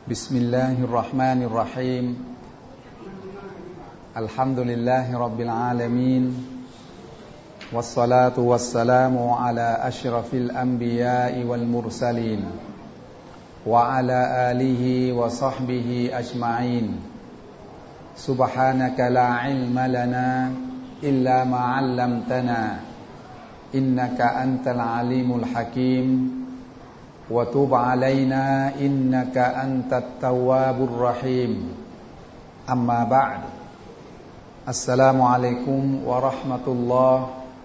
بسم الله الرحمن الرحيم الحمد لله رب العالمين والصلاة والسلام على أشرف الأنبياء والمرسلين وعلى آله وصحبه أجمعين سبحانك لا علم لنا إلا ما علمتنا إنك أنت العليم الحكيم وتب علينا إنك أنت التواب الرحيم أما بعد السلام عليكم ورحمة الله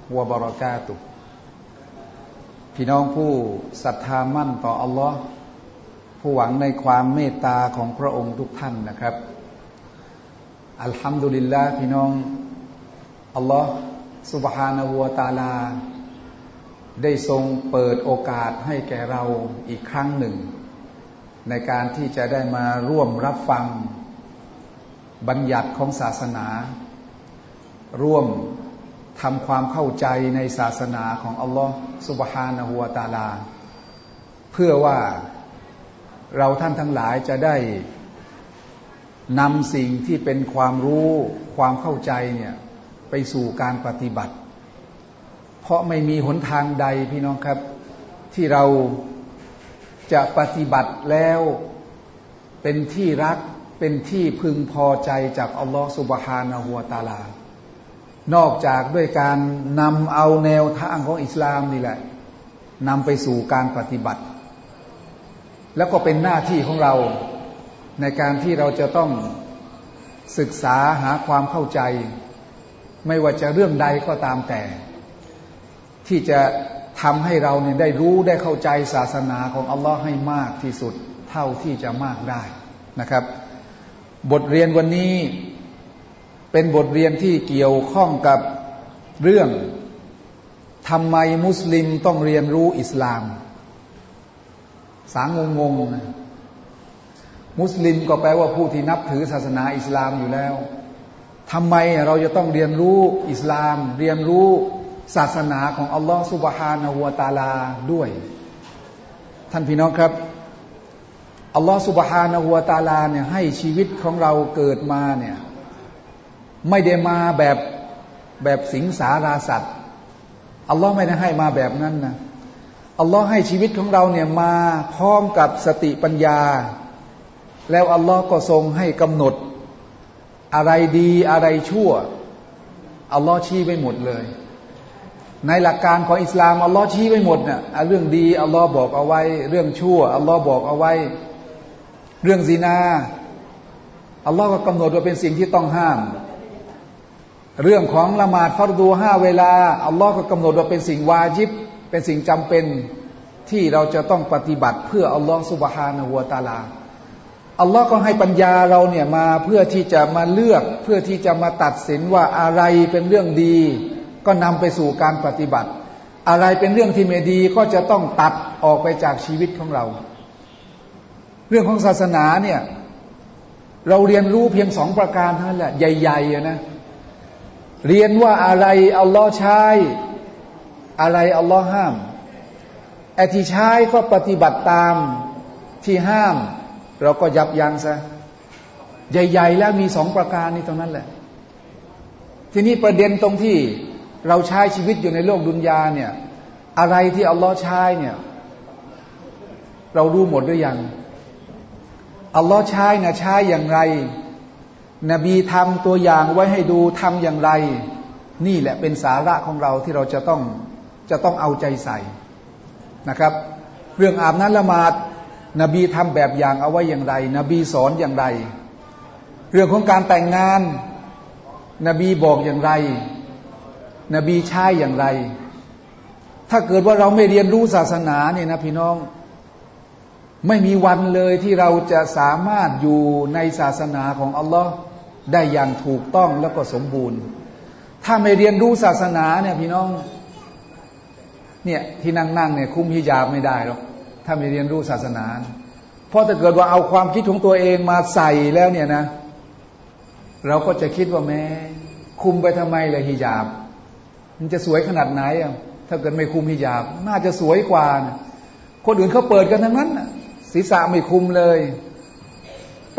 وبركاته พี่น้องผู้ศรัทธามั่นต่ออัลลอฮ์ผู้หวังในความเมตตาของพระองค์ทุกท่านนะครับอัลฮัมดุลิลลาห์พี่น้องอัลลอฮ์ซุบฮานะฮูวะตะอาลาได้ทรงเปิดโอกาสให้แก่เราอีกครั้งหนึ่งในการที่จะได้มาร่วมรับฟังบัญญัติของศาสนาร่วมทำความเข้าใจในศาสนาของอัลลอฮฺซุบฮานะฮูวะตะอาลาเพื่อว่าเราท่านทั้งหลายจะได้นำสิ่งที่เป็นความรู้ความเข้าใจเนี่ยไปสู่การปฏิบัติเพราะไม่มีหนทางใดพี่น้องครับที่เราจะปฏิบัติแล้วเป็นที่รักเป็นที่พึงพอใจจากอัลลอฮฺซุบฮานะฮูวะตะอาลานอกจากด้วยการนำเอาแนวทางของอิสลามนี่แหละนำไปสู่การปฏิบัติแล้วก็เป็นหน้าที่ของเราในการที่เราจะต้องศึกษาหาความเข้าใจไม่ว่าจะเรื่องใดก็ตามแต่ที่จะทำให้เราเนี่ยได้รู้ได้เข้าใจศาสนาของอัลลอฮ์ให้มากที่สุดเท่าที่จะมากได้นะครับบทเรียนวันนี้เป็นบทเรียนที่เกี่ยวข้องกับเรื่องทำไมมุสลิมต้องเรียนรู้อิสลามสางงๆนะมุสลิมก็แปลว่าผู้ที่นับถือศาสนาอิสลามอยู่แล้วทำไมเราจะต้องเรียนรู้อิสลามเรียนรู้ศาสนาของอัลลอฮฺซุบฮานะฮูวะตะอาลาด้วยท่านพี่น้องครับอัลลอฮฺซุบฮานะฮูวะตะอาลาเนี่ยให้ชีวิตของเราเกิดมาเนี่ยไม่ได้มาแบบสิงสาราสัตว์อัลลอฮ์ไม่ได้ให้มาแบบนั้นนะอัลลอฮ์ให้ชีวิตของเราเนี่ยมาพร้อมกับสติปัญญาแล้วอัลลอฮ์ก็ทรงให้กำหนดอะไรดีอะไรชั่วอัลลอฮ์ชี้ไว้หมดเลยในหลักการของอิสลามอัลลอฮ์ชี้ไว้หมดเนี่ยเรื่องดีอัลลอฮ์บอกเอาไว้เรื่องชั่วอัลลอฮ์บอกเอาไว้เรื่องซินาอัลลอฮ์ก็กำหนดว่าเป็นสิ่งที่ต้องห้ามเรื่องของละหมาดฟัรดู5 เวลาอัลลอฮ์ก็กำหนดว่าเป็นสิ่งวาญิบเป็นสิ่งจำเป็นที่เราจะต้องปฏิบัติเพื่ออัลลอฮ์ซุบฮานะฮูวะตะอาลาอัลลอฮ์ก็ให้ปัญญาเราเนี่ยมาเพื่อที่จะมาเลือกเพื่อที่จะมาตัดสินว่าอะไรเป็นเรื่องดีก็นำไปสู่การปฏิบัติอะไรเป็นเรื่องที่ไม่ดีก็จะต้องตัดออกไปจากชีวิตของเราเรื่องของศาสนาเนี่ยเราเรียนรู้เพียง2 ประการเท่านั้นแหละใหญ่ๆนะเรียนว่าอะไรอัลลอฮ์ใช้อะไรอัลลอฮ์ห้ามไอ้ที่ใช้ก็ปฏิบัติตามที่ห้ามเราก็ยับยั้งซะใหญ่ๆแล้วมี2 ประการนี้ตรงนั้นแหละทีนี้ประเด็นตรงที่เราใช้ชีวิตอยู่ในโลกดุนยาเนี่ยอะไรที่อัลลอฮ์ใช้เนี่ยเรารู้หมดหรือยังอัลลอฮ์ใช้นะใช้อย่างไรนบีทำตัวอย่างไว้ให้ดูทำอย่างไรนี่แหละเป็นสาระของเราที่เราจะต้องเอาใจใส่นะครับเรื่องอาบน้ำละหมาดนบีทำแบบอย่างเอาไว้อย่างไรนบีสอนอย่างไรเรื่องของการแต่งงานนบีบอกอย่างไรนบีใช้อย่างไรถ้าเกิดว่าเราไม่เรียนรู้ศาสนาเนี่ยนะพี่น้องไม่มีวันเลยที่เราจะสามารถอยู่ในศาสนาของอัลลอฮ์ได้อย่างถูกต้องแล้วก็สมบูรณ์ถ้าไม่เรียนรู้ศาสนาเนี่ยพี่น้องเนี่ยที่นั่งเนี่ยคุมฮิญาบไม่ได้หรอกถ้าไม่เรียนรู้ศาสนาเพราะถ้าเกิดว่าเอาความคิดของตัวเองมาใส่แล้วเนี่ยนะเราก็จะคิดว่าแม้คุมไปทำไมล่ะฮิญาบมันจะสวยขนาดไหนอ่ะถ้าเกิดไม่คุมฮิญาบน่าจะสวยกว่านะคนอื่นเขาเปิดกันทั้งนั้นศีรษะไม่คุมเลย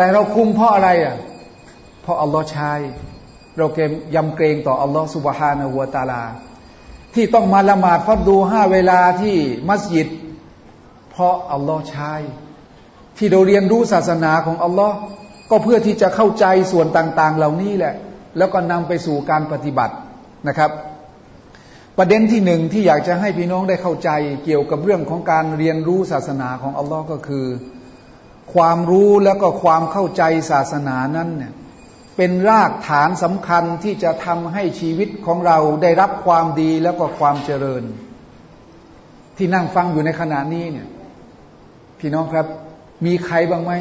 แต่เราคุมเพราะอะไรอ่ะเพราะอัลลอฮ์ใช้เรายำเกรงต่ออัลลอฮ์ซุบฮานะฮูวะตะอาลาที่ต้องมาละหมาดฟัรดู5 เวลาที่มัสยิดเพราะอัลลอฮ์ใช้ที่เราเรียนรู้ศาสนาของอัลลอฮ์ก็เพื่อที่จะเข้าใจส่วนต่างๆเหล่านี้แหละแล้วก็นำไปสู่การปฏิบัตินะครับประเด็นที่1ที่อยากจะให้พี่น้องได้เข้าใจเกี่ยวกับเรื่องของการเรียนรู้ศาสนาของอัลลอฮ์ก็คือความรู้แล้วก็ความเข้าใจศาสนานั้นเนี่ยเป็นรากฐานสำคัญที่จะทำให้ชีวิตของเราได้รับความดีแล้วก็ความเจริญที่นั่งฟังอยู่ในขณะนี้เนี่ยพี่น้องครับมีใครบ้างไหม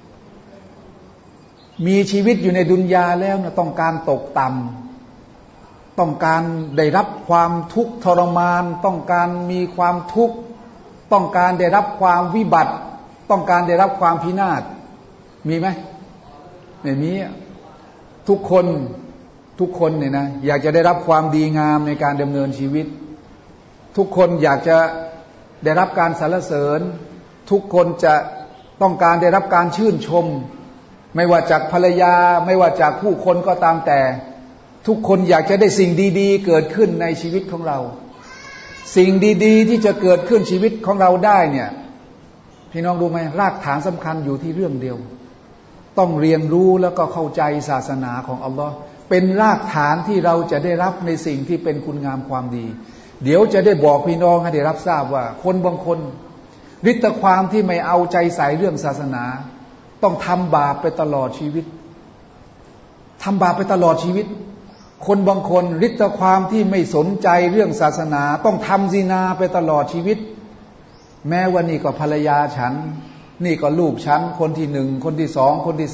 มีชีวิตอยู่ในดุนยาแล้วเนี่ยต้องการตกต่ำต้องการได้รับความทุกข์ทรมานต้องการมีความทุกข์ต้องการได้รับความวิบัติต้องการได้รับความพินาศมีไหมไม่มีทุกคนเนี่ยนะอยากจะได้รับความดีงามในการดำเนินชีวิตทุกคนอยากจะได้รับการสรรเสริญทุกคนจะต้องการได้รับการชื่นชมไม่ว่าจากภรรยาไม่ว่าจากผู้คนก็ตามแต่ทุกคนอยากจะได้สิ่งดีๆเกิดขึ้นในชีวิตของเราสิ่งดีๆที่จะเกิดขึ้นชีวิตของเราได้เนี่ยพี่น้องรู้ไหมรากฐานสำคัญอยู่ที่เรื่องเดียวต้องเรียนรู้แล้วก็เข้าใจศาสนาของอัลลอฮ์เป็นรากฐานที่เราจะได้รับในสิ่งที่เป็นคุณงามความดีเดี๋ยวจะได้บอกพี่น้องให้ได้รับทราบว่าคนบางคนฤทธิ์ความที่ไม่เอาใจใส่เรื่องศาสนาต้องทำบาปไปตลอดชีวิตทำบาปไปตลอดชีวิตคนบางคนฤทธิ์ความที่ไม่สนใจเรื่องศาสนาต้องทำซินาไปตลอดชีวิตแม้ว่านี่ก็ภรรยาฉันนี่ก็ลูกฉันคนที่1คนที่2คนที่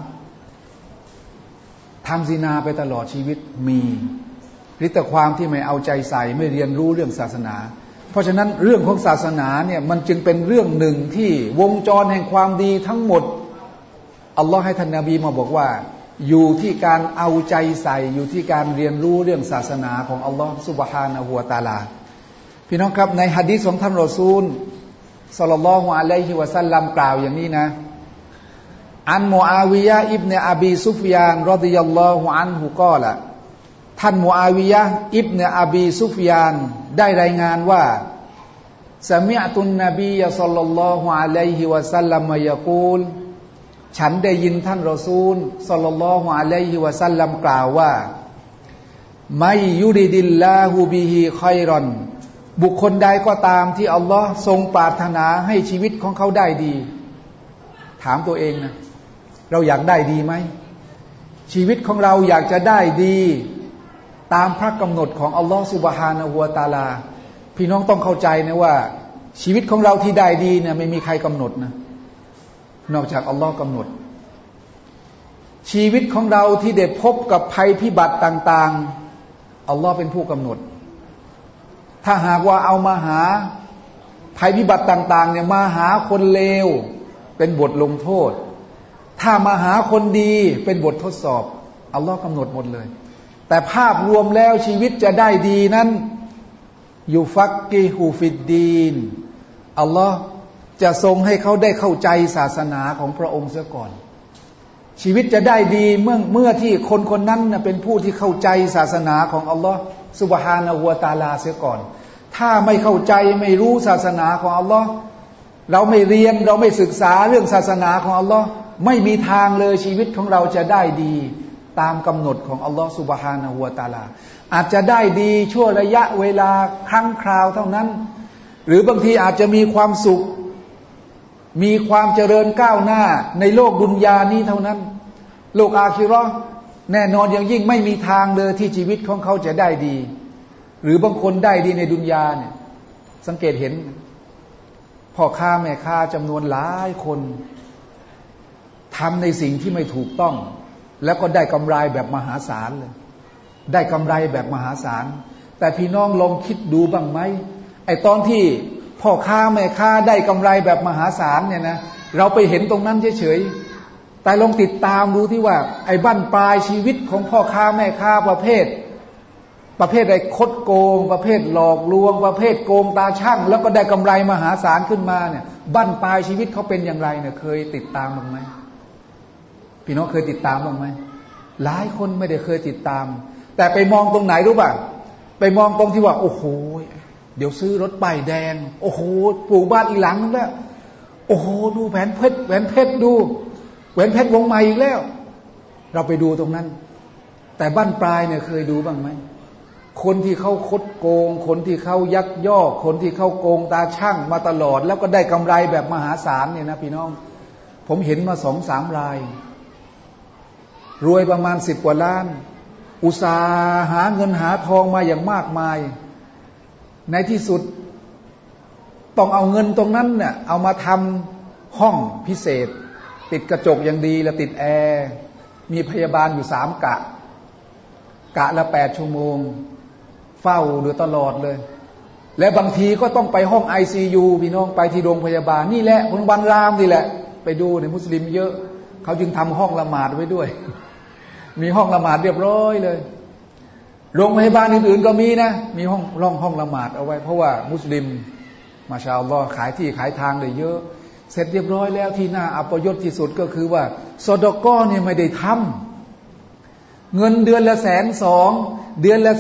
3ทำซินาไปตลอดชีวิตมีฤทธิ์ความที่ไม่เอาใจใส่ไม่เรียนรู้เรื่องศาสนาเพราะฉะนั้นเรื่องของศาสนาเนี่ยมันจึงเป็นเรื่องหนึ่งที่วงจรแห่งความดีทั้งหมดอัลลอฮ์ให้ท่านนบีมาบอกว่าอยู่ที่การเอาใจใส่อยู่ที่การเรียนรู้เรื่องศาสนาของอัลลอฮ์ซุบฮานะฮูวะตะอาลาพี่น้องครับในหะดีษของท่านรอซูลศ็อลลัลลอฮุอะลัยฮิวะซัลลัมกล่าวอย่างนี้นะอันมุอาวิยะห์อิบเนอบีซุฟยานรอฎิยัลลอฮุอันฮุกอละท่านมุอาวิยะห์อิบเนอบีซุฟยานได้รายงานว่าสะมิอตุนนบีศ็อลลัลลอฮุอะลัยฮิวะซัลลัมยะกูลฉันได้ยินท่านรอซูลศ็อลลัลลอฮุอะลัยฮิวะซัลลัมกล่าวว่าไมยุริดิลลาฮูบิฮิค็อยรอนบุคคลใดก็ตามที่อัลลอฮ์ทรงปรารถนาให้ชีวิตของเขาได้ดีถามตัวเองนะเราอยากได้ดีไหมชีวิตของเราอยากจะได้ดีตามพระกำหนดของอัลลอฮ์ซุบฮานะฮูวะตะอาลาพี่น้องต้องเข้าใจนะว่าชีวิตของเราที่ได้ดีเนี่ยไม่มีใครกำหนดนะนอกจากอัลลอฮ์กำหนดชีวิตของเราที่ได้พบกับภัยพิบัติต่างๆอัลลอฮ์เป็นผู้กำหนดถ้าหากว่าเอามาหาภัยพิบัติต่างๆเนี่ยมาหาคนเลวเป็นบทลงโทษถ้ามาหาคนดีเป็นบททดสอบอัลลอฮ์กำหนดหมดเลยแต่ภาพรวมแล้วชีวิตจะได้ดีนั้นยูฟักกิฮูฟิดดีนอัลลอฮ์จะทรงให้เขาได้เข้าใจศาสนาของพระองค์เสียก่อนชีวิตจะได้ดีเมื่อที่คนคนนั้นเป็นผู้ที่เข้าใจศาสนาของอัลลอฮ์ซุบฮานะฮูวะตะอาลาเสียก่อนถ้าไม่เข้าใจไม่รู้ศาสนาของอัลลอฮ์เราไม่เรียนเราไม่ศึกษาเรื่องศาสนาของอัลลอฮ์ไม่มีทางเลยชีวิตของเราจะได้ดีตามกำหนดของอัลลอฮ์ซุบฮานะฮูวะตะอาลาอาจจะได้ดีชั่วระยะเวลาครั้งคราวเท่านั้นหรือบางทีอาจจะมีความสุขมีความเจริญก้าวหน้าในโลกดุนยานี้เท่านั้นโลกอาคิเราะห์แน่นอนอย่างยิ่งไม่มีทางเลยที่ชีวิตของเขาจะได้ดีหรือบางคนได้ดีในดุนยาเนี่ยสังเกตเห็นพ่อค้าแม่ค้าจำนวนหลายคนทำในสิ่งที่ไม่ถูกต้องแล้วก็ได้กำไรแบบมหาศาลเลยได้กำไรแบบมหาศาลแต่พี่น้องลองคิดดูบ้างไหมไอ้ตอนที่พ่อค้าแม่ค้าได้กำไรแบบมหาศาลเนี่ยนะเราไปเห็นตรงนั้นเฉยๆแต่ลองติดตามดูที่ว่าไอ้บั้นปลายชีวิตของพ่อค้าแม่ค้าประเภทไอ้คดโกงประเภทหลอกลวงประเภทโกงตาช่างแล้วก็ได้กำไรมหาศาลขึ้นมาเนี่ยบั้นปลายชีวิตเขาเป็นอย่างไรเนี่ยเคยติดตามบ้างไหมพี่น้องเคยติดตามบ้างไหมหลายคนไม่ได้เคยติดตามแต่ไปมองตรงไหนรู้ป่ะไปมองตรงที่ว่าโอ้โหเดี๋ยวซื้อรถป้ายแดงโอ้โหปลูกบ้านอีกหลังนึงแล้วโอ้โหดูแหวนเพชรดูแหวนเพชรวงใหม่อีกแล้วเราไปดูตรงนั้นแต่บ้านปลายเนี่ยเคยดูบ้างไหมคนที่เขาคดโกงคนที่เขายักยอกคนที่เขาโกงตาช่างมาตลอดแล้วก็ได้กำไรแบบมหาศาลเนี่ยนะพี่น้องผมเห็นมา2-3 รายรวยประมาณ10 กว่าล้านอุตสาห์หาเงินหาทองมาอย่างมากมายในที่สุดต้องเอาเงินตรงนั้นเนี่ยเอามาทำห้องพิเศษติดกระจกอย่างดีแล้วติดแอร์มีพยาบาลอยู่3 กะละ8 ชั่วโมงเฝ้าดูตลอดเลยและบางทีก็ต้องไปห้อง ICU พี่น้องไปที่โรงพยาบาลนี่แหละโรงพยาบาลรามนี่แหละไปดูในมุสลิมเยอะเขาจึงทำห้องละหมาดไว้ด้วยมีห้องละหมาดเรียบร้อยเลยโรงพยาบาลอื่นๆก็มีนะมีห้องละหมาดเอาไว้เพราะว่ามุสลิมมาชาอัลลอฮ์ขายที่ขายทางได้เยอะเสร็จเรียบร้อยแล้วที่น่าอัปยศที่สุดก็คือว่าซอดอกอเนี่ยไม่ได้ทำเงินเดือนละ120,000เดือนละ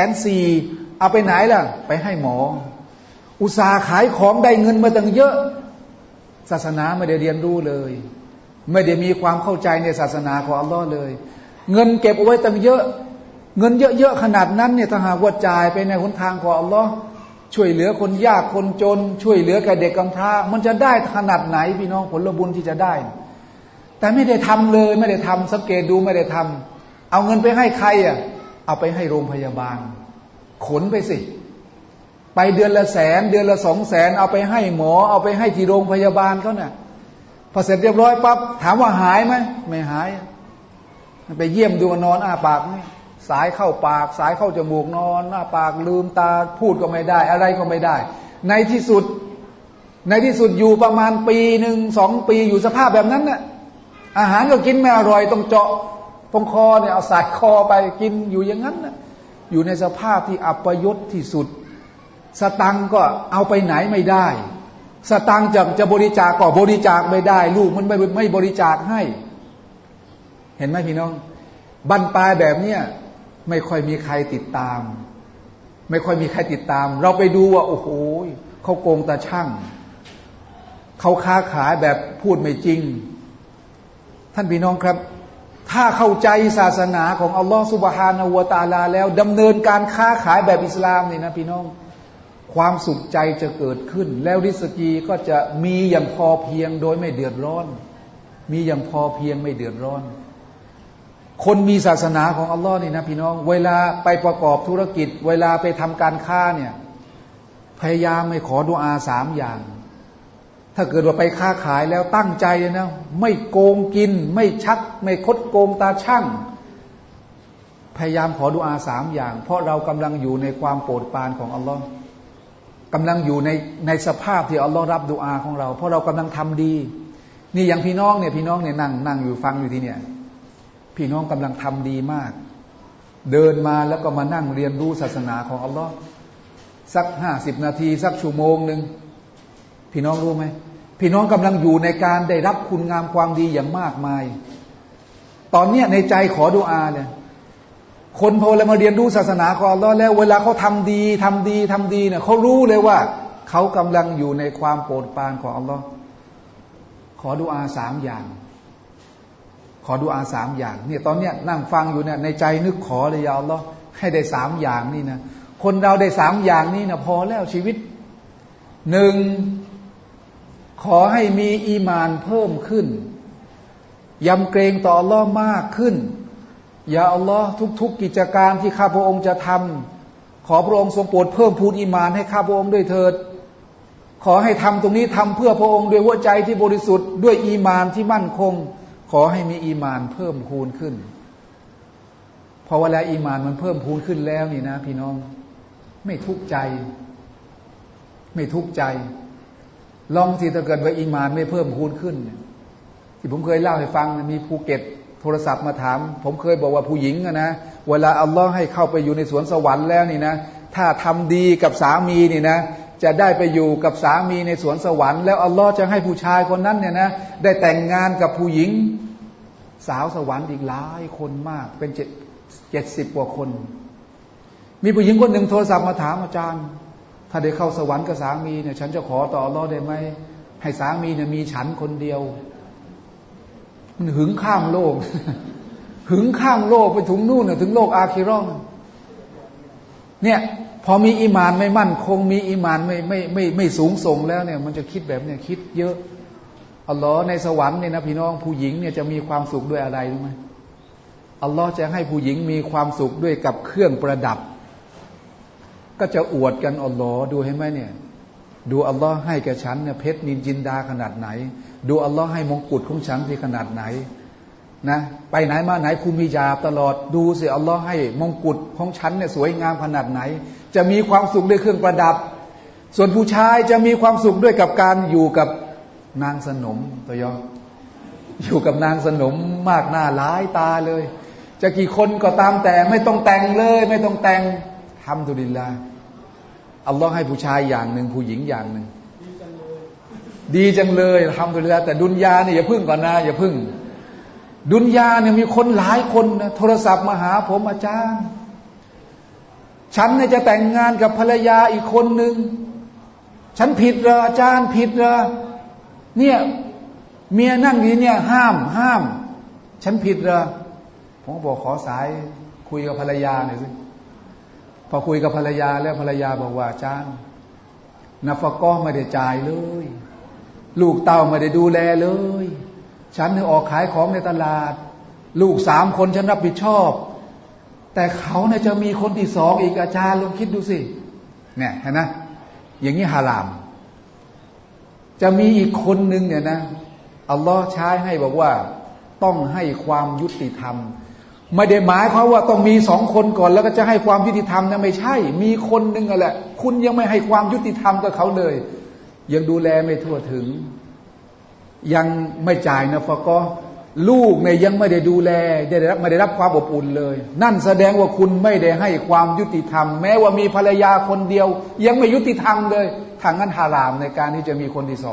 340,000เอาไปไหนล่ะไปให้หมออุตสาห์ขายของได้เงินมาตั้งเยอะศาสนาไม่ได้เรียนรู้เลยไม่ได้มีความเข้าใจในศาสนาของอัลลอฮ์เลยเงินเก็บเอาไว้ตั้งเยอะเงินเยอะๆขนาดนั้นเนี่ยถ้าหากว่าจ่ายไปในหนทางของอัลลอฮ์ช่วยเหลือคนยากคนจนช่วยเหลือแก่เด็กกำพร้ามันจะได้ขนาดไหนพี่น้องผลบุญที่จะได้แต่ไม่ได้ทำเลยไม่ได้ทำสังเกตดูไม่ได้ทำเอาเงินไปให้ใครอ่ะเอาไปให้โรงพยาบาลขนไปสิไปเดือนละ100,000เดือนละ200,000เอาไปให้หมอเอาไปให้ที่โรงพยาบาลเขาเนี่ยพอเสร็จเรียบร้อยปั๊บถามว่าหายไหมไม่หายไปเยี่ยมดูนอนอ้าปากนี่สายเข้าปากสายเข้าจมูกนอนอ้าปากลืมตาพูดก็ไม่ได้อะไรก็ไม่ได้ในที่สุดอยู่ประมาณปีหนึ่ง2 ปีอยู่สภาพแบบนั้นน่ะอาหารก็กินไม่อร่อยต้องเจาะตรงคอเนี่ยเอาสายคอไปกินอยู่อย่างนั้นน่ะอยู่ในสภาพที่อัปยศที่สุดสตังก็เอาไปไหนไม่ได้สตังจะบริจาคก็บริจาคไม่ได้ลูกมันไม่บริจาคให้เห็นไหมพี่น้องบั้นปลายแบบเนี้ยไม่ค่อยมีใครติดตามไม่ค่อยมีใครติดตามเราไปดูว่าโอ้โหเขาโกงตาช่างเขาค้าขายแบบพูดไม่จริงท่านพี่น้องครับถ้าเข้าใจศาสนาของอัลลอฮฺซุบฮานะฮูวะตะอาลาแล้วดำเนินการค้าขายแบบอิสลามนี่นะพี่น้องความสุขใจจะเกิดขึ้นแล้วริสกีก็จะมีอย่างพอเพียงโดยไม่เดือดร้อนมีอย่างพอเพียงไม่เดือดร้อนคนมีศาสนาของอัลลอฮ์นี่นะพี่น้องเวลาไปประกอบธุรกิจเวลาไปทำการค้าเนี่ยพยายามไม่ขอดุอา3 อย่างถ้าเกิดว่าไปค้าขายแล้วตั้งใจนะไม่โกงกินไม่ชักไม่คดโกงตาช่างพยายามขอดุอา3 อย่างเพราะเรากำลังอยู่ในความโปรดปรานของอัลลอฮ์กำลังอยู่ในสภาพที่อัลลอฮ์รับดุอาของเราเพราะเรากำลังทำดีนี่อย่างพี่น้องเนี่ยนั่งอยู่ฟังอยู่ที่เนี่ยพี่น้องกำลังทำดีมากเดินมาแล้วก็มานั่งเรียนรู้ศาสนาของอัลลอฮ์สัก50 นาทีสักชั่วโมงหนึ่งพี่น้องรู้ไหมพี่น้องกำลังอยู่ในการได้รับคุณงามความดีอย่างมากมายตอนเนี้ยในใจขอดุอาเนี่ยคนพอเรามาเรียนรู้ศาสนาของอัลลอฮ์แล้วเวลาเขาทำดีเนี่ยเขารู้เลยว่าเขากำลังอยู่ในความโปรดปรานของอัลลอฮ์ขอดุอา3 อย่างขอดุอา3 อย่างเนี่ยตอนเนี้ยนั่งฟังอยู่เนี่ยในใจนึกขอเลยยาอัลลอฮ์ให้ได้3 อย่างนี่นะคนเราได้3 อย่างนี่นะพอแล้วชีวิต1ขอให้มีอีหม่านเพิ่มขึ้นยำเกรงต่ออัลลอฮ์มากขึ้นยาอัลลอฮ์ทุกกิจการที่ข้าพระองค์จะทำขอพระองค์ทรงโปรดเพิ่มพูนอีหม่านให้ข้าพระองค์ด้วยเถิดขอให้ทำตรงนี้ทำเพื่อพระองค์ด้วยหัวใจที่บริสุทธิ์ด้วยอีหม่านที่มั่นคงขอให้มีอีหม่านเพิ่มพูนขึ้นพอเวลาอีหม่านมันเพิ่มพูนขึ้นแล้วนี่นะพี่น้องไม่ทุกข์ใจลองสิถ้าเกิดว่าอีหม่านไม่เพิ่มพูนขึ้นที่ผมเคยเล่าให้ฟังมีภูเก็ตโทรศัพท์มาถามผมเคยบอกว่าผู้หญิงนะเวลาอัลลอฮ์ให้เข้าไปอยู่ในสวนสวรรค์แล้วนี่นะถ้าทำดีกับสามีนี่นะจะได้ไปอยู่กับสามีในสวนสวรรค์แล้วอัลลอฮ์จะให้ผู้ชายคนนั้นเนี่ยนะได้แต่งงานกับผู้หญิงสาวสวรรค์อีกหลายคนมากเป็น70 กว่าคนมีผู้หญิงคนหนึ่งโทรศัพท์มาถามอาจารย์ถ้าได้เข้าสวรรค์กับสามีเนี่ยฉันจะขอต่ออัลเลาะห์ได้ไหมให้สามีเนี่ยมีฉันคนเดียวมันหึงข้ามโลก หึงข้ามโลกไปถึงนู่นถึงโลกอาคิเราะห์เนี่ยพอมีอีหม่านไม่มั่นคงมีอีหม่านไม่สูงส่งแล้วเนี่ยมันจะคิดแบบเนี่ยคิดเยอะอัลลอฮ์ในสวรรค์เนี่ยนะพี่น้องผู้หญิงเนี่ยจะมีความสุขด้วยอะไรรู้ไหมอัลลอฮ์จะให้ผู้หญิงมีความสุขด้วยกับเครื่องประดับก็จะอวดกันอัลลอฮ์ดูให้ไหมเนี่ยดูอัลลอฮ์ให้แก่ฉันเนี่ยเพชรนินจินดาขนาดไหนดูอัลลอฮ์ให้มงกุฎของฉันที่ขนาดไหนนะไปไหนมาไหนคุมฮิญาบตลอดดูสิอัลลอฮ์ให้มงกุฎของฉันเนี่ยสวยงามขนาดไหนจะมีความสุขด้วยเครื่องประดับส่วนผู้ชายจะมีความสุขด้วยกับการอยู่กับนางสนมตัวยออยู่กับนางสนมมากหน้าหลายตาเลยจะกี่คนก็ตามแต่ไม่ต้องแต่งเลยไม่ต้องแต่งทำดุลิลลาห์อัลลอฮ์ให้ผู้ชายอย่างหนึ่งผู้หญิงอย่างหนึ่งดีจังเลยทำดุลิลลาห์แต่ดุนยาเนี่ยอย่าพึ่งก่อนนะอย่าพึ่งดุนยาเนี่ยมีคนหลายคนนะโทรศัพท์มาหาผมอาจารย์ฉันเนี่ยจะแต่งงานกับภรรยาอีกคนหนึ่งฉันผิดเหรออาจารย์ผิดเหรอเนี่ยเมียนั่งอยู่เนี่ยห้ามฉันผิดเหรอผมบอกขอสายคุยกับภรรยาหน่อยสิพอคุยกับภรรยาแล้วภรรยาบอกว่าอาจารย์นัฟกะห์ไม่ได้จ่ายเลยลูกเต้าไม่ได้ดูแลเลยฉันเนี่ยออกขายของในตลาดลูก3 คนฉันรับผิดชอบแต่เขาเนี่ยจะมีคนที่2อีกอาจารย์ลองคิดดูสิเนี่ยเห็นนะอย่างนี้ฮารามจะมีอีกคนนึงเนี่ยนะอัลลอฮ์ใช้ให้บอกว่าต้องให้ความยุติธรรมไม่ได้หมายความว่าต้องมี2 คนก่อนแล้วก็จะให้ความยุติธรรมนะไม่ใช่มีคนนึงแหละคุณยังไม่ให้ความยุติธรรมกับเขาเลยยังดูแลไม่ทั่วถึงยังไม่จ่ายนะฟะก็ลูกเนี่ยยังไม่ได้ดูแลไม่ได้รับความอบอุ่นเลยนั่นแสดงว่าคุณไม่ได้ให้ความยุติธรรมแม้ว่ามีภรรยาคนเดียวยังไม่ยุติธรรมเลยทางนั้นฮารามในการที่จะมีคนที่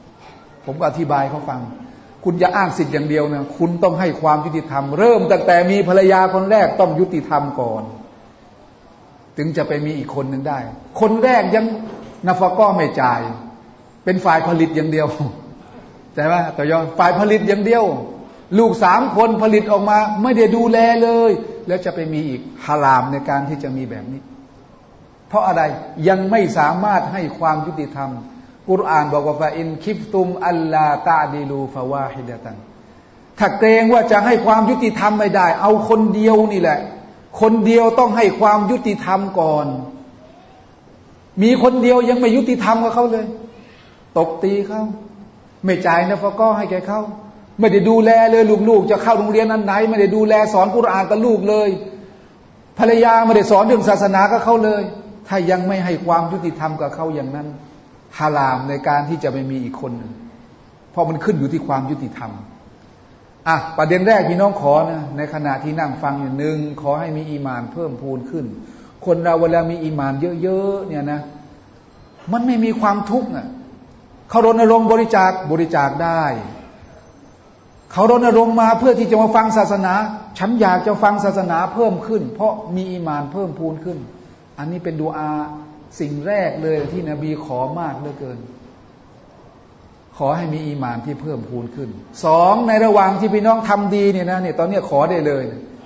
2ผมก็อธิบายเขาฟังคุณอย่าอ้างสิทธิ์อย่างเดียวนะคุณต้องให้ความยุติธรรมเริ่มตั้งแต่มีภรรยาคนแรกต้องยุติธรรมก่อนถึงจะไปมีอีกคนหนึ่งได้คนแรกยังนะฟะก็ไม่จ่ายเป็นฝ่ายผลิตอย่างเดียวใช่ไหมต่อยอฝ่ายผลิตอย่างเดียวลูก3 คนผลิตออกมาไม่ได้ดูแลเลยแล้วจะไปมีอีกฮารามในการที่จะมีแบบนี้เพราะอะไรยังไม่สามารถให้ความยุติธรรมกุรอานบอกว่าฟาอินคิฟตุมอัลลาตะดิลูฟาวาฮิดะตันถ้าเกรงว่าจะให้ความยุติธรรมไม่ได้เอาคนเดียวนี่แหละคนเดียวต้องให้ความยุติธรรมก่อนมีคนเดียวยังไม่ยุติธรรมกับเขาเลยตบตีเขาไม่จ่ายนะฟะก็ให้แกเขาไม่ได้ดูแลเลยลูกๆจะเข้าโรงเรียนอันไหนไม่ได้ดูแลสอนกุรอานกับลูกเลยภรรยาไม่ได้สอนเรื่องศาสนากับเขาเลยถ้ายังไม่ให้ความยุติธรรมกับเขาอย่างนั้นฮารามในการที่จะไม่มีอีกคนเพราะมันขึ้นอยู่ที่ความยุติธรรมประเด็นแรกพี่น้องขอนะในขณะที่นั่งฟังอย่างหนึ่งขอให้มีอีหม่านเพิ่มพูนขึ้นคนเราเวลามีอีหม่านเยอะๆเนี่ยนะมันไม่มีความทุกข์เขารณรงค์บริจาคได้เขารณรงค์มาเพื่อที่จะมาฟังศาสนาฉันอยากจะฟังศาสนาเพิ่มขึ้นเพราะมีอีหม่านเพิ่มพูนขึ้นอันนี้เป็นดุอาสิ่งแรกเลยที่นบีขอมากเหลือเกินขอให้มีอีหม่านที่เพิ่มพูนขึ้น2ในระหว่างที่พี่น้องทำดีเนี่ยนะเนี่ยตอนนี้ขอได้เลย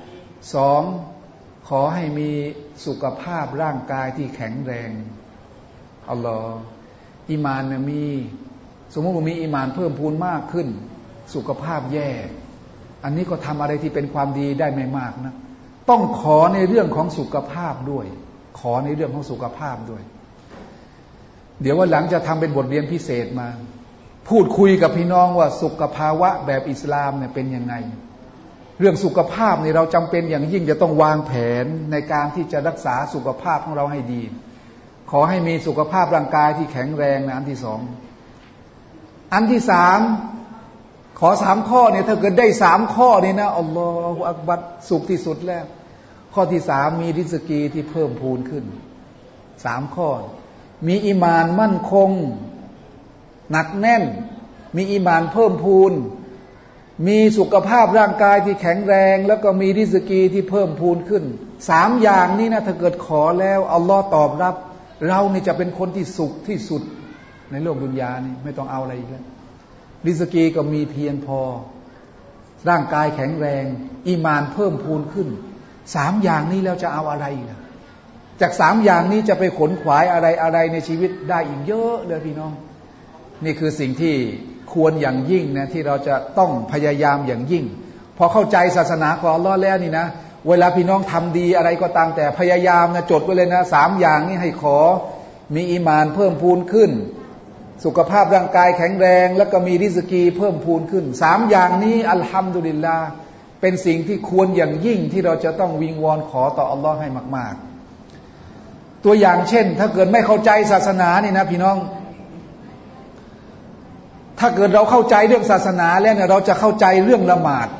2ขอให้มีสุขภาพร่างกายที่แข็งแรงอัลลอฮ์อีหม่านเนี่ยมีสมมติว่ามีอีหม่านเพิ่มพูนมากขึ้นสุขภาพแย่อันนี้ก็ทำอะไรที่เป็นความดีได้ไม่มากนะต้องขอในเรื่องของสุขภาพด้วยขอในเรื่องของสุขภาพด้วยเดี๋ยวว่าหลังจะทำเป็นบทเรียนพิเศษมาพูดคุยกับพี่น้องว่าสุขภาวะแบบอิสลามเนี่ยเป็นยังไงเรื่องสุขภาพนี่เราจำเป็นอย่างยิ่งจะต้องวางแผนในการที่จะรักษาสุขภาพของเราให้ดีขอให้มีสุขภาพร่างกายที่แข็งแรงนะอันที่2อันที่3ขอ3ข้อเนี่ยถ้าเกิดได้3ข้อนี่นะอัลลอฮฺอักบัรสุขที่สุดแล้วข้อที่3มีริสกีที่เพิ่มพูนขึ้น3ข้อมีอีหม่านมั่นคงหนักแน่นมีอีหม่านเพิ่มพูนมีสุขภาพร่างกายที่แข็งแรงแล้วก็มีริสกีที่เพิ่มพูนขึ้น3อย่างนี้นะถ้าเกิดขอแล้วอัลลอฮ์ตอบรับเราเนี่ยจะเป็นคนที่สุขที่สุดในโลกดุนยานี่ไม่ต้องเอาอะไรอีกแล้วริสกีก็มีเพียงพอร่างกายแข็งแรงอีมานเพิ่มพูนขึ้น3อย่างนี้แล้วจะเอาอะไรล่ะจาก3อย่างนี้จะไปขนขวายอะไรในชีวิตได้อีกเยอะเลยพี่น้องนี่คือสิ่งที่ควรอย่างยิ่งนะที่เราจะต้องพยายามอย่างยิ่งพอเข้าใจศาสนาของอัลเลาะห์แล้วนี่นะเวลาพี่น้องทำดีอะไรก็ตามแต่พยายามนะจดไว้เลยนะ3อย่างนี้ให้ขอมีอีหม่านเพิ่มพูนขึ้นสุขภาพร่างกายแข็งแรงแล้วก็มีริสกีเพิ่มพูนขึ้น3อย่างนี้อัลฮัมดุลิลลาห์เป็นสิ่งที่ควรอย่างยิ่งที่เราจะต้องวิงวอนขอต่ออัลเลาะห์ให้มากๆตัวอย่างเช่นถ้าเกิดไม่เข้าใจศาสนานี่นะพี่น้องถ้าเกิดเราเข้าใจเรื่องศาสนาแล้วเนี่ยเราจะเข้าใจเรื่องละหมาด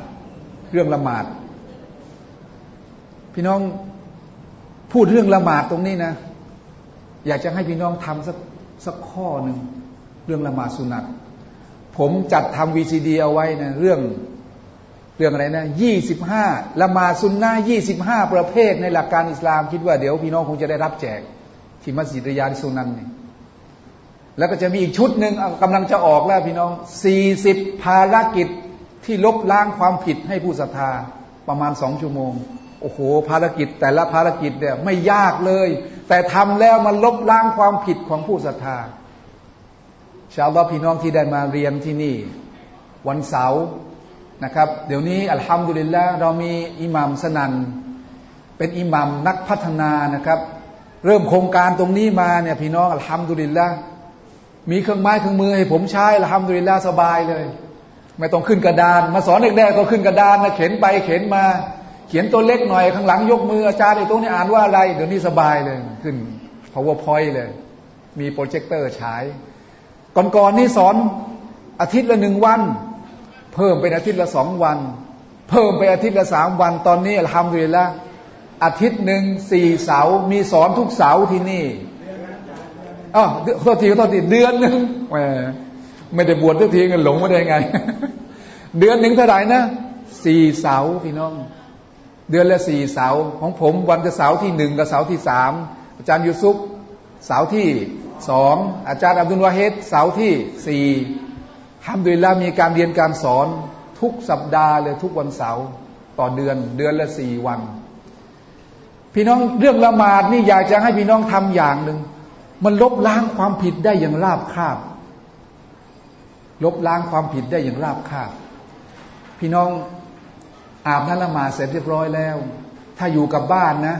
พี่น้องพูดเรื่องละหมาดตรงนี้นะอยากจะให้พี่น้องทำสักข้อหนึ่งเรื่องละหมาดสุนัตผมจัดทำ VCD เอาไว้นะเรื่องอะไรนะ25ละหมาดซุนนะห์25ประเภทในหลักการอิสลามคิดว่าเดี๋ยวพี่น้องคงจะได้รับแจกที่มัสยิดริยาดสุนันนี่แล้วก็จะมีอีกชุดหนึ่งกำลังจะออกแล้วพี่น้อง40ภารกิจที่ลบล้างความผิดให้ผู้ศรัทธาประมาณ2 ชั่วโมงโอ้โหภารกิจแต่ละภารกิจเนี่ยไม่ยากเลยแต่ทำแล้วมันลบล้างความผิดของผู้ศรัทธาอินชาอัลเลาะห์พี่น้องที่ได้มาเรียนที่นี่วันเสาร์นะครับเดี๋ยวนี้อัลฮัมดุลิลละห์เรามีอิหม่ามสนั่นเป็นอิหม่ามนักพัฒนานะครับเริ่มโครงการตรงนี้มาเนี่ยพี่น้องอัลฮัมดุลิลละห์มีเครื่องไม้เครื่องมือให้ผมใช้อัลฮัมดุลิลละห์สบายเลยไม่ต้องขึ้นกระดานมาสอนเด็กๆก็ขึ้นกระดานนะเข็นไปเข็นมาเขียนตัวเล็กหน่อยข้างหลังยกมืออาจารย์ไอ้ตรงนี้อ่านว่าอะไรเดี๋ยวนี้สบายเลยขึ้น PowerPoint เลยมีโปรเจคเตอร์ฉายก่อนๆนี่สอนอาทิตย์ละ1 วันเพิ่มเป็นอาทิตย์ละ2 วันเพิ่มไปอาทิตย์ละ3 วันตอนนี้อัลฮัมดุลิลละห์อาทิตย์หนึ่ง4 เสาร์มีสอนทุกเสาร์ที่นี่โทษทีเดือนหนึ่งไม่ได้บวชทุกทีเงินหลงไม่ได้ไงเดือนหนึ่งเท่าไหร่นะ4 เสาร์พี่น้องเดือนละ4 เสาร์ของผมวันจะเสาร์ที่1กับเสาร์ที่3อาจารย์ยูซุฟเสาร์ที่2อาจารย์อับดุลวาฮิดเสาร์ที่4ฮัมดุลิลละห์มีการเรียนการสอนทุกสัปดาห์เลยทุกวันเสาร์ต่อเดือนละ4 วันพี่น้องเรื่องละหมาดนี่อยากจะให้พี่น้องทำอย่างหนึ่งมันลบล้างความผิดได้อย่างราบคาบลบล้างความผิดได้อย่างราบคาบพี่น้องอาบน้ำละหมาดเสร็จเรียบร้อยแล้วถ้าอยู่กับบ้านนะ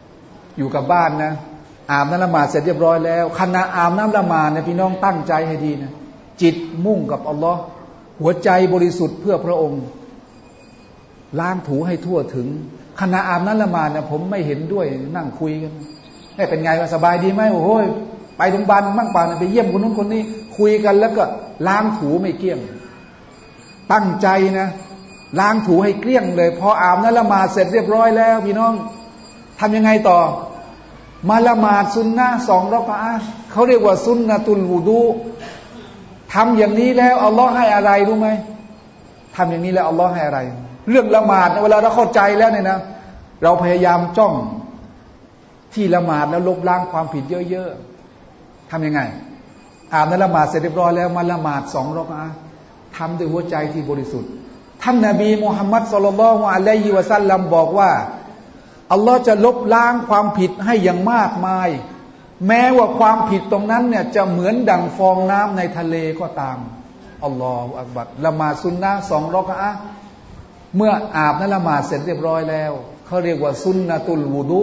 อาบน้ำละหมาดเสร็จเรียบร้อยแล้วขณะอาบน้ำละหมาดเนี่ยพี่น้องตั้งใจให้ดีนะจิตมุ่งกับอัลลอฮ์หัวใจบริสุทธิ์เพื่อพระองค์ล้างถูให้ทั่วถึงขณะอาบน้ำละหมาดเนี่ยผมไม่เห็นด้วยนั่งคุยกันเป็นไงว่าสบายดีไหมโอ้โหไปโรงพยาบาลมั่งเปล่าไปเยี่ยมคนนู้นคนนี้คุยกันแล้วก็ล้างถูไม่เกลี้ยงตั้งใจนะล้างถูให้เกลี้ยงเลยพออาบน้ำละหมาดเสร็จเรียบร้อยแล้วพี่น้องทำยังไงต่อมาละหมาดซุนนะห์2 รอกอะห์เขาเรียกว่าซุนนะตุลวุดูทำอย่างนี้แล้วอัลลอฮ์ให้อะไรรู้ไหมทำอย่างนี้แล้วอัลลอฮ์ให้อะไรเรื่องละหมาดเวลาเราเข้าใจแล้วเนี่ยนะเราพยายามจ้องที่ละหมาดแล้วลบล้างความผิดเยอะๆทำยังไงอาบน้ำละหมาดเสร็จเรียบร้อยแล้วมาละหมาด2 รอกอะห์ทำด้วยหัวใจที่บริสุทธิ์ท่านนบีมุฮัมมัดศ็อลลัลลอฮุอะลัยฮิวะซัลลัมบอกว่าอัลลอฮ์จะลบล้างความผิดให้อย่างมากมายแม้ว่าความผิดตรงนั้นเนี่ยจะเหมือนดั่งฟองน้ำในทะเลก็ตามอัลลอฮฺอักบัรละหมาดซุนนะห์2 รอกอะห์เมื่ออาบน้ำละหมาดเสร็จเรียบร้อยแล้วเขาเรียกว่าซุนนะตุลวุดู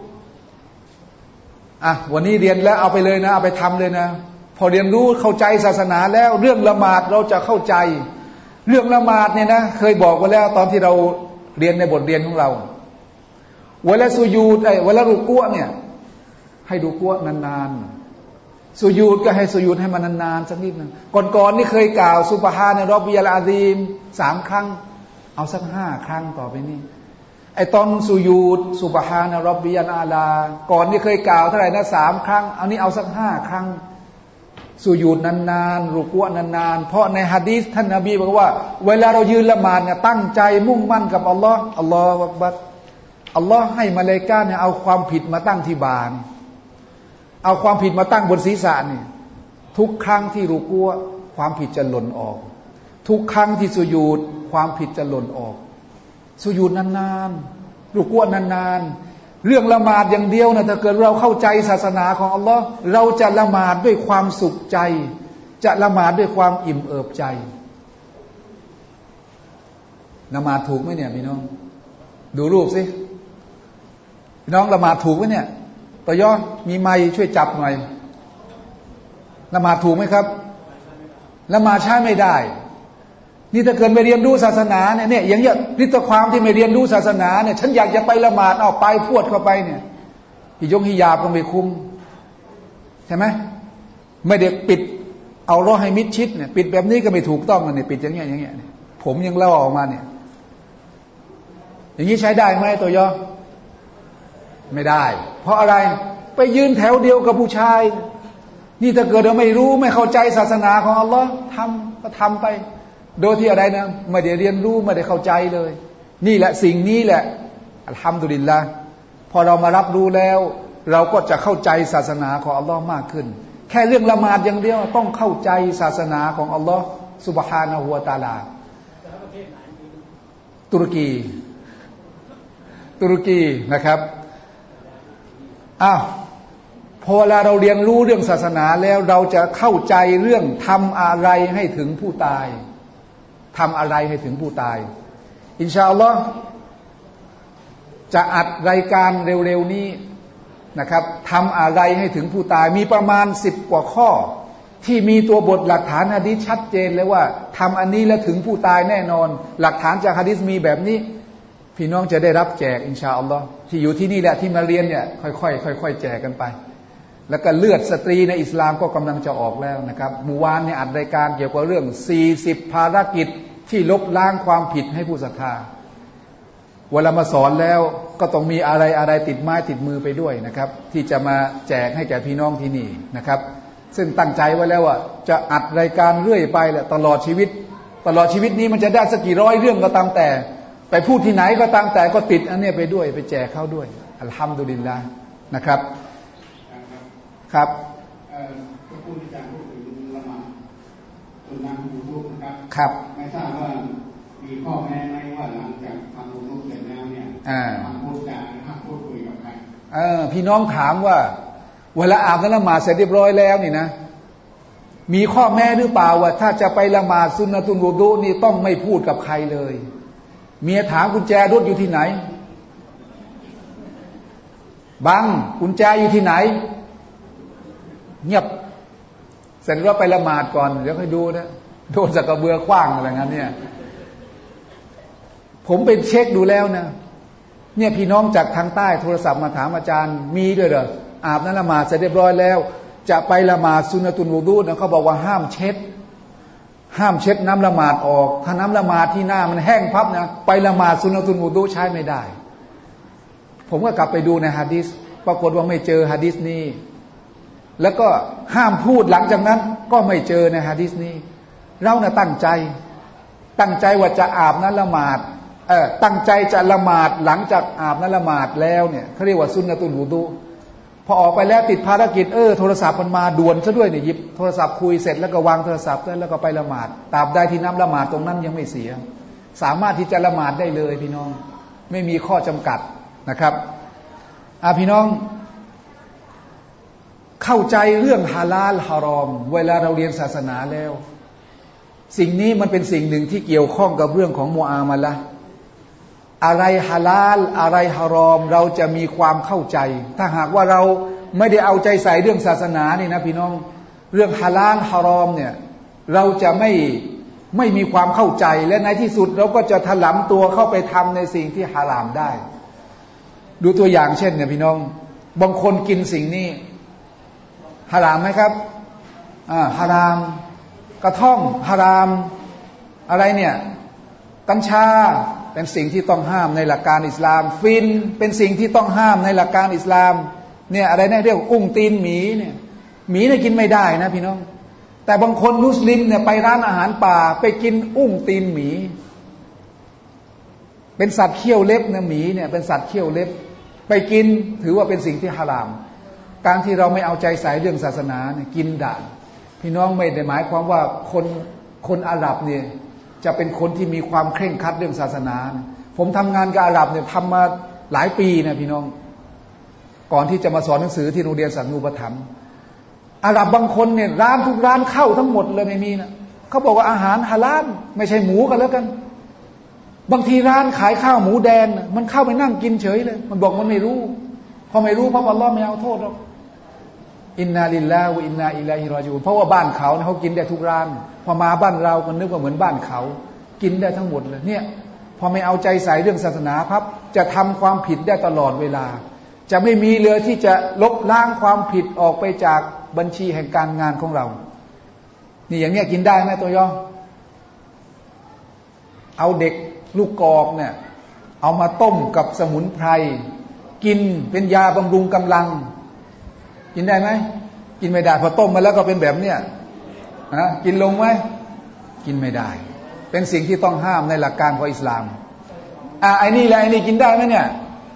วันนี้เรียนแล้วเอาไปเลยนะเอาไปทำเลยนะพอเรียนรู้เข้าใจศาสนาแล้วเรื่องละหมาดเราจะเข้าใจเรื่องละหมาดเนี่ยนะเคยบอกไว้แล้วตอนที่เราเรียนในบทเรียนของเราเวลาสุญูดเวลารุกัวเนี่ยให้ดูกัวนานๆสุญูดก็ให้สุญูดให้มันนานๆสักนิดนึงก่อนๆนี่เคยกล่าวซุบฮานะร็อบบิยัลอาซีม3 ครั้งเอาสัก5 ครั้งต่อไปนี้ตอนสุญูดซุบฮานะร็อบบิยัลอาลาก่อนนี่เคยกล่าวเท่าไหร่นะ3 ครั้งเอานี้เอาสัก5 ครั้งสุญูดนานๆรุกูะนานๆเพราะในหะดีษท่านนบีบอกว่าเวลาเรายืนละหมาดเนี่ยตั้งใจมุ่งมั่นกับอัลลอฮ์อัลลอฮฺอักบัรอัลลอฮ์ให้มลาอิกะฮ์เนี่ยเอาความผิดมาตั้งที่บ่าเอาความผิดมาตั้งบนศีรษะนี่ทุกครั้งที่รุกูะความผิดจะหล่นออกทุกครั้งที่สุญูดความผิดจะหล่นออกสุญูดนานๆรุกูะนานๆเรื่องละหมาดอย่างเดียวนะถ้าเกิดเราเข้าใจศาสนาของอัลลอฮ์เราจะละหมาดด้วยความสุขใจจะละหมาดด้วยความอิ่มเอิบใจละหมาดถูกไหมเนี่ยพี่น้องดูรูปสิพี่น้องละหมาดถูกไหมเนี่ยต่อย่อมีไมค์ช่วยจับหน่อยละหมาดถูกไหมครับละหมาดใช้ไม่ได้นี่ถ้าเกิดไม่เรียนรู้ศาสนาเนี่ยอย่างเงี้ยนิตความที่ไม่เรียนรู้ศาสนาเนี่ยฉันอยากจะไปละหมาดเอาไปพวดเข้าไปเนี่ยฮิญาบก็ไม่คุ้มใช่ไหมไม่ได้ปิดเอาล้อให้มิดชิดเนี่ยปิดแบบนี้ก็ไม่ถูกต้องเนี่ยปิดอย่างเงี้ยผมยังเล่าออกมาเนี่ยอย่างนี้ใช้ได้ไหมตัวย่อไม่ได้เพราะอะไรไปยืนแถวเดียวกับผู้ชายนี่ถ้าเกิดเราไม่รู้ไม่เข้าใจศาสนาของอัลลอฮ์ทำก็ทำไปโดยที่อะไรนะไม่ได้เรียนรู้ไม่ได้เข้าใจเลยนี่แหละสิ่งนี้แหละอัลฮัมดุลิลละห์พอเรามารับรู้แล้วเราก็จะเข้าใจศาสนาของอัลลอฮ์มากขึ้นแค่เรื่องละหมาดอย่างเดียวต้องเข้าใจศาสนาของอัลลอฮ์ซุบฮานะฮูวะตะอาลาตุรกีนะครับพอเวลาเราเรียนรู้เรื่องศาสนาแล้วเราจะเข้าใจเรื่องทำอะไรให้ถึงผู้ตายทำอะไรให้ถึงผู้ตายอินชาอัลลอฮ์จะอัดรายการเร็วๆนี้นะครับทำอะไรให้ถึงผู้ตายมีประมาณ10 กว่าข้อที่มีตัวบทหลักฐานหะดีษชัดเจนเลยว่าทำอันนี้แล้วถึงผู้ตายแน่นอนหลักฐานจากหะดีษมีแบบนี้พี่น้องจะได้รับแจกอินชาอัลลอฮ์ที่อยู่ที่นี่แหละที่มาเรียนเนี่ยค่อยๆแจกกันไปแล้วก็เลือดสตรีในอิสลามก็กำลังจะออกแล้วนะครับเมื่อวานเนี่ยอัดรายการเกี่ยวกับเรื่อง40ภารกิจที่ลบล้างความผิดให้ผู้ศรัทธาเวลามาสอนแล้วก็ต้องมีอะไรติดไม้ติดมือไปด้วยนะครับที่จะมาแจกให้แก่พี่น้องที่นี่นะครับซึ่งตั้งใจไว้แล้วว่าจะอัดรายการเรื่อยไปแหละตลอดชีวิตนี้มันจะได้สักกี่ร้อยเรื่องก็ตามแต่ไปพูดที่ไหนก็ตามแต่ก็ติดอันนี้ไปด้วยไปแจกเขาด้วยอัลฮัมดุลิลลาห์นะครับครับก็พูดที่จะพูดถึงละหมาดสุนนะฮูดูนะครับครับไม่ทราบว่ามีข้อแม้ไหมว่าหลังจากทำฮูดูเสร็จแล้วเนี่ยห้ามพูดจาห้ามพูดคุยกับใครพี่น้องถามว่าเวลาอาบน้ำละหมาดเสร็จเรียบร้อยแล้วนี่นะมีข้อแม้หรือเปล่าว่าถ้าจะไปละหมาดซุนนะตุลวุดูนี่ต้องไม่พูดกับใครเลยเมียถามกุญแจรถอยู่ที่ไหนบังกุญแจอยู่ที่ไหนเงียบเสร็จแล้วไปละหมาดก่อนเดี๋ยวค่อยดูนะโดนสักกระเบือขว้างอะไรงั้นเนี่ยผมไปเช็คดูแล้วนะเนี่ยพี่น้องจากทางใต้โทรศัพท์มาถามอาจารย์มีด้วยเหรออาบน้ำละหมาดเสร็จเรียบร้อยแล้วจะไปละหมาดซุนนะตุลวุดูนะเขาบอกว่าห้ามเช็ดน้ำละหมาดออกถ้าน้ำละหมาดที่หน้ามันแห้งพับนะไปละหมาดซุนนะตุลวุดูใช้ไม่ได้ผมก็กลับไปดูในหะดีษปรากฏว่าไม่เจอหะดีษนี้แล้วก็ห้ามพูดหลังจากนั้นก็ไม่เจอในหะดีษนี้เราเนี่ยตั้งใจว่าจะอาบน้ำละหมาดตั้งใจจะละหมาดหลังจากอาบน้ำละหมาดแล้วเนี่ยเขาเรียกว่าซุนนะตุลวุดูพอออกไปแล้วติดภารกิจโทรศัพท์มันมาด่วนซะด้วยเนี่ยหยิบโทรศัพท์คุยเสร็จแล้วก็วางโทรศัพท์แล้วก็ไปละหมาดตราบใดที่น้ำละหมาดตรงนั้นยังไม่เสียสามารถที่จะละหมาดได้เลยพี่น้องไม่มีข้อจำกัดนะครับพี่น้องเข้าใจเรื่องฮาลาลฮารอมเวลาเราเรียนศาสนาแล้วสิ่งนี้มันเป็นสิ่งหนึ่งที่เกี่ยวข้องกับเรื่องของมุอามาละห์อะไรฮาลาลอะไรฮารอมเราจะมีความเข้าใจถ้าหากว่าเราไม่ได้เอาใจใส่เรื่องศาสนานี่นะพี่น้องเรื่องฮาลาลฮารอมเนี่ยเราจะไม่มีความเข้าใจและในที่สุดเราก็จะถลำตัวเข้าไปทำในสิ่งที่ฮารามได้ดูตัวอย่างเช่นเนี่ยพี่น้องบางคนกินสิ่งนี้ฮารามไหมครับฮารามกระท่อมฮารามอะไรเนี่ยกัญชาเป็นสิ่งที่ต้องห้ามในหลักการอิสลามฟินเป็นสิ่งที่ต้องห้ามในหลักการอิสลามเนี่ยอะไรเนี่ยเรียกอุ้งตีนหมีเนี่ยหมีเนี่ยกินไม่ได้นะพี่น้องแต่บางคนมุสลิมเนี่ยไปร้านอาหารป่าไปกินอุ้งตีนหมีเป็นสัตว์เขี้ยวเล็บนะหมีเนี่ยเป็นสัตว์เขี้ยวเล็บไปกินถือว่าเป็นสิ่งที่ฮารามการที่เราไม่เอาใจใส่เรื่องศาสนาเนี่ยกินด่างพี่น้องไม่ได้หมายความว่าคนอาหรับเนี่ยจะเป็นคนที่มีความเคร่งครัดเรื่องศาสนาผมทำงานกับอาหรับเนี่ยทำมาหลายปีนะพี่น้องก่อนที่จะมาสอนหนังสือที่โรงเรียนสันนูปถัมภ์อาหรับบางคนเนี่ยร้านทุกร้านเข้าทั้งหมดเลยไม่มีนะเขาบอกว่าอาหารฮาลาลไม่ใช่หมูกันแล้วกันบางทีร้านขายข้าวหมูแดงมันเข้าไปนั่งกินเฉยเลยมันบอกมันไม่รู้พอไม่รู้เพราะอัลลอฮ์ไม่เอาโทษหรอกอินนาลิลลาฮิวะอินนาอิลัยฮิรอญิอูนเพราะว่าบ้านเขาเขากินได้ทุกร้านพอมาบ้านเราก็นึกว่าเหมือนบ้านเขากินได้ทั้งหมดเลยเนี่ยพอไม่เอาใจใส่เรื่องศาสนาพับจะทำความผิดได้ตลอดเวลาจะไม่มีเลยที่จะลบล้างความผิดออกไปจากบัญชีแห่งการงานของเรานี่อย่างเนี้ยกินได้ไหมตัวย่อเอาเด็กลูกกอกเนี่ยเอามาต้มกับสมุนไพรกินเป็นยาบำรุงกำลังกินได้ไหมกินไม่ได้พอต้มมาแล้วก็เป็นแบบเนี้ยกินลงไหมกินไม่ได้เป็นสิ่งที่ต้องห้ามในหลักการของอิสลามไอ้นี่แหละไอ้นี่กินได้ไหมเนี่ย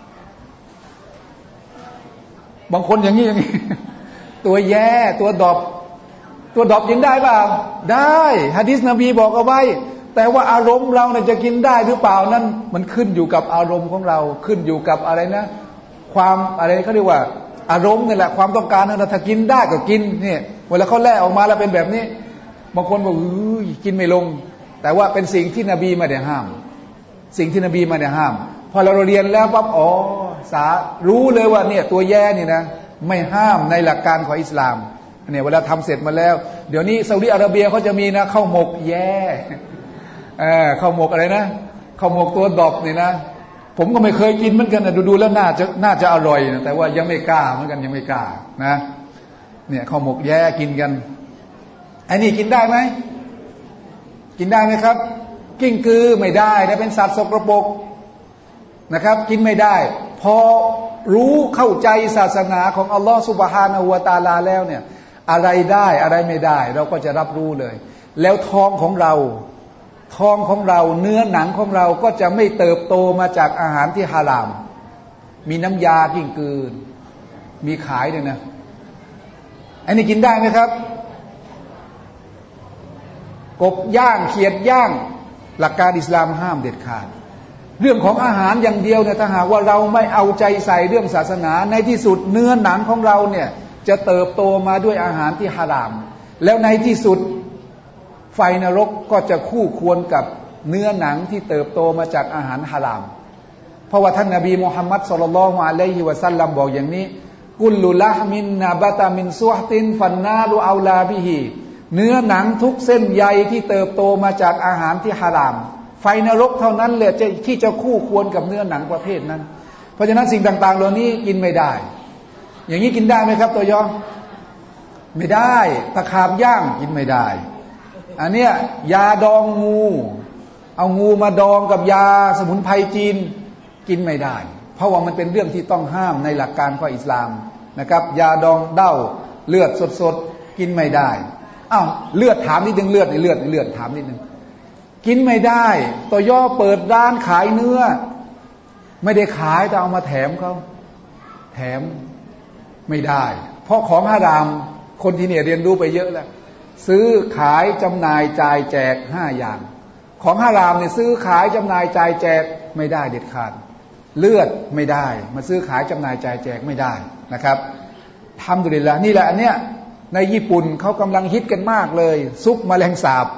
บางคนอย่างนี้ตัวแย่ตัวดอบกินได้เปล่าได้หะดีษนบีบอกเอาไว้แต่ว่าอารมณ์เราเนี่ยจะกินได้หรือเปล่านั้นมันขึ้นอยู่กับอารมณ์ของเราขึ้นอยู่กับอะไรนะความอะไรเขาเรียกว่าอารมณ์นี่แหละความต้องการเราถ้ากินได้ก็กินเนี่ยเวลาเขาแล่ออกมาแล้วเป็นแบบนี้บางคนบอกกินไม่ลงแต่ว่าเป็นสิ่งที่นบีไม่ได้ห้ามสิ่งที่นบีไม่ได้ห้ามพอเราเรียนแล้วปั๊บรู้เลยว่าเนี่ยตัวแย่นี่นะไม่ห้ามในหลักการของอิสลามเนี่ยเวลาทำเสร็จมาแล้วเดี๋ยวนี้ซาอุดิอาระเบียเขาจะมีนะข้าวหมกแย่ข้าวหมกอะไรนะข้าวหมกตัวดอกนี่นะผมก็ไม่เคยกินเหมือนกันนะดูแล้วน่าจะอร่อยนะแต่ว่ายังไม่กล้าเหมือนกันยังไม่กล้านะเนี่ยข้าวหมกแย่กินกันไอ้นี่กินได้ไหมกินได้ไหมครับกิ้งกือไม่ได้นะเป็นสัตว์สกปรกนะครับกินไม่ได้พอรู้เข้าใจศาสนาของอัลลอฮฺซุบฮานะฮูวะตะอาลาแล้วเนี่ยอะไรได้อะไรไม่ได้เราก็จะรับรู้เลยแล้วท้องของเราเนื้อหนังของเราก็จะไม่เติบโตมาจากอาหารที่ฮารามมีน้ำยากิ้งกือมีขายด้วยนะอันนี้กินได้ไหมครับกบย่างเขียดย่างหลักการอิสลามห้ามเด็ดขาดเรื่องของอาหารอย่างเดียวเนี่ยถ้าหากว่าเราไม่เอาใจใส่เรื่องศาสนาในที่สุดเนื้อหนังของเราเนี่ยจะเติบโตมาด้วยอาหารที่ฮารามแล้วในที่สุดไฟนรกก็จะคู่ควรกับเนื้อหนังที่เติบโตมาจากอาหารฮารามเพราะว่าท่านนบีมุฮัมมัดศ็อลลัลลอฮุอะลัยฮิวะซัลลัมบอกอย่างนี้กุลลุละห์มินนาบะตะมินซุฮตินฟันนารุเอาลาบิฮิเนื้อหนังทุกเส้นใยที่เติบโตมาจากอาหารที่ฮารามไฟนรกเท่านั้นเลยที่จะคู่ควรกับเนื้อหนังประเภทนั้นเพราะฉะนั้นสิ่งต่างๆเหล่านี้กินไม่ได้อย่างนี้กินได้ไหมครับตัวยอไม่ได้ตะขาบย่างกินไม่ได้อันเนี้ยยาดองงูเอางูมาดองกับยาสมุนไพรจีนกินไม่ได้เพราะว่ามันเป็นเรื่องที่ต้องห้ามในหลักการของอิสลามนะครับยาดองเด้าเลือดสดๆกินไม่ได้อ้าวเลือดถามนิดนึงเลือดถามนิดนึงกินไม่ได้ตัวย่อเปิดร้านขายเนื้อไม่ได้ขายแต่เอามาแถมเขาแถมไม่ได้เพราะของฮารามคนที่เนี่ยเรียนรู้ไปเยอะแล้วซื้อขายจำหน่ายจ่ายแจก5อย่างของฮารามเนี่ยซื้อขายจำหน่ายจ่ายแจกไม่ได้เด็ดขาดเลือดไม่ได้มาซื้อขายจำหน่ายจ่ายแจกไม่ได้นะครับทำดุลิลละนี่แหละอันเนี้ยในญี่ปุ่นเขากำลังฮิตกันมากเลยซุปแมลงสาบ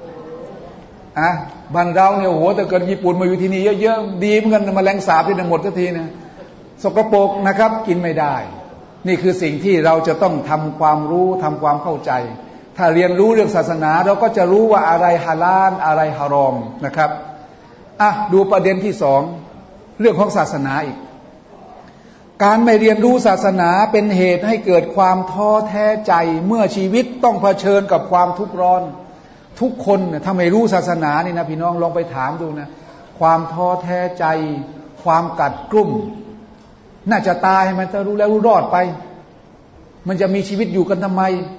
บ้านเราเนี่ยโอ้โหแต่เกิดญี่ปุ่นมาอยู่ที่นี่เยอะๆดีเหมือนกันแมลงสาบที่หมดทุกทีนะสกปรกนะครับกินไม่ได้นี่คือสิ่งที่เราจะต้องทำความรู้ทำความเข้าใจถ้าเรียนรู้เรื่องศาสนาเราก็จะรู้ว่าอะไรฮาลาลอะไรฮารอมนะครับดูประเด็นที่สองเรื่องของศาสนาอีกการไม่เรียนรู้ศาสนาเป็นเหตุให้เกิดความท้อแท้ใจเมื่อชีวิตต้องเผชิญกับความทุกข์ร้อนทุกคนถ้าไม่รู้ศาสนานี่นะพี่น้องลองไปถามดูนะความท้อแท้ใจความกัดกลุ่มน่าจะตายมันจะรู้แล้วรู้รอดไปมันจะมีชีวิตอยู่กันทำไม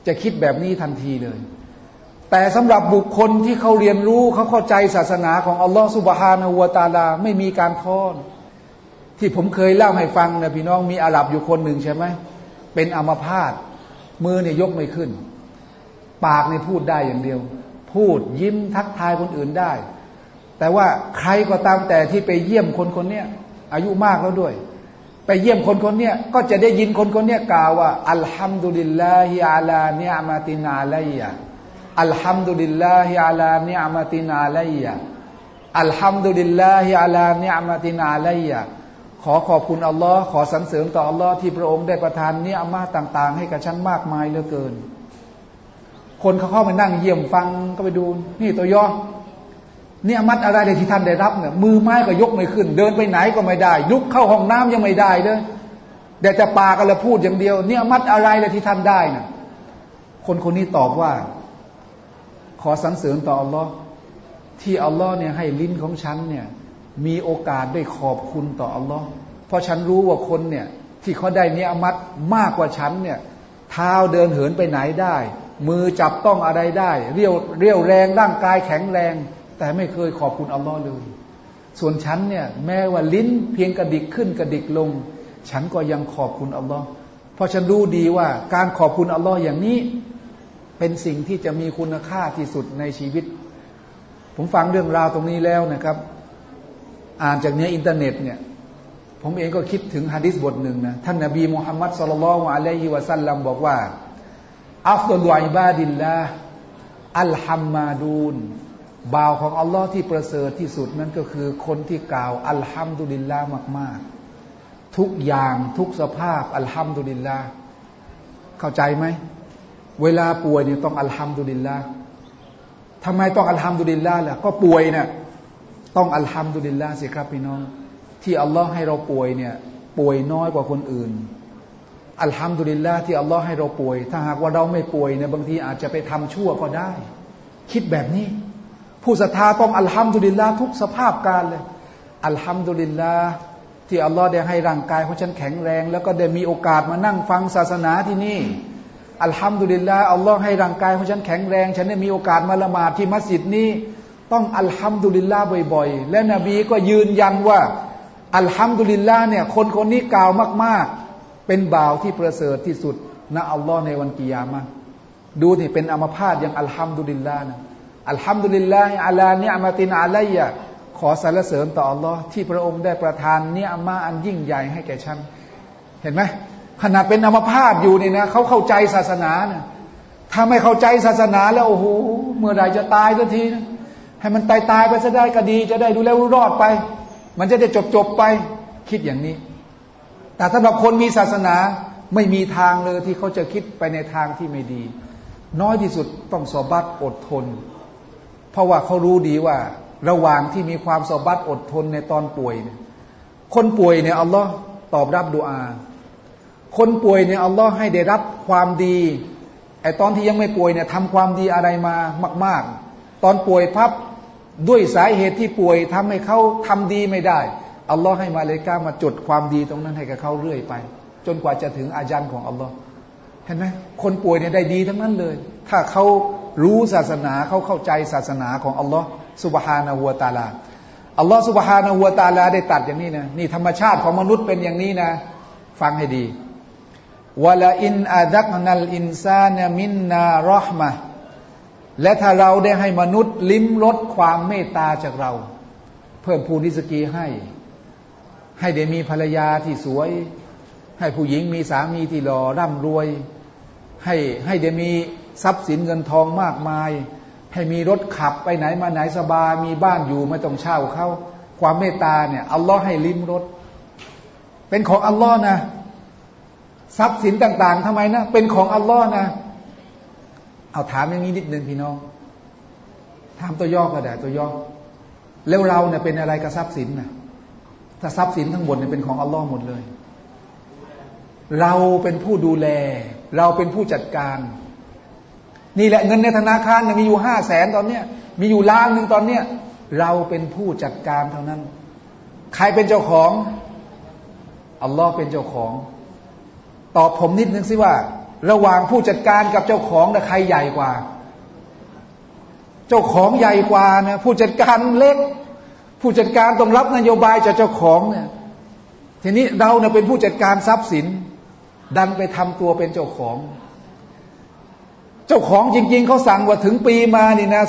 จะคิดแบบนี้ทันทีเลยแต่สำหรับบุคคลที่เขาเรียนรู้เขาเข้าใจศาสนาของอัลลอฮฺซุบฮานะฮูวะตะอาลาไม่มีการท้อที่ผมเคยเล่าให้ฟังนะพี่น้องมีอาหรับอยู่คนหนึ่งใช่ไหมเป็นอัมพาตมือเนี่ยยกไม่ขึ้นปากเนี่ยพูดได้อย่างเดียวพูดยิ้มทักทายคนอื่นได้แต่ว่าใครก็ตามแต่ที่ไปเยี่ยมคนคนนี้อายุมากแล้วด้วยไปเยี่ยมคนคนนี้ก็จะได้ยินคนคนนี้กล่าวว่าอัลฮัมดุลิลลาฮิอะลานิอ์มะตินอะลัยยะอัลฮัมดุลิลลาฮิอะลานิอ์มะตินอะลัยยะอัลฮัมดุลิลลาฮิอะลานิอ์มะตินอะลัยยะขอขอบคุณอัลลอฮ์ขอสรรเสริญต่ออัลลอฮ์ที่พระองค์ได้ประทานนิอ์มะห์ต่างๆให้กับฉันมากมายเหลือเกินคนเขาเข้ามานั่งเยี่ยมฟังก็ไปดูนี่ตัวย่อนิอ์มะห์อะไรที่ท่านได้รับเนี่ยมือไม้ก็ยกไม่ขึ้นเดินไปไหนก็ไม่ได้ลุกเข้าห้องน้ำยังไม่ได้เลยแต่จะปากก็ละพูดอย่างเดียวนิอ์มะห์อะไรที่ท่านได้น่ะคนคนนี้ตอบว่าขอสรรเสริญต่ออัลลอฮ์ที่อัลลอฮ์เนี่ยให้ลิ้นของฉันเนี่ยมีโอกาสได้ขอบคุณต่ออัลลอฮ์เพราะฉันรู้ว่าคนเนี่ยที่เขาได้นิอ์มะห์มากกว่าฉันเนี่ยเท้าเดินเหินไปไหนได้มือจับต้องอะไรได้เรี่ยวแรงร่างกายแข็งแรงแต่ไม่เคยขอบคุณอัลลอฮ์เลยส่วนฉันเนี่ยแม้ว่าลิ้นเพียงกระดิกขึ้นกระดิกลงฉันก็ยังขอบคุณอัลลอฮ์เพราะฉันรู้ดีว่าการขอบคุณอัลลอฮ์อย่างนี้เป็นสิ่งที่จะมีคุณค่าที่สุดในชีวิตผมฟังเรื่องราวตรงนี้แล้วนะครับอ่านจากเนื้ออินเทอร์เน็ตเนี่ยผมเองก็คิดถึงหะดีษบทหนึ่งนะท่านนบีมุฮัมมัดศ็อลลัลลอฮุอะลัยฮิวะซัลลัมบอกว่าอัฟฎอลุอิบาดิลลาห์อัลฮัมมาดูนบ่าวของอัลลอฮ์ที่ประเสริฐที่สุดนั้นก็คือคนที่กล่าวอัลฮัมดุลิลลาห์มากๆทุกอย่างทุกสภาพอัลฮัมดุลิลลาห์เข้าใจไหมเวลาป่วยเนี่ยต้องอัลฮัมดุลิลลาห์ทำไมต้องอัลฮัมดุลิลลาห์ล่ะก็ป่วยเนี่ยต้องอัลฮัมดุลิลลาห์สิครับพี่น้องที่อัลลอฮ์ให้เราป่วยเนี่ยป่วยน้อยกว่าคนอื่นอัลฮัมดุลิลลาห์ที่อัลลอฮ์ให้เราป่วยถ้าหากว่าเราไม่ป่วยเนี่ยบางทีอาจจะไปทำชั่วก็ได้คิดแบบนี้ผู้ศรัทธาต้องอัลฮัมดุลิลลาห์ทุกสภาพการเลยอัลฮัมดุลิลลาห์ที่อัลลอฮ์ได้ให้ร่างกายของฉันแข็งแรงแล้วก็ได้มีโอกาสมานั่งฟังศาสนาที่นี่อัลฮัมดุลิลลาห์อัลลอฮ์ให้ร่างกายของฉันแข็งแรงฉันได้มีโอกาสมาละหมาดที่มัสยิดนี้ต้องอัลฮัมดุลิลลาห์บ่อยๆและนบีก็ยืนยันว่าอัลฮัมดุลิลลาห์เนี่ยคนคนนี้กล่าวมากๆเป็นบ่าวที่ประเสริฐที่สุดณอัลลอฮ์ในวันกิยามะห์ดูที่เป็นอัมพาตอย่างอัลฮัมดุลิลลาห์นะอัลฮัมดุลิลลาฮิอะลานิอ์มะตินอะลัยยะขอสรรเสริญต่ออัลลอฮ์ที่พระองค์ได้ประทานนิอ์มะห์อันยิ่งใหญ่ให้แก่ฉันเห็นไหมขณะเป็นอัมพาตอยู่นี่นะเขาเข้าใจศาสนานะถ้าไม่เข้าใจศาสนาแล้วโอ้โหเมื่อใดจะตายสักทีนะให้มันตายไปซะได้ก็ดีจะได้ดูแลรอดไปมันจะได้จบไปคิดอย่างนี้แต่สำหรับคนมีศาสนาไม่มีทางเลยที่เขาจะคิดไปในทางที่ไม่ดีน้อยที่สุดต้องซอบัตอดทนเพราะว่าเขารู้ดีว่าระหว่างที่มีความซอบัตอดทนในตอนป่วยเนี่ยคนป่วยเนี่ยอัลลอฮ์ตอบรับดุอาคนป่วยเนี่ยอัลลอฮ์ให้ได้รับความดีไอ้ตอนที่ยังไม่ป่วยเนี่ยทำความดีอะไรมามากๆตอนป่วยพับด้วยสาเหตุที่ป่วยทำให้เขาทำดีไม่ได้อัลลอฮ์ให้มาเลกามาจดความดีตรงนั้นให้กับเขาเรื่อยไปจนกว่าจะถึงอาญันของอัลลอฮ์เห็นไหมคนป่วยเนี่ยได้ดีทั้งนั้นเลยถ้าเขารู้ศาสนาเขาเข้าใจศาสนาของอัลลอฮ์ซุบฮานะฮูวะตะอาลาอัลลอฮ์ซุบฮานะฮูวะตะอาลาได้ตัดอย่างนี้นะนี่ธรรมชาติของมนุษย์เป็นอย่างนี้นะฟังให้ดีวะลาอินอาดักนัลอินซานมินนาเราะห์มะห์และถ้าเราได้ให้มนุษย์ลิ้มรสความเมตตาจากเราเพิ่มพูนริสกีให้ได้มีภรรยาที่สวยให้ผู้หญิงมีสามีที่หล่อร่ำรวยให้ได้มีทรัพย์สินเงินทองมากมายให้มีรถขับไปไหนมาไหนสบายมีบ้านอยู่ไม่ต้องเช่าเขาความเมตตาเนี่ยอัลลอฮ์ให้ลิ้มรสเป็นของอัลลอฮ์นะทรัพย์สินต่างๆทำไมนะเป็นของอัลลอฮ์นะเอาถามอย่างนี้นิดนึงพี่น้องถามตัวย่อก็ได้ตัวย่อแล้วเราเนี่ยเป็นอะไรกับทรัพย์สินนะถ้าทรัพย์สินทั้งหมดเนี่ยเป็นของอัลลอฮ์หมดเลยเราเป็นผู้ดูแลเราเป็นผู้จัดการนี่แหละเงินในธนาคารมีอยู่500,000ตอนเนี้ยมีอยู่ล้านหนึ่งตอนเนี้ยเราเป็นผู้จัดการเท่านั้นใครเป็นเจ้าของอัลลอฮ์เป็นเจ้าของตอบผมนิดนึงสิว่าระหว่างผู้จัดการกับเจ้าของใครใหญ่กว่าเจ้าของใหญ่กว่านะผู้จัดการเล็กผู้จัดการต้องรับนโยบายจากเจ้าของเนี่ยทีนี้เราเนี่ยเป็นผู้จัดการทรัพย์สินดันไปทำตัวเป็นเจ้าของเจ้าของจริงๆเขาสั่งว่าถึงปีมานี่นะ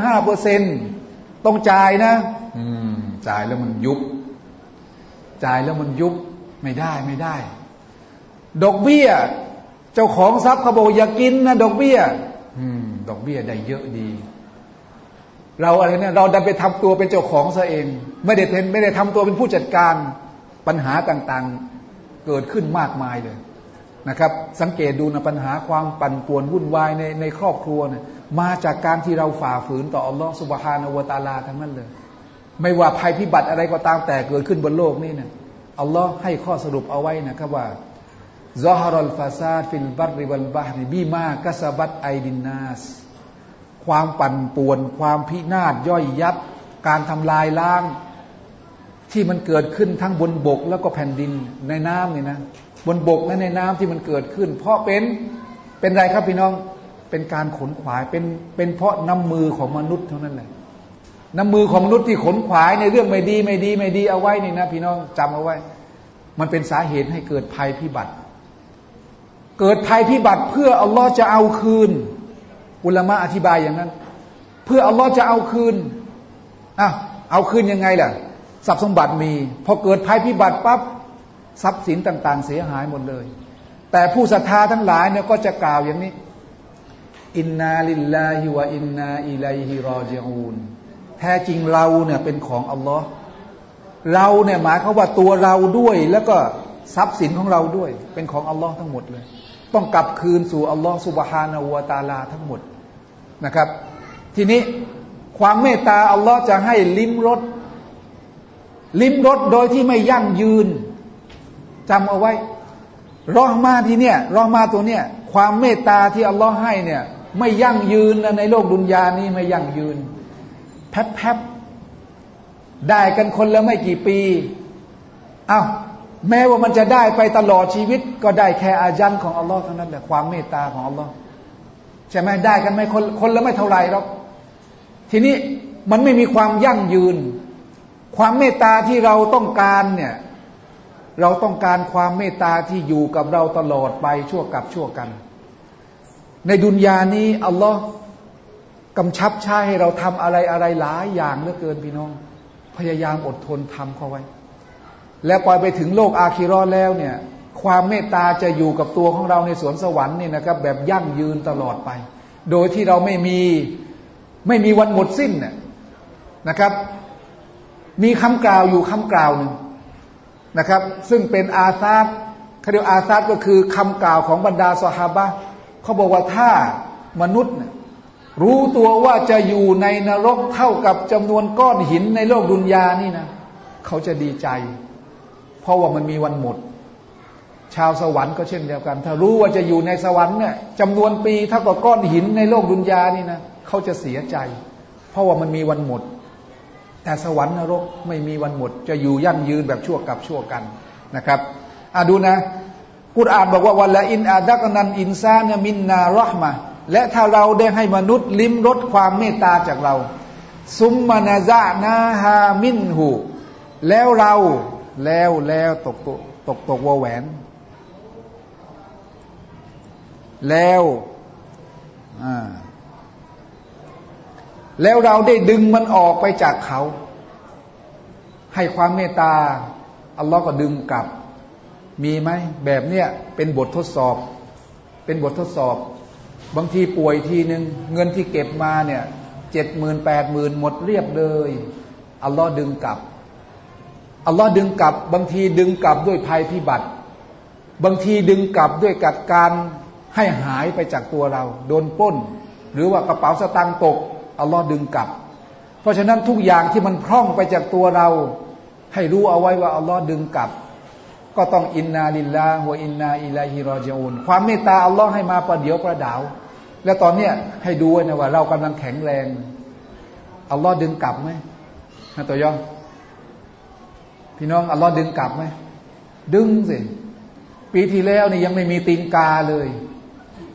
2.5% ต้องจ่ายนะจ่ายแล้วมันยุบจ่ายแล้วมันยุบไม่ได้ดอกเบี้ยเจ้าของทรัพย์เขาบอกอย่ากินนะดอกเบี้ยดอกเบี้ยได้เยอะดีเราอะไรเนี่ยเราดันไปทำตัวเป็นเจ้าของซะเองไม่ได้ทำตัวเป็นผู้จัดการปัญหาต่างๆเกิดขึ้นมากมายเลยนะครับสังเกตดูนะปัญหาความปั่นป่วนวุ่นวายในครอบครัวเนี่ยมาจากการที่เราฝ่าฝืนต่ออัลลอฮฺซุบฮานะฮูวะตะอาลาทั้งนั้นเลยไม่ว่าภัยพิบัติอะไรก็ตามแต่เกิดขึ้นบนโลกนี้เนี่ยอัลลอฮ์ให้ข้อสรุปเอาไว้นะครับว่าซอฮารัลฟาซาดฟิลบัรริวัลบะฮริบีมากัสบัตไอดินนาสความปั่นป่วนความพินาศย่อยยับการทำลายล้างที่มันเกิดขึ้นทั้งบนบกแล้วก็แผ่นดินในน้ำนี่นะบนบกและในน้ำที่มันเกิดขึ้นเพราะเป็นไรครับพี่น้องเป็นการขนขวายเป็นเพราะน้ำมือของมนุษย์เท่านั้นแหละน้ำมือของมนุษย์ที่ขนขวายในเรื่องไม่ดีเอาไว้นี่นะพี่น้องจำเอาไว้มันเป็นสาเหตุให้เกิดภัยพิบัติเกิดภัยพิบัติเพื่ออัลลอฮ์จะเอาคืนอุลามะอธิบายอย่างนั้นเพื่ออัลลอฮ์จะเอาคืนเอาคืนยังไงล่ะทรัพย์สมบัติมีพอเกิดภัยพิบัติปั๊บทรัพย์สินต่างๆเสียหายหมดเลยแต่ผู้ศรัทธาทั้งหลายเนี่ยก็จะกล่าวอย่างนี้อินนาลิลลาฮิวะอินนาอิลัยฮิรอญิอูนแท้จริงเราเนี่ยเป็นของอัลลอฮ์เราเนี่ยหมายความว่าตัวเราด้วยแล้วก็ทรัพย์สินของเราด้วยเป็นของอัลลอฮ์ทั้งหมดเลยต้องกลับคืนสู่อัลลอฮ์ซุบฮานะฮูวะตะอาลาทั้งหมดนะครับทีนี้ความเมตตาอัลลอฮ์จะให้ลิ้มรสโดยที่ไม่ยั่งยืนจำเอาไว้รอห์มาที่เนี่ยรอห์มาตัวเนี่ยความเมตตาที่อัลลอฮ์ให้เนี่ยไม่ยั่งยืนนะในโลกดุนยานี้ไม่ยั่งยืนแป๊บได้กันคนละไม่กี่ปีแม้ว่ามันจะได้ไปตลอดชีวิตก็ได้แค่อาญันของอัลลอฮ์เท่านั้นแหละความเมตตาของอัลลอฮ์ใช่ไหมได้กันไม่คนละไม่เท่าไรหรอกทีนี้มันไม่มีความยั่งยืนความเมตตาที่เราต้องการเนี่ยเราต้องการความเมตตาที่อยู่กับเราตลอดไปชั่วกับชั่วกันในดุนยานี้อัลลอฮ์กำชับใช้ให้เราทำอะไรหลายอย่างเหลือเกินพี่น้องพยายามอดทนทำเข้าไว้แล้วพอไปถึงโลกอาคิเราะห์แล้วเนี่ยความเมตตาจะอยู่กับตัวของเราในสวนสวรรค์นี่นะครับแบบยั่งยืนตลอดไปโดยที่เราไม่มีวันหมดสิ้นนะครับมีคำกล่าวอยู่คำกล่าวหนึ่งนะครับซึ่งเป็นอาซาดเขาเรียกอาซาดก็คือคำกล่าวของบรรดาซอฮาบะห์เขาบอกว่าถ้ามนุษย์รู้ตัวว่าจะอยู่ในนรกเท่ากับจำนวนก้อนหินในโลกดุนยานี่นะเขาจะดีใจเพราะว่ามันมีวันหมดชาวสวรรค์ก็เช่นเดียวกันถ้ารู้ว่าจะอยู่ในสวรรค์เนี่ยจำนวนปีเท่ากับก้อนหินในโลกดุนยานี่นะเขาจะเสียใจเพราะว่ามันมีวันหมดแต่สวรรค์นรกไม่มีวันหมดจะอยู่ยั่งยืนแบบชั่วกับชั่วกันนะครับดูนะกุรอานบอกว่าวัลอินอาดักนันอินซานะมินนารอห์มะและถ้าเราได้ให้มนุษย์ลิ้มรสความเมตตาจากเราซุมมานาซะนาฮามินหูแล้วเราแล้วตกวแหวนแล้วเราได้ดึงมันออกไปจากเขาให้ความเมตตาอัลลอฮ์ก็ดึงกลับมีไหมแบบเนี้ยเป็นบททดสอบบางทีป่วยทีนึงเงินที่เก็บมาเนี่ย70,000 80,000หมดเรียบเลยอัลลอฮ์ดึงกลับบางทีดึงกลับด้วยภัยพิบัติบางทีดึงกลับด้วยการให้หายไปจากตัวเราโดนปล้นหรือว่ากระเป๋าสตางค์ตกอัลลอฮ์ดึงกลับเพราะฉะนั้นทุกอย่างที่มันพร่องไปจากตัวเราให้รู้เอาไว้ว่าอัลลอฮ์ดึงกลับก็ต้องอินนาลิลลาฮิวะอินนาอิลัยฮิรอญิอูนความเมตตาอัลลอฮ์ให้มาประเดี๋ยวประดาวแล้วตอนเนี้ยให้ดูนะว่าเรากำลังแข็งแรงอัลลอฮ์ดึงกลับไหมนะตัวย่อพี่น้องอัลลอฮ์ดึงกลับไหมดึงสิปีที่แล้วนี่ยังไม่มีตีนกาเลย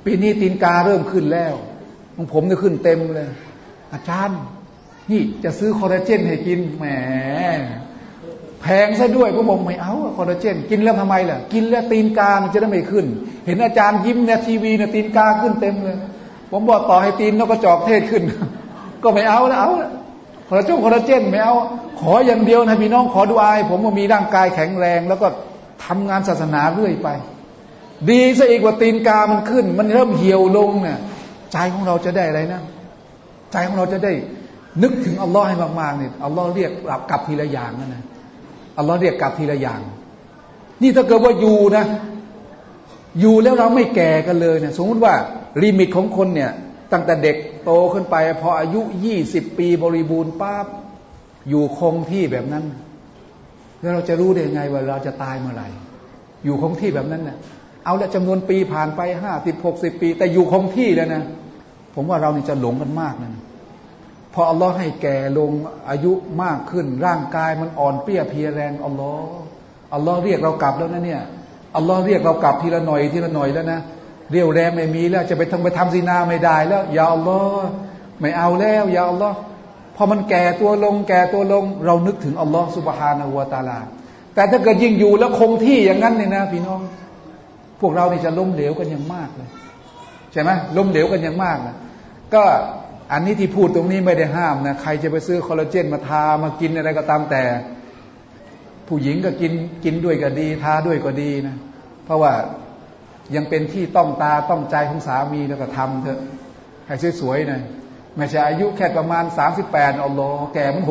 ปีนี้ตีนกาเริ่มขึ้นแล้วของผมเนี่ยขึ้นเต็มเลยอาจารย์นี่จะซื้อคอลลาเจนให้กินแหมแพงซะด้วยผมบอกไม่เอาคอลลาเจนกินแล้วทำไมล่ะกินแล้วตีนกามันจะได้ไม่ขึ้นเห็นอาจารย์ยิ้มในทีวีเนี่ยตีนกาขึ้นเต็มเลยผมบอกต่อให้ตีนนกกระจอกเทศขึ้นก็ไม่เอาแล้วคอลลาเจนไม่เอาขออย่างเดียวนะพี่น้องขอดุอาให้ผมว่ามีร่างกายแข็งแรงแล้วก็ทำงานศาสนาเรื่อยไปดีซะอีกว่าตีนกามันขึ้นมันเริ่มเหี่ยวลงเนี่ยใจของเราจะได้อะไรนะใจของเราจะได้นึกถึงอัลลอฮ์ให้มากๆเนี่ยอัลลอฮ์เรียกกลับทีละอย่างนะอัลลอฮ์เรียกกลับทีละอย่างนี่ถ้าเกิดว่าอยู่นะอยู่แล้วเราไม่แก่กันเลยเนี่ยสมมติว่าลิมิตของคนเนี่ยตั้งแต่เด็กโตขึ้นไปพออายุ20 ปีบริบูรณ์ปั๊บอยู่คงที่แบบนั้นแล้วเราจะรู้ได้ยังไงว่าเราจะตายเมื่อไหร่อยู่คงที่แบบนั้นเนี่ยเอาละจำนวนปีผ่านไป50-60 ปีแต่อยู่คงที่แล้วนะผมว่าเรานี่จะหลงกันมากนะพออัลลอฮ์ให้แก่ลงอายุมากขึ้นร่างกายมันอ่อนเปรี้ยเพลียแรงอัลลอฮ์เรียกเรากลับแล้วนะเนี่ยอัลลอฮ์เรียกเรากลับทีละหน่อยแล้วนะเรี่ยวแรงไม่มีแล้วจะไปทำซินาไม่ได้แล้วอย่าอัลลอฮ์ไม่เอาแล้วอย่าอัลลอฮ์พอมันแก่ตัวลงเรานึกถึงอัลลอฮ์ซุบฮานะฮูวะตะอาลาแต่ถ้าเกิดยิ่งอยู่แล้วคงที่อย่างนั้นเนี่ยนะพี่น้องพวกเรานี่จะล้มเหลวกันอย่างมากเลยใช่ไหมล้มเหลวกันอย่างมากนะก็อันนี้ที่พูดตรงนี้ไม่ได้ห้ามนะใครจะไปซื้อคอลลาเจนมาทามากินอะไรก็ตามแต่ผู้หญิงก็กินด้วยก็ดีทาด้วยก็ดีนะเพราะว่ายังเป็นที่ต้องตาต้องใจของสามีแล้วก็ทำเถอะให้สวยๆนะไม่ใช่อายุแค่ประมาณ38อัลลอฮ์แก่มัน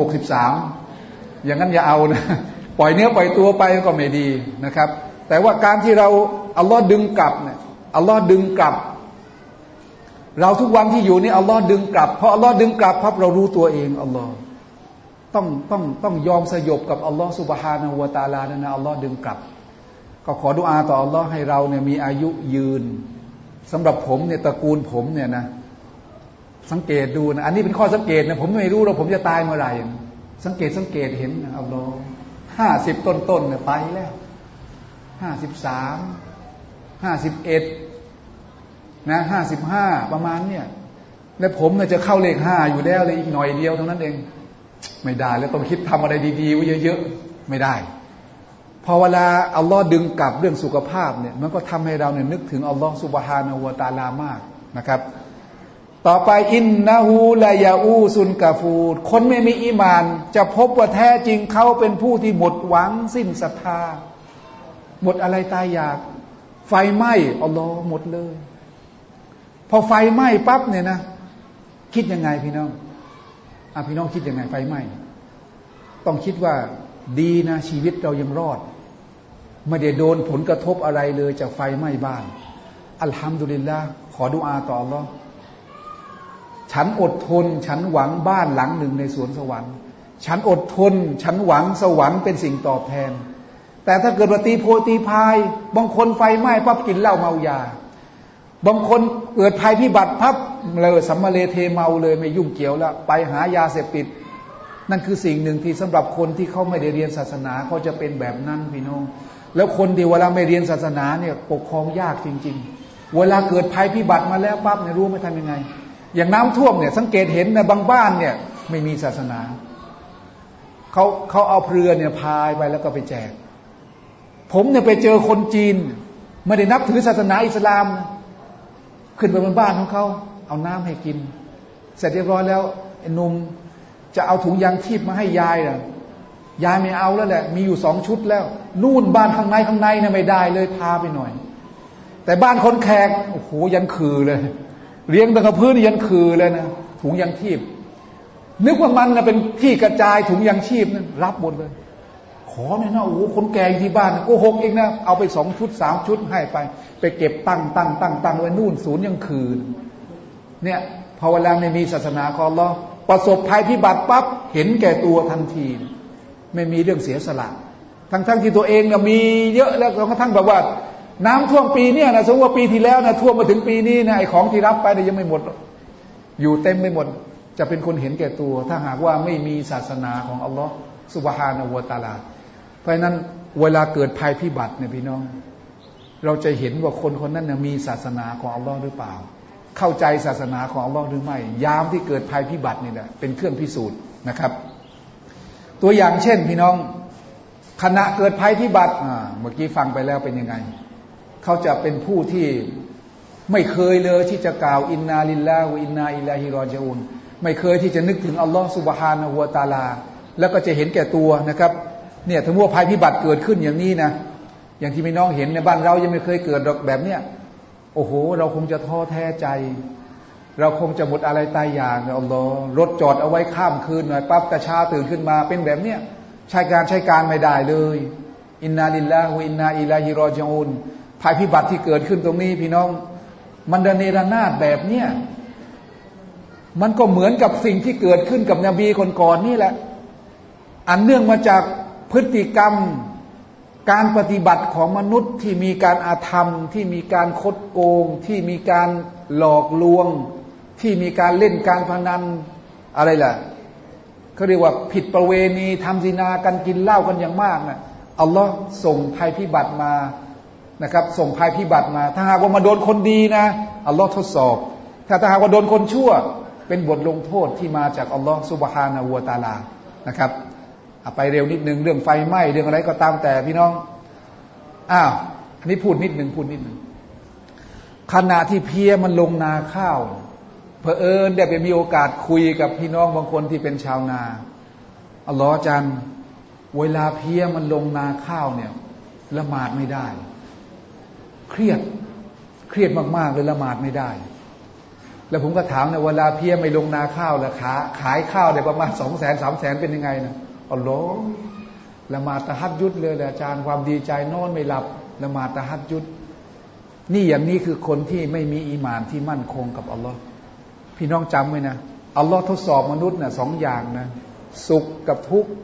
63อย่างนั้นอย่าเอานะปล่อยเนื้อปล่อยตัวไปก็ไม่ดีนะครับแต่ว่าการที่เราอัลลอฮ์ดึงกลับเนี่ยอัลลอฮ์ดึงกลับเราทุกวันที่อยู่นี่อัลลอฮ์ดึงกลับพออัลลอฮ์ดึงกลับพับเรารู้ตัวเองอัลลอฮ์ต้องยอมสยบกับอัลลอฮ์ซุบฮานะฮูวะตะอาลานะอัลลอฮ์ดึงกลับก็ขอดุอาต่ออัลลอฮ์ให้เราเนี่ยมีอายุยืนสำหรับผมเนี่ยตระกูลผมเนี่ยนะสังเกตดูนะอันนี้เป็นข้อสังเกตนะผมไม่รู้ว่าผมจะตายเมื่อไหร่สังเกตเห็นนะอัลลอฮ์50ต้นๆเนี่ยไปแล้ว53 51นะ55ประมาณเนี่ยแล้วผมเนี่ยจะเข้าเลข5อยู่แล้วเลยอีกหน่อยเดียวเท่านั้นเองไม่ได้แล้วต้องคิดทำอะไรดีๆไว้เยอะๆไม่ได้พอเวลาอัลลอฮ์ดึงกลับเรื่องสุขภาพเนี่ยมันก็ทำให้เราเนี่ยนึกถึงอัลลอฮ์ซุบฮานะฮูวะตะอาลามากนะครับต่อไปอินนะฮูลายาอูซุนกาฟูรคนไม่มีอีหม่านจะพบว่าแท้จริงเขาเป็นผู้ที่หมดหวังสิ้นศรัทธาหมดอะไรตายอยากไฟไหม้อัลลอฮ์หมดเลยพอไฟไหม้ปั๊บเนี่ยนะคิดยังไงพี่น้องพี่น้องคิดยังไงไฟไหม้ต้องคิดว่าดีนะชีวิตเรายังรอดไม่ได้โดนผลกระทบอะไรเลยจากไฟไหม้บ้านอัลฮัมดุลิลละห์ขอดุอาต่ออัลลอฮ์ฉันอดทนฉันหวังบ้านหลังหนึ่งในสวนสวรรค์ฉันอดทนฉันหวังสวรรค์เป็นสิ่งตอบแทนแต่ถ้าเกิดว่าตีโพตีพายบางคนไฟไหม้ปั๊บกินเหล้าเมายาบางคนเกิดภัยพิบัติปั๊บเลยสัมมาเลเทเมาเลยไม่ยุ่งเกี่ยวแล้วไปหายาเสพติดนั่นคือสิ่งหนึ่งที่สำหรับคนที่เขาไม่ได้เรียนศาสนาเขาจะเป็นแบบนั้นพี่น้องแล้วคนที่เวลาไม่เรียนศาสนาเนี่ยปกครองยากจริงๆเวลาเกิดภัยพิบัติมาแล้วปั๊บเนี่ยรู้ไม่ทำยังไงอย่างน้ำท่วมเนี่ยสังเกตเห็นนะบางบ้านเนี่ยไม่มีศาสนาเขาเอาเรือเนี่ยพายไปแล้วก็ไปแจกผมเนี่ยไปเจอคนจีนไม่ได้นับถือศาสนาอิสลามนะขึ้นไปบนบ้านของเขาเอาน้ำให้กินเสร็จเรียบร้อยแล้วไอ้หนุ่มจะเอาถุงยางชีพมาให้ยายนะยายไม่เอาแล้วแหละมีอยู่2 ชุดแล้วนู่นบ้านข้างในเนี่ยไม่ได้เลยพาไปหน่อยแต่บ้านคนแขกโอ้โหยันคือเลยเลี้ยงตะกระพื้นยันคือเลยนะถุงยางชีพนึกว่ามันนะเป็นที่กระจายถุงยางชีพนั่นรับหมดเลยขอเนี่ยนะโอ้โหคนแก่ที่บ้านโกหกเองนะเอาไป2 ชุด 3 ชุดให้ไปเก็บตั้งไว้นู่นศูนย์ยังคืนเนี่ยพอเวลาไม่มีศาสนาของอัลเลาะห์ประสบภัยพิบัติปั๊บเห็นแก่ตัวทันทีไม่มีเรื่องเสียสละทั้งที่ตัวเองมีเยอะแล้วจนกระทั่งแบบว่าน้ำท่วมปีเนี่ยนะสมมติว่าปีที่แล้วนะท่วมมาถึงปีนี้นะไอ้ของที่รับไปเนี่ยยังไม่หมดอยู่เต็มไม่หมดจะเป็นคนเห็นแก่ตัวถ้าหากว่าไม่มีศาสนาของอัลลอฮ์ซุบฮานะฮูวะตะอาลาเพราะฉะนั้นเวลาเกิดภัยพิบัติเนี่ยพี่น้องเราจะเห็นว่าคนคนนั้นมีศาสนาของอัลลอฮ์หรือเปล่าเข้าใจศาสนาของอัลลอฮ์หรือไม่ยามที่เกิดภัยพิบัตินี่แหละเป็นเครื่องพิสูจน์นะครับตัวอย่างเช่นพี่น้องขณะเกิดภัยพิบัติเมื่อกี้ฟังไปแล้วเป็นยังไงเขาจะเป็นผู้ที่ไม่เคยเลยที่จะกล่าวอินนาลิลลาฮิวะอินนาอิลัยฮิรอญิอูนไม่เคยที่จะนึกถึงอัลลอฮ์ซุบฮานะฮูวะตะอาลาแล้วก็จะเห็นแก่ตัวนะครับเนี่ยถ้าว่าภัยพิบัติเกิดขึ้นอย่างนี้นะอย่างที่พี่น้องเห็นในบ้านเรายังไม่เคยเกิดแบบเนี้ยโอ้โหเราคงจะท้อแท้ใจเราคงจะหมดอะไรตายอย่างอัลลอฮ์รถจอดเอาไว้ข้ามคืนหน่อยปั๊บแต่เช้าตื่นขึ้นมาเป็นแบบเนี้ยใช้การไม่ได้เลยอินนาลิลลาฮิวะอินนาอิลัยฮิรอญิอูนภัยพิบัติที่เกิดขึ้นตรงนี้พี่น้องมันระเนระนาดแบบเนี้ยมันก็เหมือนกับสิ่งที่เกิดขึ้นกับนบีก่อนๆนี่แหละอันเนื่องมาจากพฤติกรรมการปฏิบัติของมนุษย์ที่มีการอาธรรมที่มีการคดโกงที่มีการหลอกลวงที่มีการเล่นการพนันอะไรล่ะเขาเรียกว่าผิดประเวณีทำซินากันกินเหล้ากันอย่างมากนะอัลลอฮ์ส่งภัยพิบัติมานะครับส่งภัยพิบัติมาถ้าหากว่ามาโดนคนดีนะอัลลอฮ์ทดสอบถ้าหากว่าโดนคนชั่วเป็นบทลงโทษที่มาจากอัลลอฮ์ซุบฮานะฮูวะตะอาลานะครับไปเร็วนิดนึงเรื่องไฟไหม้เรื่องอะไรก็ตามแต่พี่น้องอันนี้พูดนิดนึงขณะที่เพี้ยมันลงนาข้าวเผอิญได้ไปมีโอกาสคุยกับพี่น้องบางคนที่เป็นชาวนาอัลลอฮ์จันเวลาเพี้ยมันลงนาข้าวเนี่ยละหมาดไม่ได้เครียดมากๆเลยละหมาดไม่ได้แล้วผมก็ถามเนี่ยเวลาเพี้ยไม่ลงนาข้าวแล้วขายข้าวได้ประมาณ 200,000 300,000 เป็นยังไงนะอัลลอฮ์ละหมาดตะฮัจญุดเลยอาจารย์ความดีใจนอนไม่หลับละหมาดตะฮัจญุดนี่อย่างนี้คือคนที่ไม่มีอีหม่านที่มั่นคงกับอัลลอฮ์พี่น้องจำไว้นะอัลลอฮ์ทดสอบมนุษย์นะ2 อย่างนะสุขกับทุกข์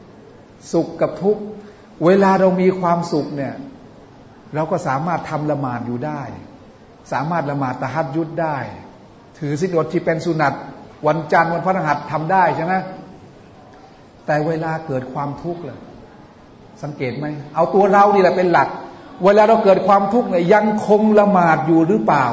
เวลาเรามีความสุขเนี่ยเราก็สามารถทำละหมาดอยู่ได้สามารถละหมาดตะฮัจญุดได้ถือศีลอดที่เป็นสุนัตวันจันทร์วันพฤหัสทำได้ใช่ไหมแต่เวลาเกิดความทุกข์ล่ะสังเกตไหมเอาตัวเรานี่แหละเป็นหลักเวลาเราเกิดความทุกข์เนี่ยยังคงละหมาดอยู่หรือเปล่า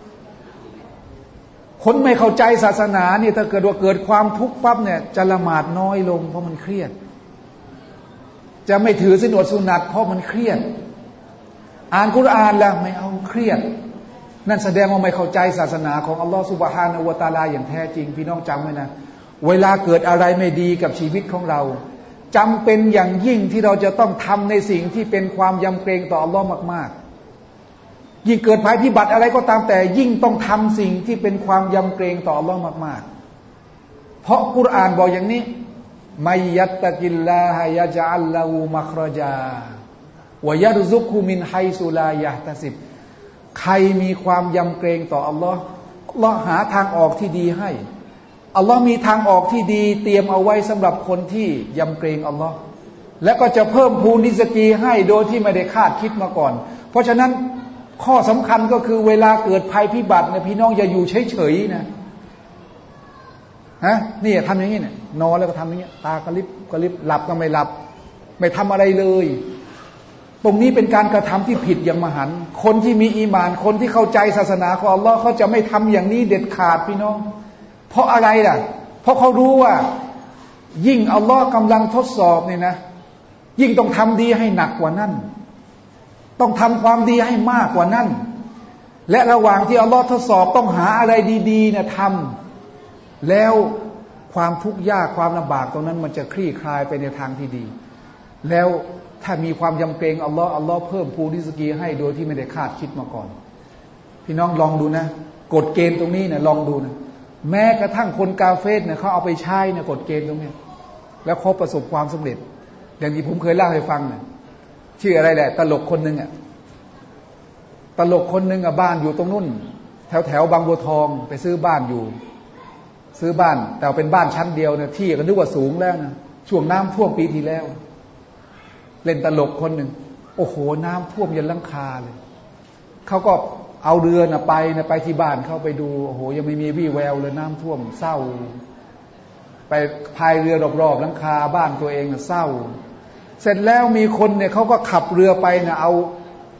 คนไม่เข้าใจศาสนาเนี่ยถ้าเกิดว่าเกิดความทุกข์ปั๊บเนี่ยจะละหมาดน้อยลงเพราะมันเครียดจะไม่ถือศีลอดสุนัตเพราะมันเครียดอ่านกุรอานแล้วไม่เอาเครียดนั่นแสดงว่าไม่เข้าใจศาสนาของอัลลอฮฺซุบฮานะฮูวะตะอาลาอย่างแท้จริงพี่น้องจำไว้นะเวลาเกิดอะไรไม่ดีกับชีวิตของเราจำเป็นอย่างยิ่งที่เราจะต้องทำในสิ่งที่เป็นความยำเกรงต่ออัลลอฮ์มากๆยิ่งเกิดภัยพิบัติอะไรก็ตามแต่ยิ่งต้องทำสิ่งที่เป็นความยำเกรงต่ออัลลอฮ์มากๆเพราะกุรอานบอกอย่างนี้มัยยัตตะกิลลาฮะยะญะอัลละฮูมัคเราะญาวะยัรซุกฮุมินไฮซุลายะห์ตะซิบใครมีความยำเกรงต่ออัลลอฮ์อัลลอฮ์หาทางออกที่ดีให้อัลลอฮ์มีทางออกที่ดีเตรียมเอาไว้สำหรับคนที่ยำเกรงอัลลอฮ์และก็จะเพิ่มพูนริสกีให้โดยที่ไม่ได้คาดคิดมาก่อนเพราะฉะนั้นข้อสำคัญก็คือเวลาเกิดภัยพิบัติเนี่ยพี่น้องอย่าอยู่เฉยๆนะนี่ทำอย่างนี้เนี่ยนอนแล้วก็ทำอย่างนี้ตากระลิบหลับก็ไม่หลับไม่ทำอะไรเลยตรงนี้เป็นการกระทำที่ผิดอย่างมหันต์คนที่มีอีหม่านคนที่เข้าใจศาสนาของอัลลอฮ์เขาจะไม่ทำอย่างนี้เด็ดขาดพี่น้องเพราะอะไรล่ะเพราะเขารู้ว่ายิ่งอัลลอฮ์กำลังทดสอบเนี่ยนะยิ่งต้องทำดีให้หนักกว่านั้นต้องทำความดีให้มากกว่านั้นและระหว่างที่อัลลอฮ์ทดสอบต้องหาอะไรดีๆเนี่ยทำแล้วความทุกข์ยากความลำบากตรงนั้นมันจะคลี่คลายไปในทางที่ดีแล้วถ้ามีความยำเกรงอัลลอฮ์เพิ่มพูนริสกีให้โดยที่ไม่ได้คาดคิดมาก่อนพี่น้องลองดูนะกฎเกณฑ์ตรงนี้เนี่ยลองดูนะแม้กระทั่งคนกาเฟรเนี่ยเขาเอาไปใช้เนี่ยกฎเกณฑ์ตรงนี้แล้วเขาประสบความสำเร็จอย่างที่ผมเคยเล่าให้ฟังเนี่ยชื่ออะไรแหละตลกคนหนึ่งบ้านอยู่ตรงนู้นแถวบางบัวทองไปซื้อบ้านแต่เป็นบ้านชั้นเดียวเนี่ยที่ก็นึกว่าสูงแล้วนะช่วงน้ำท่วมปีที่แล้วเล่นตลกคนหนึ่งโอ้โหน้ำท่วมยันหลังคาเลยเขาก็เอาเรือไปที่บ้านเข้าไปดูโอ้โหยังไม่มีวี่แววเลยน้ำท่วมเศร้าไปพายเรือรอบๆหลังคาบ้านตัวเองเศร้าเสร็จแล้วมีคนเนี่ยเขาก็ขับเรือไปเนี่ยเอา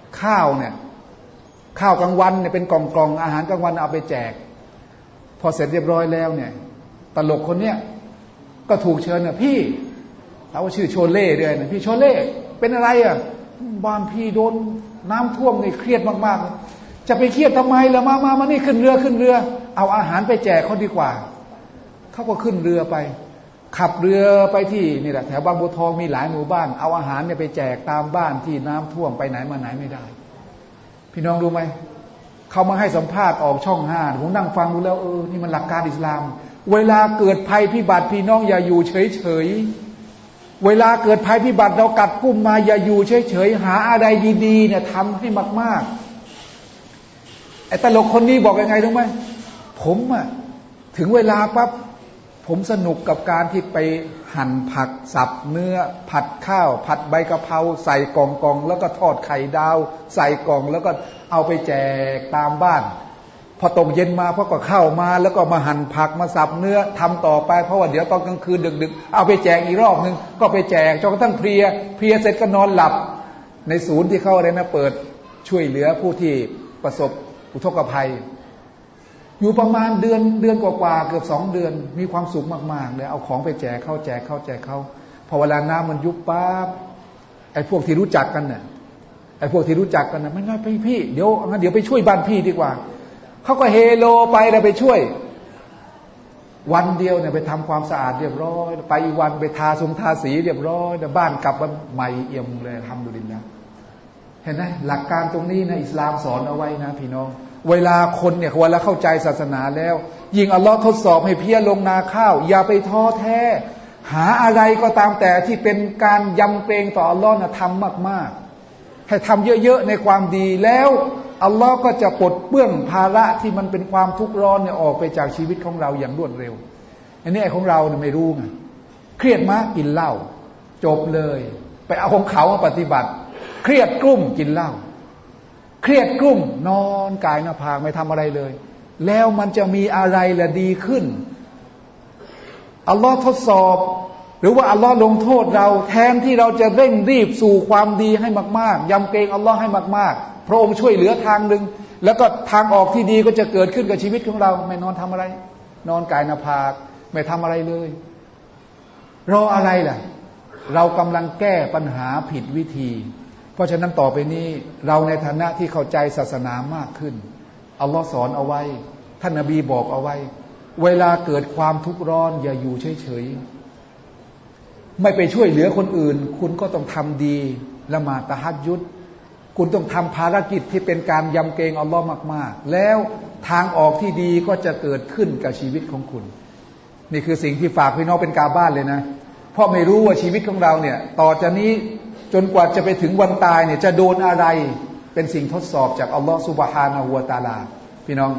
ข้าวเนี่ยข้าวกลางวันเนี่ยเป็นกล่องๆอาหารกลางวันเอาไปแจกพอเสร็จเรียบร้อยแล้วเนี่ยตลกคนเนี้ยก็ถูกเชิญเนี่ยพี่เขาชื่อโชเล่ด้วยนะพี่โชเล่เป็นอะไรอ่ะบ้านพี่โดนน้ำท่วมนี่เครียดมากๆจะไปเครียดทำไมล่ะมานี่ขึ้นเรือเอาอาหารไปแจกเขาดีกว่าเขาก็ขึ้นเรือไปขับเรือไปที่นี่แหละแถวบางบัวทองมีหลายหมู่บ้านเอาอาหารเนี่ยไปแจกตามบ้านที่น้ำท่วมไปไหนมาไหนไม่ได้พี่น้องรู้ไหมเขามาให้สัมภาษณ์ออกช่อง5ผมนั่งฟังดูแล้วนี่มันหลักการอิสลามเวลาเกิดภัยพิบัติพี่น้องอย่าอยู่เฉยเวลาเกิดภัยพิบัติเรากัดกุ้มมาอย่าอยู่เฉยหาอะไรดีๆเนี่ยทำให้มากๆไอ้ตลกคนนี้บอกยังไงรู้ไหมผมอะถึงเวลาปั๊บผมสนุกกับการที่ไปหั่นผักสับเนื้อผัดข้าวผัดใบกะเพราใส่กล่องแล้วก็ทอดไข่ดาวใส่กล่องแล้วก็เอาไปแจกตามบ้านพอตกเย็นมาพ่อก็เข้ามาแล้วก็มาหั่นผักมาสับเนื้อทำต่อไปเพราะว่าเดี๋ยวตอนกลางคืนดึกๆเอาไปแจกอีกรอบนึงก็ไปแจกจนกระทั่งเพลียเสร็จก็นอนหลับในศูนย์ที่เขาอะไรนะเปิดช่วยเหลือผู้ที่ประสบอุทกภัยอยู่ประมาณเดือนกว่าๆเกือบ2 เดือนมีความสุขมากๆเลยเอาของไปแจกเขาพอเวลาน้ำมันยุบปั๊บไอ้พวกที่รู้จักกันน่ะไม่ง่ายพี่เดี๋ยวไปช่วยบ้านพี่ดีกว่าเขาก็เฮโลไปแล้วไปช่วยวันเดียวเนี่ยไปทำความสะอาดเรียบร้อยไปอีกวันไปทาสีเรียบร้อยแต่บ้านกลับมาใหม่เอี่ยมเลยทำดูดินนะเห็นไหมหลักการตรงนี้นะอิสลามสอนเอาไว้นะพี่น้องเวลาคนเนี่ยเวลาเข้าใจศาสนาแล้วยิ่งอัลลอฮ์ทดสอบให้เพียรลงนาข้าวอย่าไปท้อแท้หาอะไรก็ตามแต่ที่เป็นการยำเกรงต่ออัลลอฮ์นะทำมากๆให้ทำเยอะๆในความดีแล้วอัลลอฮ์ก็จะปลดเปลื้องภาระที่มันเป็นความทุกข์ร้อนเนี่ยออกไปจากชีวิตของเราอย่างรวดเร็วอันนี้ไอ้ของเราเนี่ยไม่รู้ไงเครียดมากกินเหล้าจบเลยไปเอาของเขามาปฏิบัติเครียดกลุ้มกินเหล้าเครียดกลุ้มนอนกายหน้าผากไม่ทำอะไรเลยแล้วมันจะมีอะไรละดีขึ้นอัลลอฮ์ทดสอบหรือว่าอัลลอฮ์ลงโทษเราแทนที่เราจะเร่งรีบสู่ความดีให้มากๆยำเกรงอัลลอฮ์ให้มากๆพระองค์ช่วยเหลือทางหนึ่งแล้วก็ทางออกที่ดีก็จะเกิดขึ้นกับชีวิตของเราไม่นอนทำอะไรนอนกายหน้าผากไม่ทำอะไรเลยรออะไรล่ะเรากำลังแก้ปัญหาผิดวิธีเพราะฉะนั้นต่อไปนี้เราในฐานะที่เข้าใจศาสนามากขึ้นอัลลอฮ์สอนเอาไว้ท่านนบีบอกเอาไว้เวลาเกิดความทุกข์ร้อนอย่าอยู่เฉยๆไม่ไปช่วยเหลือคนอื่นคุณก็ต้องทำดีละหมาดตะฮัจญุดคุณต้องทำภารกิจที่เป็นการยำเกรงอัลลอฮ์มากๆแล้วทางออกที่ดีก็จะเกิดขึ้นกับชีวิตของคุณนี่คือสิ่งที่ฝากพี่น้องเป็นกาบ้านเลยนะเพราะไม่รู้ว่าชีวิตของเราเนี่ยต่อจากนี้จนกว่าจะไปถึงวันตายเนี่ยจะโดนอะไรเป็นสิ่งทดสอบจากอัลลอฮฺซุบฮานะฮูวะตะอาลาพี่น้อง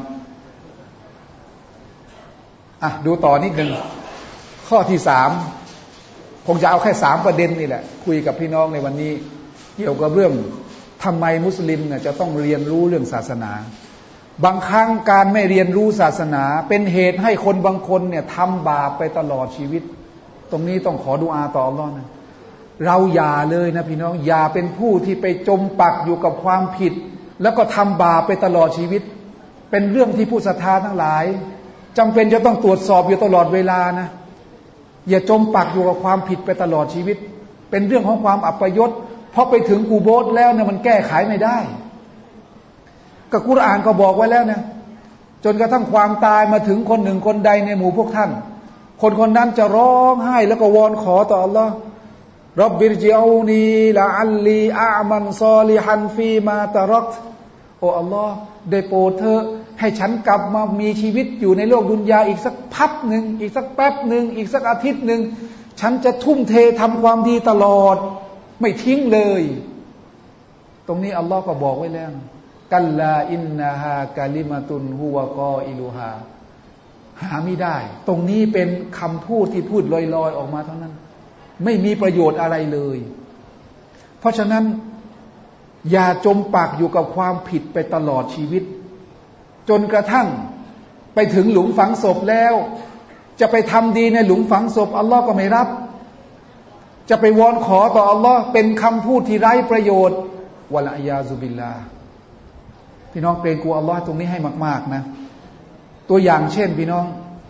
ดูต่อนิดนึงข้อที่3คงจะเอาแค่3ประเด็นนี่แหละคุยกับพี่น้องในวันนี้เกี่ยวกับเรื่องทำไมมุสลิมเนี่ยจะต้องเรียนรู้เรื่องศาสนาบางครั้งการไม่เรียนรู้ศาสนาเป็นเหตุให้คนบางคนเนี่ยทำบาปไปตลอดชีวิตตรงนี้ต้องขอดุอาต่ออัลลอฮ์นะเราอย่าเลยนะพี่น้องอย่าเป็นผู้ที่ไปจมปักอยู่กับความผิดแล้วก็ทำบาปไปตลอดชีวิตเป็นเรื่องที่ผู้ศรัทธาทั้งหลายจำเป็นจะต้องตรวจสอบอยู่ตลอดเวลานะอย่าจมปักอยู่กับความผิดไปตลอดชีวิตเป็นเรื่องของความอัปยศเพราะไปถึงกูโบสแล้วเนี่ยมันแก้ไขไม่ได้ก็กุรอานก็บอกไว้แล้วนะจนกระทั่งความตายมาถึงคนหนึ่งคนใดในหมู่พวกท่านคนนั้นจะร้องไห้แล้วก็วอนขอต่ออัลลอฮ์รับบิรจิอูนีละอัลลีอามันซอลิฮันฟีมาตะรักโอ้อัลลอฮ์ได้โปรดเถอะให้ฉันกลับมามีชีวิตอยู่ในโลกดุนยาอีกสักพักหนึ่งอีกสักแป๊บหนึ่งอีกสักอาทิตย์หนึ่งฉันจะทุ่มเททำความดีตลอดไม่ทิ้งเลยตรงนี้อัลลอฮ์ก็บอกไว้แล้วกัลลาอินนาฮากะลิมะตุนฮุวะกออิลูฮาหาไม่ได้ตรงนี้เป็นคำพูดที่พูดลอยๆออกมาเท่านั้นไม่มีประโยชน์อะไรเลยเพราะฉะนั้นอย่าจมปักอยู่กับความผิดไปตลอดชีวิตจนกระทั่งไปถึงหลุมฝังศพแล้วจะไปทำดีในหลุมฝังศพอัลลอฮ์ก็ไม่รับจะไปวอนขอต่ออัลลอฮ์เป็นคำพูดที่ไร้ประโยชน์วะลอะยาซุบิลลาห์พี่น้องเกรงกลัวอัลลอฮ์ตรงนี้ให้มากๆนะตัวอย่างเช่นพี่น้อง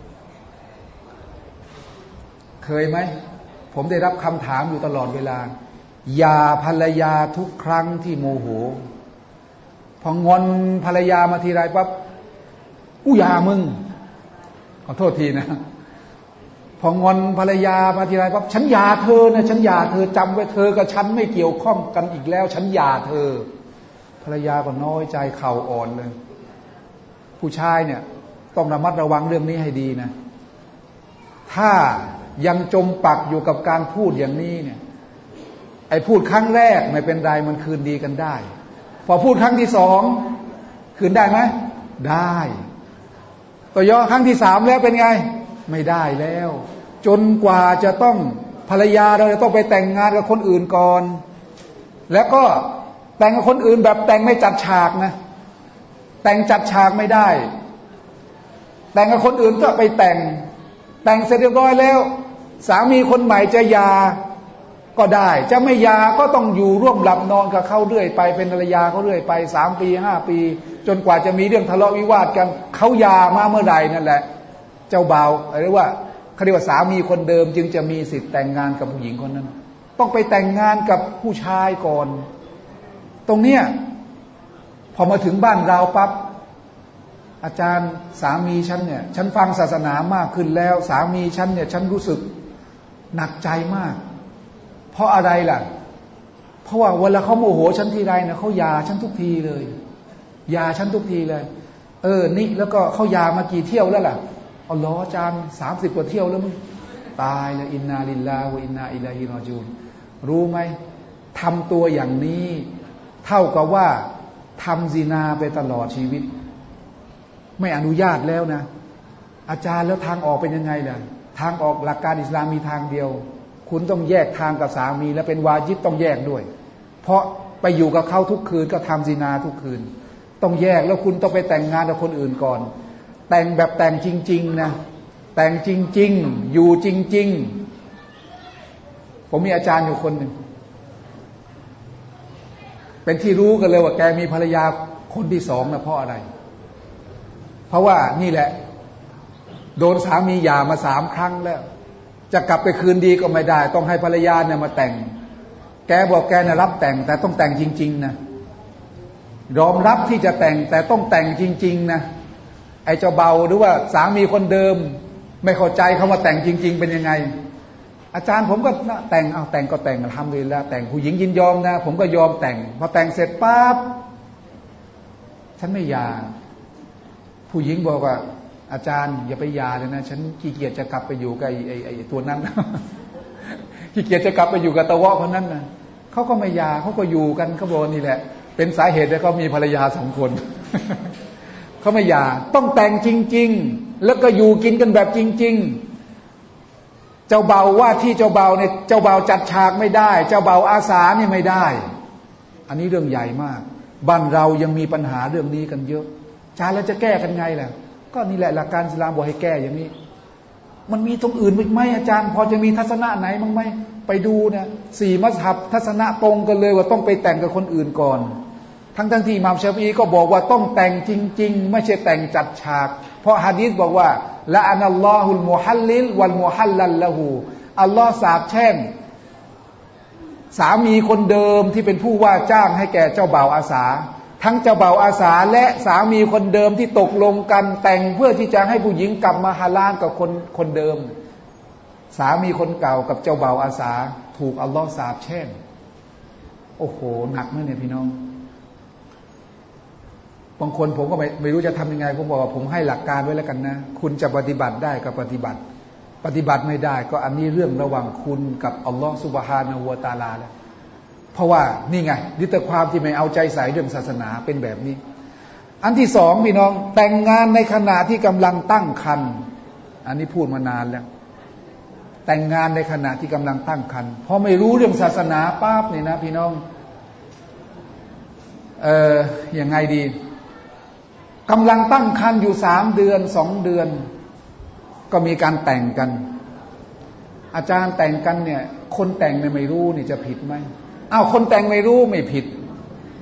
เคยไหมผมได้รับคำถามอยู่ตลอดเวลาอย่าภรรยาทุกครั้งที่โมโหพองอนภรรยามาทีไรปั๊บกูอย่ามึงขอโทษทีนะพองอนภรรยามาทีไรปั๊บฉันหย่าเธอนะฉันหย่าเธอจำไว้เธอกับฉันไม่เกี่ยวข้องกันอีกแล้วฉันหย่าเธอภรรยาก็น้อยใจเข่าอ่อนเลยผู้ชายเนี่ยต้องระมัดระวังเรื่องนี้ให้ดีนะถ้ายังจมปักอยู่กับการพูดอย่างนี้เนี่ยไอ้พูดครั้งแรกไม่เป็นไรมันคืนดีกันได้พอพูดครั้งที่สองคืนได้ไหมได้ต่อย่อครั้งที่สามแล้วเป็นไงไม่ได้แล้วจนกว่าจะต้องภรรยาเราจะต้องไปแต่งงานกับคนอื่นก่อนแล้วก็แต่งกับคนอื่นแบบแต่งไม่จัดฉากนะแต่งจัดฉากไม่ได้แต่งกับคนอื่นก็ไปแต่งเสร็จเรียบร้อยแล้วสามีคนใหม่จะหย่าก็ได้จะไม่หย่าก็ต้องอยู่ร่วมหลับนอนกับเขาเรื่อยไปเป็นภรรยาเขาเรื่อยไป3 ปี5 ปีจนกว่าจะมีเรื่องทะเลาะวิวาทกันเขาหย่ามาเมื่อใดนั่นแหละเจ้าบ่าวเรียกว่าสามีคนเดิมจึงจะมีสิทธิ์แต่งงานกับผู้หญิงคนนั้นต้องไปแต่งงานกับผู้ชายก่อนตรงเนี้ยพอมาถึงบ้านเราปั๊บอาจารย์สามีฉันเนี่ยฉันฟังศาสนามากขึ้นแล้วสามีฉันเนี่ยฉันรู้สึกหนักใจมากเพราะอะไรล่ะเพราะว่าเวลาเขาโมโหฉันทีไรนะเขาหย่าฉันทุกทีเลยหย่าฉันทุกทีเลยนี่แล้วก็เขาหย่ามากี่เที่ยวแล้วล่ะอัลลอฮ์อาจารย์30 กว่าเที่ยวแล้วมึงตายแล้วอินนาลิลลาฮิวะอินนาอิลัยฮิรอญูนรู้ไหมทำตัวอย่างนี้เท่ากับว่าทำซินาไปตลอดชีวิตไม่อนุญาตแล้วนะอาจารย์แล้วทางออกเป็นยังไงล่ะทางออกหลักการอิสลามมีทางเดียวคุณต้องแยกทางกับสามีและเป็นวาญิบต้องแยกด้วยเพราะไปอยู่กับเขาทุกคืนก็ทำซินาทุกคืนต้องแยกแล้วคุณต้องไปแต่งงานกับคนอื่นก่อนแต่งแบบแต่งจริงๆนะแต่งจริงๆอยู่จริงๆผมมีอาจารย์อยู่คนหนึ่งเป็นที่รู้กันเลยว่าแกมีภรรยาคนที่2นะเพราะอะไรเพราะว่านี่แหละโดนสามีหย่ามา3 ครั้งแล้วจะกลับไปคืนดีก็ไม่ได้ต้องให้ภรรยาเนี่ยมาแต่งแกบอกแกเนี่ยรับแต่งแต่ต้องแต่งจริงๆนะยอมรับที่จะแต่งแต่ต้องแต่งจริงๆนะไอ้เจ้าเบาหรือว่าสามีคนเดิมไม่เข้าใจคำว่าแต่งจริงๆเป็นยังไงอาจารย์ผมก็แต่งแต่งก็แต่งทำเลยแล้วแต่งผู้หญิงยินยอมนะผมก็ยอมแต่งพอแต่งเสร็จปั๊บฉันไม่หย่าผู้หญิงบอกว่าอาจารย์อย่าไปหย่าเลยนะฉันขี้เกียจจะกลับไปอยู่กับไอ้ตัวนั้น ขี้เกียจจะกลับไปอยู่กับตะวะคนนั้นนะเขาก็ไม่หย่าเขาก็อยู่กันเขาบอกนี่แหละเป็นสาเหตุที่เขามีภรรยา2 คน เขาไม่หย่าต้องแต่งจริงๆแล้วก็อยู่กินกันแบบจริงๆเจ้าเบาว่าที่เจ้าเบาเนี่ยเจ้าเบาจัดฉากไม่ได้เจ้าเบาอาสาเนี่ยไม่ได้อันนี้เรื่องใหญ่มากบ้านเรายังมีปัญหาเรื่องนี้กันเยอะจานแล้วจะแก้กันไงล่ะก็นี่แหละหลักการอิสลามบอกให้แก้อย่างนี้มันมีตรงอื่นไหมอาจารย์พอจะมีทัศนะไหนบ้างไหมไปดูนะ4 มัซฮับทัศนะตรงกันเลยว่าต้องไปแต่งกับคนอื่นก่อนทั้งที่อิหม่ามชาฟิอีก็บอกว่าต้องแต่งจริงๆไม่ใช่แต่งจัดฉากเพราะหะดีษบอกว่าละอานัลลอฮุลมุฮัลลิลวัลมุฮัลลัลละหูอัลลอฮ์สาปแช่งสามีคนเดิมที่เป็นผู้ว่าจ้างให้แก่เจ้าบ่าวอาสาทั้งเจ้าบ่าวอาสาและสามีคนเดิมที่ตกลงกันแต่งเพื่อที่จะให้ผู้หญิงกลับมาฮาลาลกับคนเดิมสามีคนเก่ากับเจ้าบ่าวอาสาถูกอัลลอฮ์สาปแช่งโอ้โหหนักมากเนี่ยพี่น้องบางคนผมก็ไม่รู้จะทำยังไงผมบอกว่าผมให้หลักการไว้แล้วกันนะคุณจะปฏิบัติได้ก็ปฏิบัติไม่ได้ก็อันนี้เรื่องระหว่างคุณกับอัลลอฮ์ซุบฮานะฮูวะตะอาลาแล้วเพราะว่านี่ไงนิตความที่ไม่เอาใจใส่เรื่องศาสนาเป็นแบบนี้อันที่2พี่น้องแต่งงานในขณะที่กำลังตั้งครรภ์อันนี้พูดมานานแล้วแต่งงานในขณะที่กำลังตั้งครรภ์พอไม่รู้เรื่องศาสนาปั๊บนี่นะพี่น้องยังไงดีกำลังตั้งครรภ์อยู่3 เดือน2 เดือนก็มีการแต่งกันอาจารย์แต่งกันเนี่ยคนแต่งเนี่ยไม่รู้นี่จะผิดไหมอ้าวคนแต่งไม่รู้ไม่ผิด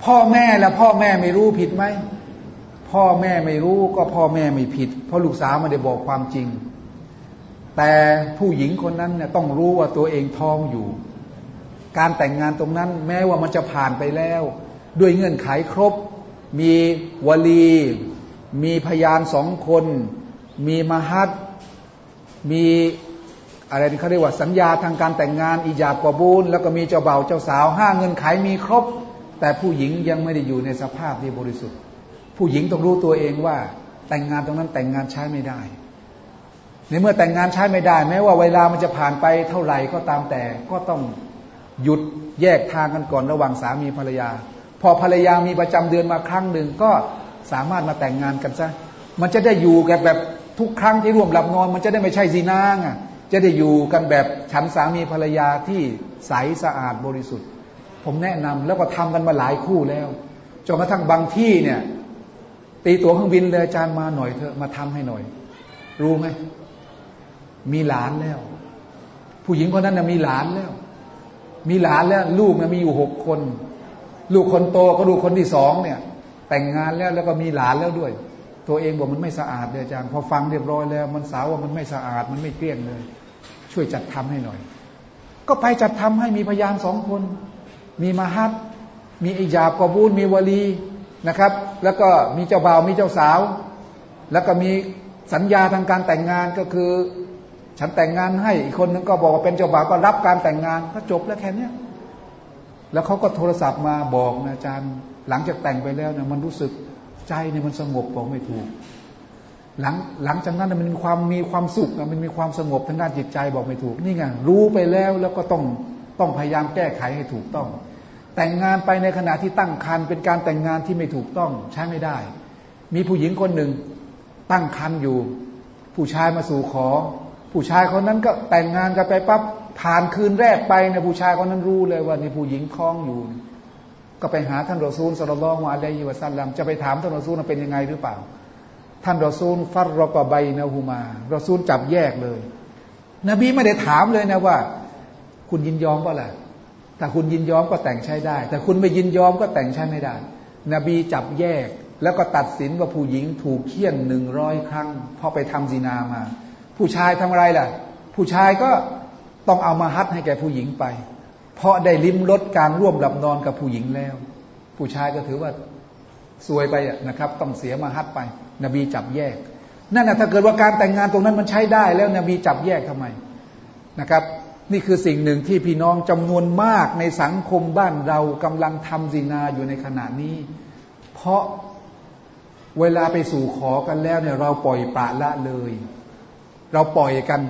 พ่อแม่และพ่อแม่ไม่รู้ผิดไหมพ่อแม่ไม่รู้ก็พ่อแม่ไม่ผิดเพราะลูกสาวไม่ได้บอกความจริงแต่ผู้หญิงคนนั้นเนี่ยต้องรู้ว่าตัวเองท้องอยู่การแต่งงานตรงนั้นแม้ว่ามันจะผ่านไปแล้วด้วยเงื่อนไขครบมีวลีมีพยาน2 คนมีมหัตมีอะไรที่เขาเรียกว่าสัญญาทางการแต่งงานอิญาบกอบูลแล้วก็มีเจ้าบ่าวเจ้าสาว5เงื่อนไขมีครบแต่ผู้หญิงยังไม่ได้อยู่ในสภาพที่บริสุทธิ์ผู้หญิงต้องรู้ตัวเองว่าแต่งงานตรงนั้นแต่งงานใช้ไม่ได้ในเมื่อแต่งงานใช้ไม่ได้แม้ว่าเวลามันจะผ่านไปเท่าไหร่ก็ตามแต่ก็ต้องหยุดแยกทางกันก่อนระหว่างสามีภรรยาพอภรรยามีประจำเดือนมาครั้งหนึ่งก็สามารถมาแต่งงานกันซะมันจะได้อยู่กันแบบทุกครั้งที่ร่วมหลับนอนมันจะได้ไม่ใช่ซินาไงจะได้อยู่กันแบบฉันสามีภรรยาที่ใสสะอาดบริสุทธิ์ผมแนะนำแล้วก็ทำกันมาหลายคู่แล้วจนกระทั่งบางที่เนี่ยตีตั๋วเครื่องบินเลยอาจารย์มาหน่อยเถอะมาทำให้หน่อยรู้ไหมมีหลานแล้วผู้หญิงคนนั้นน่ะมีหลานแล้วลูกมีอยู่6 คนลูกคนโตก็ลูกคนที่2เนี่ยแต่งงานแล้วก็มีหลานแล้วด้วยตัวเองบอกมันไม่สะอาดเลยอาจารย์พอฟังเรียบร้อยแล้วมันสาวว่ามันไม่สะอาดมันไม่เกลี้ยงเลยช่วยจัดทำให้หน่อยก็ไปจัดทำให้มีพยาน2 คนมีมหัตมีอิญาบกอบูลมีวลีนะครับแล้วก็มีเจ้าบ่าวมีเจ้าสาวแล้วก็มีสัญญาทางการแต่งงานก็คือฉันแต่งงานให้อีกคนนึงก็บอกว่าเป็นเจ้าบ่าวก็รับการแต่งงานก็จบแล้วแค่นี้แล้วเขาก็โทรศัพท์มาบอกนะอาจารย์หลังจากแต่งไปแล้วเนี่ยมันรู้สึกใจเนี่ยมันสงบบอกไม่ถูกหลังจากนั้นมันมีความสุขมันมีความสงบทางด้านจิตใจบอกไม่ถูกนี่ไงรู้ไปแล้วก็ต้องพยายามแก้ไขให้ถูกต้องแต่งงานไปในขณะที่ตั้งครรภ์เป็นการแต่งงานที่ไม่ถูกต้องใช้ไม่ได้มีผู้หญิงคนหนึ่งตั้งครรภ์อยู่ผู้ชายมาสู่ขอผู้ชายคนนั้นก็แต่งงานกันไปปั๊บผ่านคืนแรกไปเนี่ยผู้ชายคนนั้นรู้เลยว่านี่ผู้หญิงท้องอยู่ก็ไปหาท่านรอซูลศ็อลลัลลอฮุอะลัยฮิวะซัลลัมจะไปถามท่านรอซูลว่าเป็นยังไงหรือเปล่าท่านรอซูลฟัรรอกะบัยนะฮูมารอซูลจับแยกเลยนบีไม่ได้ถามเลยนะว่าคุณยินยอมเปล่าล่ะถ้าคุณยินยอมก็แต่งใช้ได้แต่คุณไม่ยินยอมก็แต่งใช้ไม่ได้นบีจับแยกแล้วก็ตัดสินว่าผู้หญิงถูกเฆี่ยน100 ครั้งเพราะไปทำซินามาผู้ชายทำอะไรล่ะผู้ชายก็ต้องเอามาฮัดให้แก่ผู้หญิงไปเพราะได้ลิ้มรสการร่วมหลับนอนกับผู้หญิงแล้วผู้ชายก็ถือว่าซวยไปนะครับต้องเสียมาฮัดไปนบีจับแยกนั่นนะถ้าเกิดว่าการแต่งงานตรงนั้นมันใช้ได้แล้วนบีจับแยกทำไมนะครับนี่คือสิ่งหนึ่งที่พี่น้องจำนวนมากในสังคมบ้านเรากำลังทำซินาอยู่ในขณะนี้เพราะเวลาไปสู่ขอกันแล้วเนี่ยเราปล่อยปละละเลยเราปล่อยกัน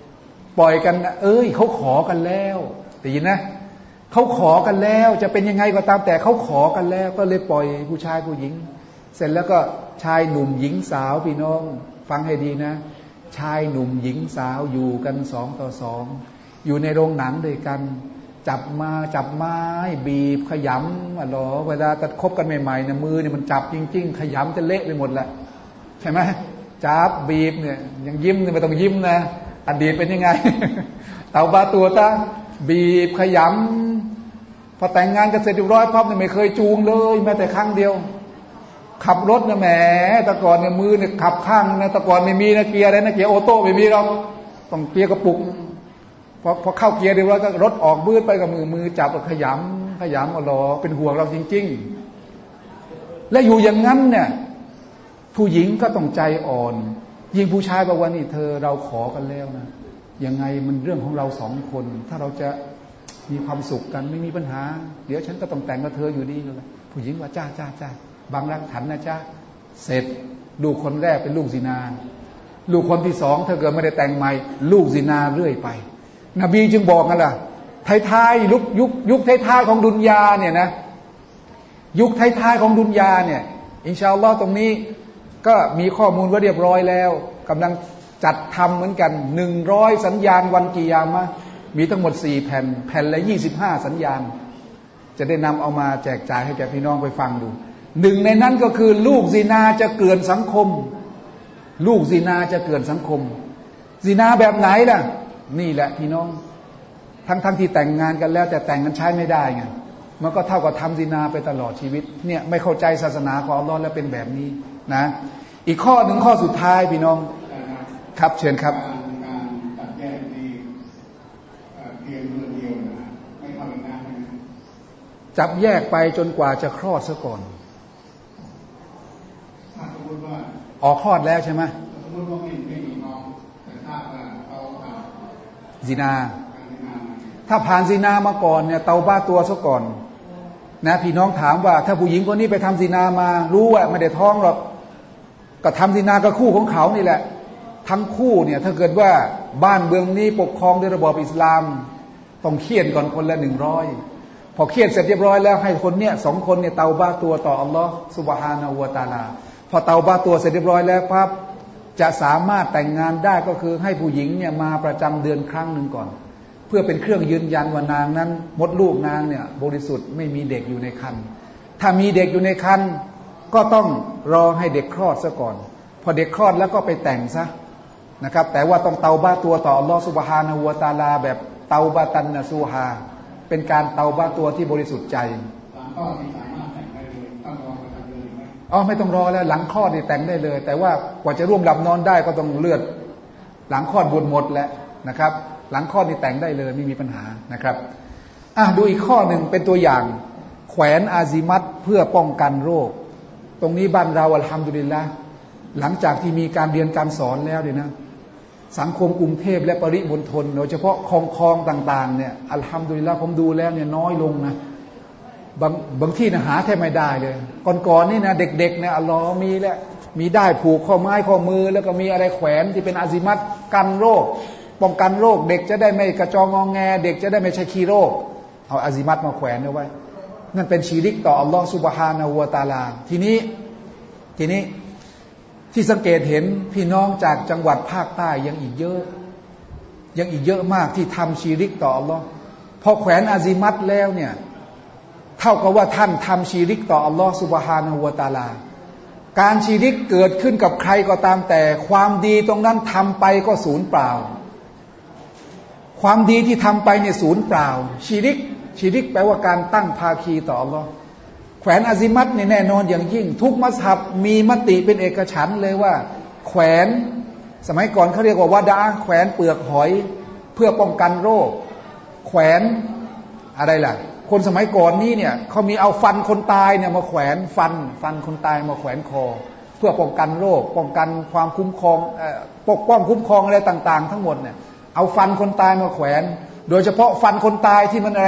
เขาขอกันแล้วได้ยินนะเขาขอกันแล้วจะเป็นยังไงก็ตามแต่เขาขอกันแล้วก็เลยปล่อยผู้ชายผู้หญิงเสร็จแล้วก็ชายหนุ่มหญิงสาวพี่น้องฟังให้ดีนะชายหนุ่มหญิงสาวอยู่กัน2 ต่อ 2อยู่ในโรงหนังด้วยกันจับไม้บีบขยำหรอเวลาตัดคบกันใหม่ๆเนี่ยมือเนี่ยมันจับจริงๆขยำจะเละไปหมดแหละใช่ไหมจับบีบเนี่ยยังยิ้มเนี่ยไม่ต้องยิ้มนะอดีตเป็นยังไงเต่าบาตัวตาบีบขยำพอแต่งงานกันเสร็จเรียบร้อยปั๊บเนี่ยไม่เคยจูงเลยแม้แต่ครั้งเดียวขับรถนะแหมแต่ก่อนเนี่ยมือเนี่ยขับข้างนะแต่ก่อนไม่มีนะเกียร์อะไรนะเกียร์ออโต้ไม่มีหรอกต้องเกียร์กระปุกพอเข้าเกียร์เรียบร้อยก็รถออกบื้นไปกับมือจับขยำอ๋อเป็นห่วงเราจริงๆและอยู่อย่างนั้นเนี่ยผู้หญิงก็ต้องใจอ่อนยิ่งผู้ชายบอกว่านี่เธอเราขอกันแล้วนะยังไงมันเรื่องของเรา2 คนถ้าเราจะมีความสุขกันไม่มีปัญหาเดี๋ยวฉันก็ต้องแต่งกับเธออยู่ดีเลยผู้หญิงว่าจ้าบางรักถันนะจ้าเสร็จลูกคนแรกเป็นลูกซินาลูกคนที่2เธอเกิดไม่ได้แต่งใหม่ลูกซินาเรื่อยไปนบีจึงบอกกันล่ะท้ายยุคท้ายของดุนยาเนี่ยนะยุคท้ายของดุนยาเนี่ยอินชาอัลลอฮ์ตรงนี้ก็มีข้อมูลไว้เรียบร้อยแล้วกำลังจัดทำเหมือนกัน100 สัญญาณวันกิยามะห์มีทั้งหมด4 แผ่นละ25 สัญญาณจะได้นำเอามาแจกจ่ายให้แก่พี่น้องไปฟังดูหนึ่งในนั้นก็คือลูกซินาจะเกลื่อนสังคมลูกซินาจะเกลื่อนสังคมซินาแบบไหนล่ะนี่แหละพี่น้องทั้งที่แต่งงานกันแล้วแต่แต่งกันใช้ไม่ได้ไงมันก็เท่ากับทำซินาไปตลอดชีวิตเนี่ยไม่เข้าใจศาสนาของอัลลอฮ์แล้วเป็นแบบนี้นะอีกข้อหนึ่งข้อสุดท้ายพี่น้องครับเชิญครับการจัดแยกในเพียงเรื่องเดียวนะไม่เข้าอีกนะจับแยกไปจนกว่าจะคลอดซะก่อนถ้าสมมติว่าออกคลอดแล้วใช่ไหมสมมติว่าไม่มีน้องแต่ถ้าเขาซินาถ้าผ่านซินามาก่อนเนี่ยเตาบ้าตัวซะก่อนนะพี่น้องถามว่าถ้าผู้หญิงคนนี้ไปทำซินามารู้ว่าไม่ได้ท้องหรอกก็ทำซินากับคู่ของเขานี่แหละทั้งคู่เนี่ยถ้าเกิดว่าบ้านเมืองนี้ปกครองด้วยระบอบอิสลามต้องเคี่ยนก่อนคนละ100พอเคี่ยนเสร็จเรียบร้อยแล้วให้คนเนี่ย2คนเนี่ยเตาบ้าตัวต่ออัลลอฮ์ซุบฮานะฮูวะตะอาลาพอเตาบ้าตัวเสร็จเรียบร้อยแล้วปั๊บจะสามารถแต่งงานได้ก็คือให้ผู้หญิงเนี่ยมาประจำเดือนครั้งหนึ่งก่อนเพื่อเป็นเครื่องยืนยันว่านางนั้นมดลูกนางเนี่ยบริสุทธิ์ไม่มีเด็กอยู่ในครรภ์ถ้ามีเด็กอยู่ในครรภ์ก็ต้องรอให้เด็กคลอดซะก่อนพอเด็กคลอดแล้วก็ไปแต่งซะนะครับแต่ว่าต้องเตาบ้าตัวต่ออัลลอฮฺซุบฮานะฮูวะตะอาลาแบบเตาบาตันนะซูฮาเป็นการเตาบ้าตัวที่บริสุทธิ์ใจไม่ต้องรอแล้วหลังคลอดนี่แต่งได้เลยแต่ว่ากว่าจะร่วมหลับนอนได้ก็ต้องเลือดหลังคลอดบุญหมดแล้วนะครับหลังคลอดนี่แต่งได้เลยไม่มีปัญหานะครับดูอีกข้อหนึ่งเป็นตัวอย่างแขวนอาซิมัตเพื่อป้องกันโรคตรงนี้บ้านเราอัลฮัมดุลิลละห์หลังจากที่มีการเรียนการสอนแล้วเนี่ยนะสังคมกรุงเทพและปริมณฑลโดยเฉพาะคลองต่างๆเนี่ยอัลฮัมดุลิลละห์ผมดูแล้วเนี่ยน้อยลงนะบางที่นะหาแทบไม่ได้เลยก่อนๆนี่นะเด็กๆเนี่ยอัลลอฮ์มีแล้วมีได้ผูกข้อไม้ข้อมือแล้วก็มีอะไรแขวนที่เป็นอาซิมัตกันโรคป้องกันโรคเด็กจะได้ไม่กระจองงอแงเด็กจะได้ไม่ใช่ขี้โรคเอาอาซิมัตมาแขวนเอาไว้นั่นเป็นชีริกต่ออัลลอฮ์ซุบฮานะฮูวะตะอาลาทีนี้ที่สังเกตเห็นพี่น้องจากจังหวัดภาคใต้ยังอีกเยอะมากที่ทำชีริกต่ออัลลอฮ์พอแขวนอาซิมัตแล้วเนี่ยเท่ากับว่าท่านทำชีริกต่ออัลลอฮ์ซุบฮานะฮูวะตะอาลาการชีริกเกิดขึ้นกับใครก็ตามแต่ความดีตรงนั้นทำไปก็สูญเปล่าความดีที่ทำไปเนี่ยสูญเปล่าชีริกแปลว่าการตั้งภาคีต่ออัลลอฮ์แขวนอาซิมัตเนี่ยแน่นอนอย่างยิ่งทุกมัซฮับมีมติเป็นเอกฉันท์เลยว่าแขวนสมัยก่อนเขาเรียกว่าวะดาแขวนเปลือกหอยเพื่อป้องกันโรคแขวนอะไรล่ะคนสมัยก่อนนี้เนี่ยเขามีเอาฟันคนตายเนี่ยมาแขวนฟันคนตายมาแขวนคอเพื่อป้องกันโรคป้องกันความคุ้มครองปกป้องคุ้มครองอะไรต่างๆทั้งหมดเนี่ยเอาฟันคนตายมาแขวนโดยเฉพาะฟันคนตายที่มันอะไร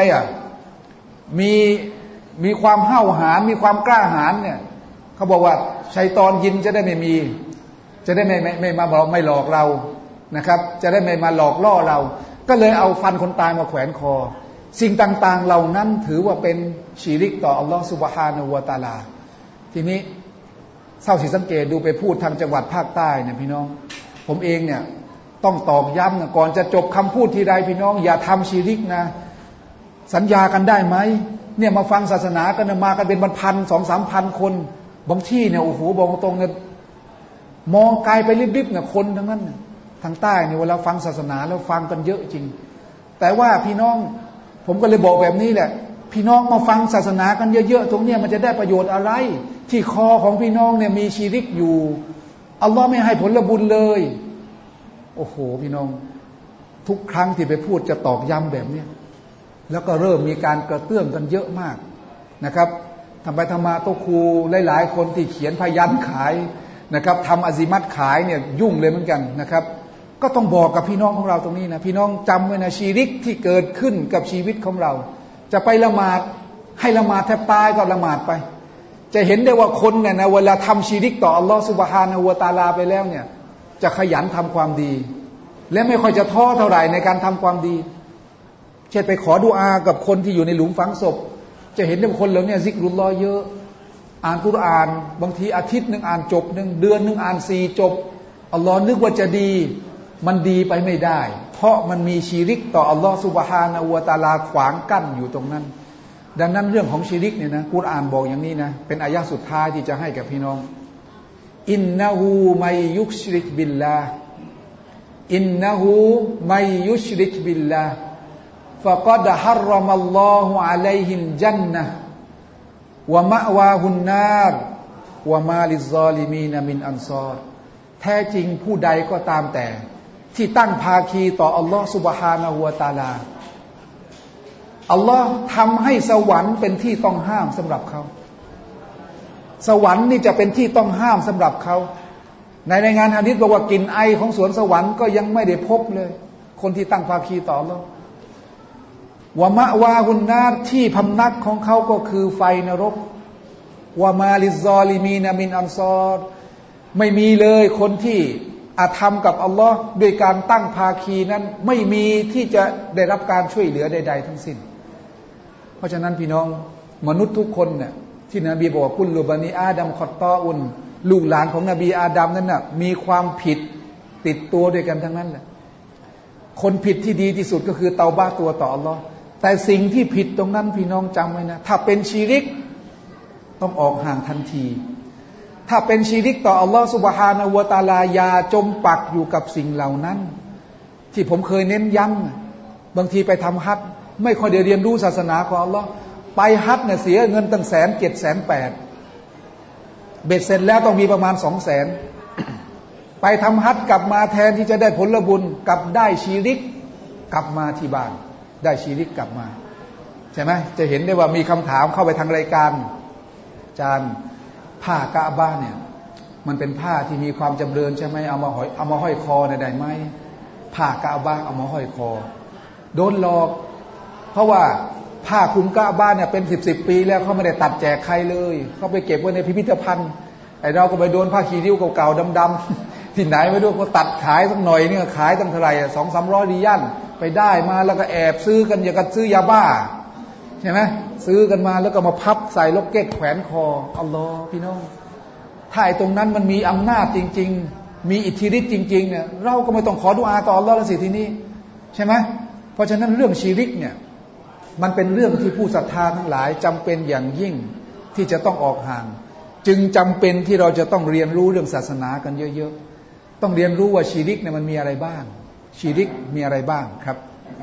มีความห้าวหาญมีความกล้าหาญเนี่ยเขาบอกว่าชัยฏอนยินจะได้ไม่มาบอกไม่หลอกเรานะครับจะได้ไม่มาหลอกล่อเราก็เลยเอาฟันคนตายมาแขวนคอสิ่งต่างๆเหล่านั้นถือว่าเป็นชีริกต่ออัลลอฮฺซุบฮานะฮูวะตะอาลาทีนี้เศร้าสิสังเกตดูไปพูดทางจังหวัดภาคใต้เนี่ยพี่น้องผมเองเนี่ยต้องตอกย้ำนะก่อนจะจบคำพูดทีใดพี่น้องอย่าทำชีริกนะสัญญากันได้ไหมเนี่ยมาฟังศาสนากันมากันเป็นพัน 2-3,000 คนบางที่เนี่ยโอ้โหบอกตรงเนี่ยมองไกลไปริบๆเนี่ยคนทั้งนั้นทางใต้เนี่ยเวลาฟังศาสนาแล้วฟังกันเยอะจริงแต่ว่าพี่น้องผมก็เลยบอกแบบนี้แหละพี่น้องมาฟังศาสนากันเยอะๆตรงเนี้ยมันจะได้ประโยชน์อะไรที่คอของพี่น้องเนี่ยมีชีริกอยู่อัลลอฮ์ไม่ให้ผลบุญเลยโอ้โหพี่น้องทุกครั้งที่ไปพูดจะตอกย้ำแบบนี้แล้วก็เริ่มมีการกระเตื้องกันเยอะมากนะครับทำไปทำมาโตครูหลายๆคนที่เขียนพยัญชนะขายนะครับทำอาซิมัตขายเนี่ยยุ่งเลยเหมือนกันนะครับก็ต้องบอกกับพี่น้องของเราตรงนี้นะพี่น้องจำไว้นะชีริกที่เกิดขึ้นกับชีวิตของเราจะไปละหมาดให้ละหมาดแทบตายก็ละหมาดไปจะเห็นได้ว่าคนเนี่ยนะเวลาทำชีริกต่ออัลลอฮฺซุบฮานะฮูวะตะอาลาไปแล้วเนี่ยจะขยันทำความดีและไม่ค่อยจะท้อเท่าไหร่ในการทำความดีเช่นไปขอดุอากับคนที่อยู่ในหลุมฝังศพจะเห็นได้ว่าคนเหล่านี้ซิกรุลลอฮ์เยอะอ่านกุรอานบางทีอาทิตย์นึงอ่านจบนึงเดือนนึงอ่าน4จบอัลลอฮ์นึกว่าจะดีมันดีไปไม่ได้เพราะมันมีชีริกต่ออัลลอฮ์ซุบฮานะฮูวะตะอาลาขวางกั้นอยู่ตรงนั้นดังนั้นเรื่องของชีริกเนี่ยนะกุรอานบอกอย่างนี้นะเป็นอายะห์สุดท้ายที่จะให้กับพี่น้องอินนะฮูมัยยุชริกบิลลาอินนะฮูมัยยุชริกบิลลาฟะกอดฮารรอมัลลอฮุอะลัยฮิลญันนะฮ์วะมะวาฮุนนารวะมาลิซซอลิมีนมินอันซอรแท้จริงผู้ใดก็ตามแต่ที่ตั้งภาคีต่ออัลลอฮฺซุบฮานะฮูวะตะอาลาอัลลอฮ์ทำให้สวรรค์เป็นที่ต้องห้ามสำหรับเขาสวรรค์นี่จะเป็นที่ต้องห้ามสำหรับเขาในรายงานหะดีษบอกว่ากลิ่นไอของสวนสวรรค์ก็ยังไม่ได้พบเลยคนที่ตั้งภาคีต่ออัลลอฮ์วะมะวาฮุนนารที่พำนักของเขาก็คือไฟนรกวะมาลิซซอลิมีนมินอันซอรไม่มีเลยคนที่อาธรรมกับอัลลอฮ์ด้วยการตั้งภาคีนั้นไม่มีที่จะได้รับการช่วยเหลือใดๆทั้งสิ้นเพราะฉะนั้นพี่น้องมนุษย์ทุกคนเนี่ยที่นบีบอกว่ากุลลุบานีอาดัมคอตตออุนลูกหลานของนบีอาดัมนั้นน่ะมีความผิดติดตัวด้วยกันทั้งนั้นแหละคนผิดที่ดีที่สุดก็คือเตาบ้าตัวต่ออัลลอฮ์แต่สิ่งที่ผิดตรงนั้นพี่น้องจำไว้นะถ้าเป็นชิริกต้องออกห่างทันทีถ้าเป็นชิริกต่ออัลลอฮ์ซุบฮานะฮูวะตะอาลาอย่าจมปักอยู่กับสิ่งเหล่านั้นที่ผมเคยเน้นย้ำบางทีไปทำฮัจญ์ไม่ค่อยได้เรียนรู้ศาสนาของอัลลอฮ์ไปฮัจญ์เนี่ยเสียเงินตั้ง107,800เบ็ดเสร็จแล้วต้องมีประมาณ200,000ไปทำฮัจญ์กลับมาแทนที่จะได้ผลบุญกลับได้ชีริกกลับมาที่บ้านได้ชีริกกลับมาใช่ไหมจะเห็นได้ว่ามีคำถามเข้าไปทางรายการอาจารย์ผ้ากะอ์บะห์เนี่ยมันเป็นผ้าที่มีความจำเริญใช่ไหมเอามาห้อยคอได้ไหมผ้ากะอ์บะห์เอามาห้อยคอโดนหลอกเพราะว่าผ้าคลุมกะอ์บะห์เนี่ยเป็น10 ปีแล้วเขาไม่ได้ตัดแจกใครเลยเขาไปเก็บไว้ในพิพิธภัณฑ์ไอ้เราก็ไปโดนผ้าคีริ้วเก่าๆดำๆที่ไหนไม่รู้ก็ตัดขายสักหน่อยเนี่ยขายตั้งเท่าไหร่200-300 ริยัลไปได้มาแล้วก็แอบซื้อกันอย่างกับซื้อยาบ้าใช่ไหมซื้อกันมาแล้วก็มาพับใส่ล็อกเก็ตแขวนคออัลลอฮ์พี่น้องถ้าไอ้ตรงนั้นมันมีอำนาจจริงๆมีอิทธิฤทธิ์จริงๆเนี่ยเราก็ไม่ต้องขอดุอาต่ออัลลอฮ์แล้วสิทีนี้ใช่ไหมเพราะฉะนั้นเรื่องชิริกเนี่ยมันเป็นเรื่องที่ผู้ศรัทธาทั้งหลายจำเป็นอย่างยิ่งที่จะต้องออกห่างจึงจำเป็นที่เราจะต้องเรียนรู้เรื่องศาสนากันเยอะๆต้องเรียนรู้ว่าชิริกเนี่ยมันมีอะไรบ้างชิริกมีอะไรบ้างครับ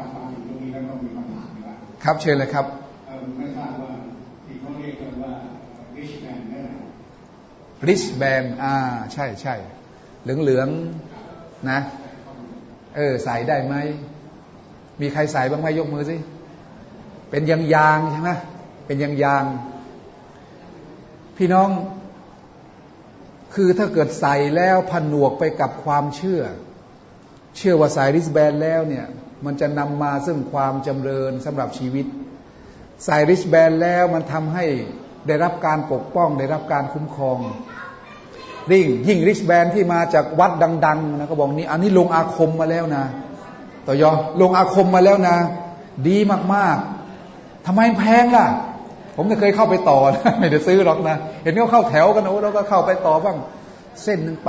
ครับเชิญเลยครับไม่ทราบว่าที่เขาเรียกกันว่าริชแบนเนี่ยริชแบนใช่ใช่เหลืองๆนะใส่ได้ไหมมีใครใส่บ้างไหมยกมือสิเป็นยางใช่ไหมเป็นยางพี่น้องคือถ้าเกิดใส่แล้วผนวกไปกับความเชื่อว่าใส่ริชแบนแล้วเนี่ยมันจะนำมาซึ่งความจำเริญสำหรับชีวิตใส่ริชแบนแล้วมันทำให้ได้รับการปกป้องได้รับการคุ้มครองยิ่งริชแบนที่มาจากวัดดังๆนะก็บอกนี้อันนี้ลงอาคมมาแล้วนะต่อยอลงอาคมมาแล้วนะดีมากๆทำไมแพงล่ะผมเคยเข้าไปต่อนะไม่ได้ซื้อหรอกนะเห็นเขาเข้าแถวกันโอ้เราก็เข้าไปต่อบ้างเส้นหนึ่ง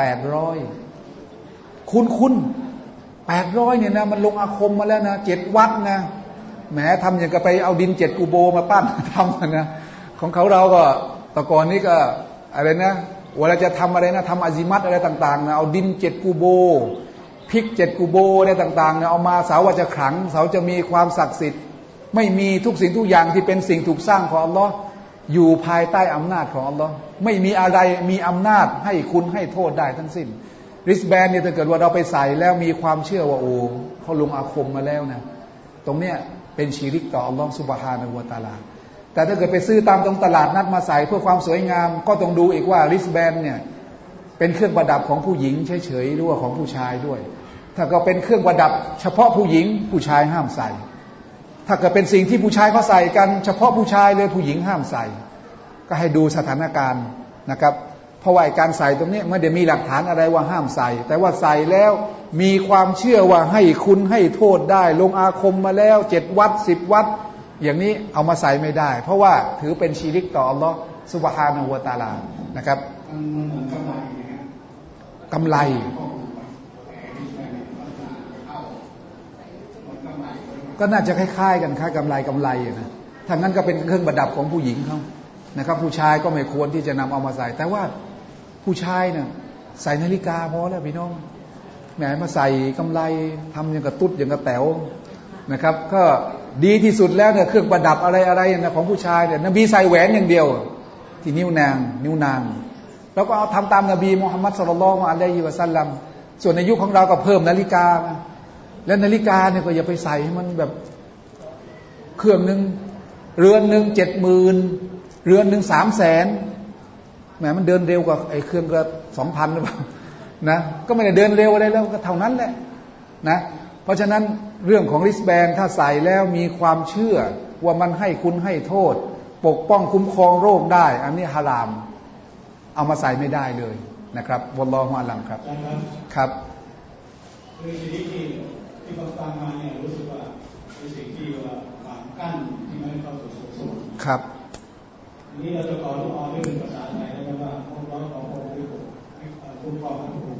800คุณ800เนี่ยนะมันลงอาคมมาแล้วนะ7 วัดนะแหมทำอย่างกับไปเอาดิน7 กูโบมาปั้นทำนะของเราก็ตะกอนนี้ก็อะไรนะเวลาจะทำอะไรนะทำอาซิมัตอะไรต่างๆนะเอาดิน7 กูโบพริก7 กูโบอะไรต่างๆนะเอามาเสาว่าจะขลังเสาจะมีความศักดิ์สิทธิ์ไม่มีทุกสิ่งทุกอย่างที่เป็นสิ่งถูกสร้างของอัลลอฮ์อยู่ภายใต้อำนาจของอัลลอฮ์ไม่มีอะไรมีอำนาจให้คุณให้โทษได้ทั้งสิ้นริสแบนเนี่ยถ้าเกิดว่าเราไปใส่แล้วมีความเชื่อว่าโอ้เขาลงอาคมมาแล้วนะตรงเนี้ยเป็นชิริกต่ออัลลอฮ์ซุบฮานะฮูวะตะอาลาแต่ถ้าเกิดไปซื้อตามตรงตลาดนัดมาใส่เพื่อความสวยงามก็ต้องดูอีกว่าริสแบนเนี่ยเป็นเครื่องประดับของผู้หญิงเฉยๆหรือว่าของผู้ชายด้วยถ้าก็เป็นเครื่องประดับเฉพาะผู้หญิงผู้ชายห้ามใส่ถ้าเกิดเป็นสิ่งที่ผู้ชายเขาใส่กันเฉพาะผู้ชายเลยผู้หญิงห้ามใส่ก็ให้ดูสถานการณ์นะครับเพราะว่าการใส่ตรงนี้ไม่ได้มีหลักฐานอะไรว่าห้ามใส่แต่ว่าใส่แล้วมีความเชื่อว่าให้คุณให้โทษได้ลงอาคมมาแล้ว7 วัด10 วัดอย่างนี้เอามาใส่ไม่ได้เพราะว่าถือเป็นชิริกต่ออัลลอฮ์ซุบฮานะฮูวะตะอาลานะครับกำไรก็น่าจะคล้ายๆกันคล้ายกำไรนะถ้างั้นก็เป็นเครื่องประดับของผู้หญิงเขานะครับผู้ชายก็ไม่ควรที่จะนำเอามาใส่แต่ว่าผู้ชายเนี่ยใส่นาฬิกาพอแล้วพี่น้องแหมมาใส่กำไรทำอย่างกระตุ้ดอย่างกระแต๋วนะครับก็ดีที่สุดแล้วเนี่ยเครื่องประดับอะไรนะของผู้ชายเนี่ยนบีใส่แหวนอย่างเดียวที่นิ้วนางแล้วก็เอาทำตามนบีมุฮัมมัดศ็อลลัลลอฮุอะลัยฮิวะซัลลัมส่วนในยุคของเราก็เพิ่มนาฬิกามาแล้วนาฬิกาเนี่ยก็อย่าไปใส่ให้มันแบบเครื่องนึงเรือนนึง70,000เรือนนึง300,000แหมมันเดินเร็วกว่าไอ้เครื่องก็ 2,000 หรือเปล่านะก็ไม่ได้เดินเร็วอะไรแล้วก็เท่านั้นแหละนะเพราะฉะนั้นเรื่องของริสแบนถ้าใส่แล้วมีความเชื่อว่ามันให้คุณให้โทษปกป้องคุ้มครองโรคได้อันนี้ฮารามเอามาใส่ไม่ได้เลยนะครับวัลลอฮุอะลัมครับครับคือสิ่งที่ฟังมาเนี่ยรู้สึกว่าเป็นสิ่งที่ว่าขวางกั้นที่ไม่ให้เข้าสู่สวรรค์ครับนี้เราจะขอทุกอด้วยภาษาไทยได้ไหมว่าองค์ร้อยของพระองค์ด้วยคุ้มครองพระองค์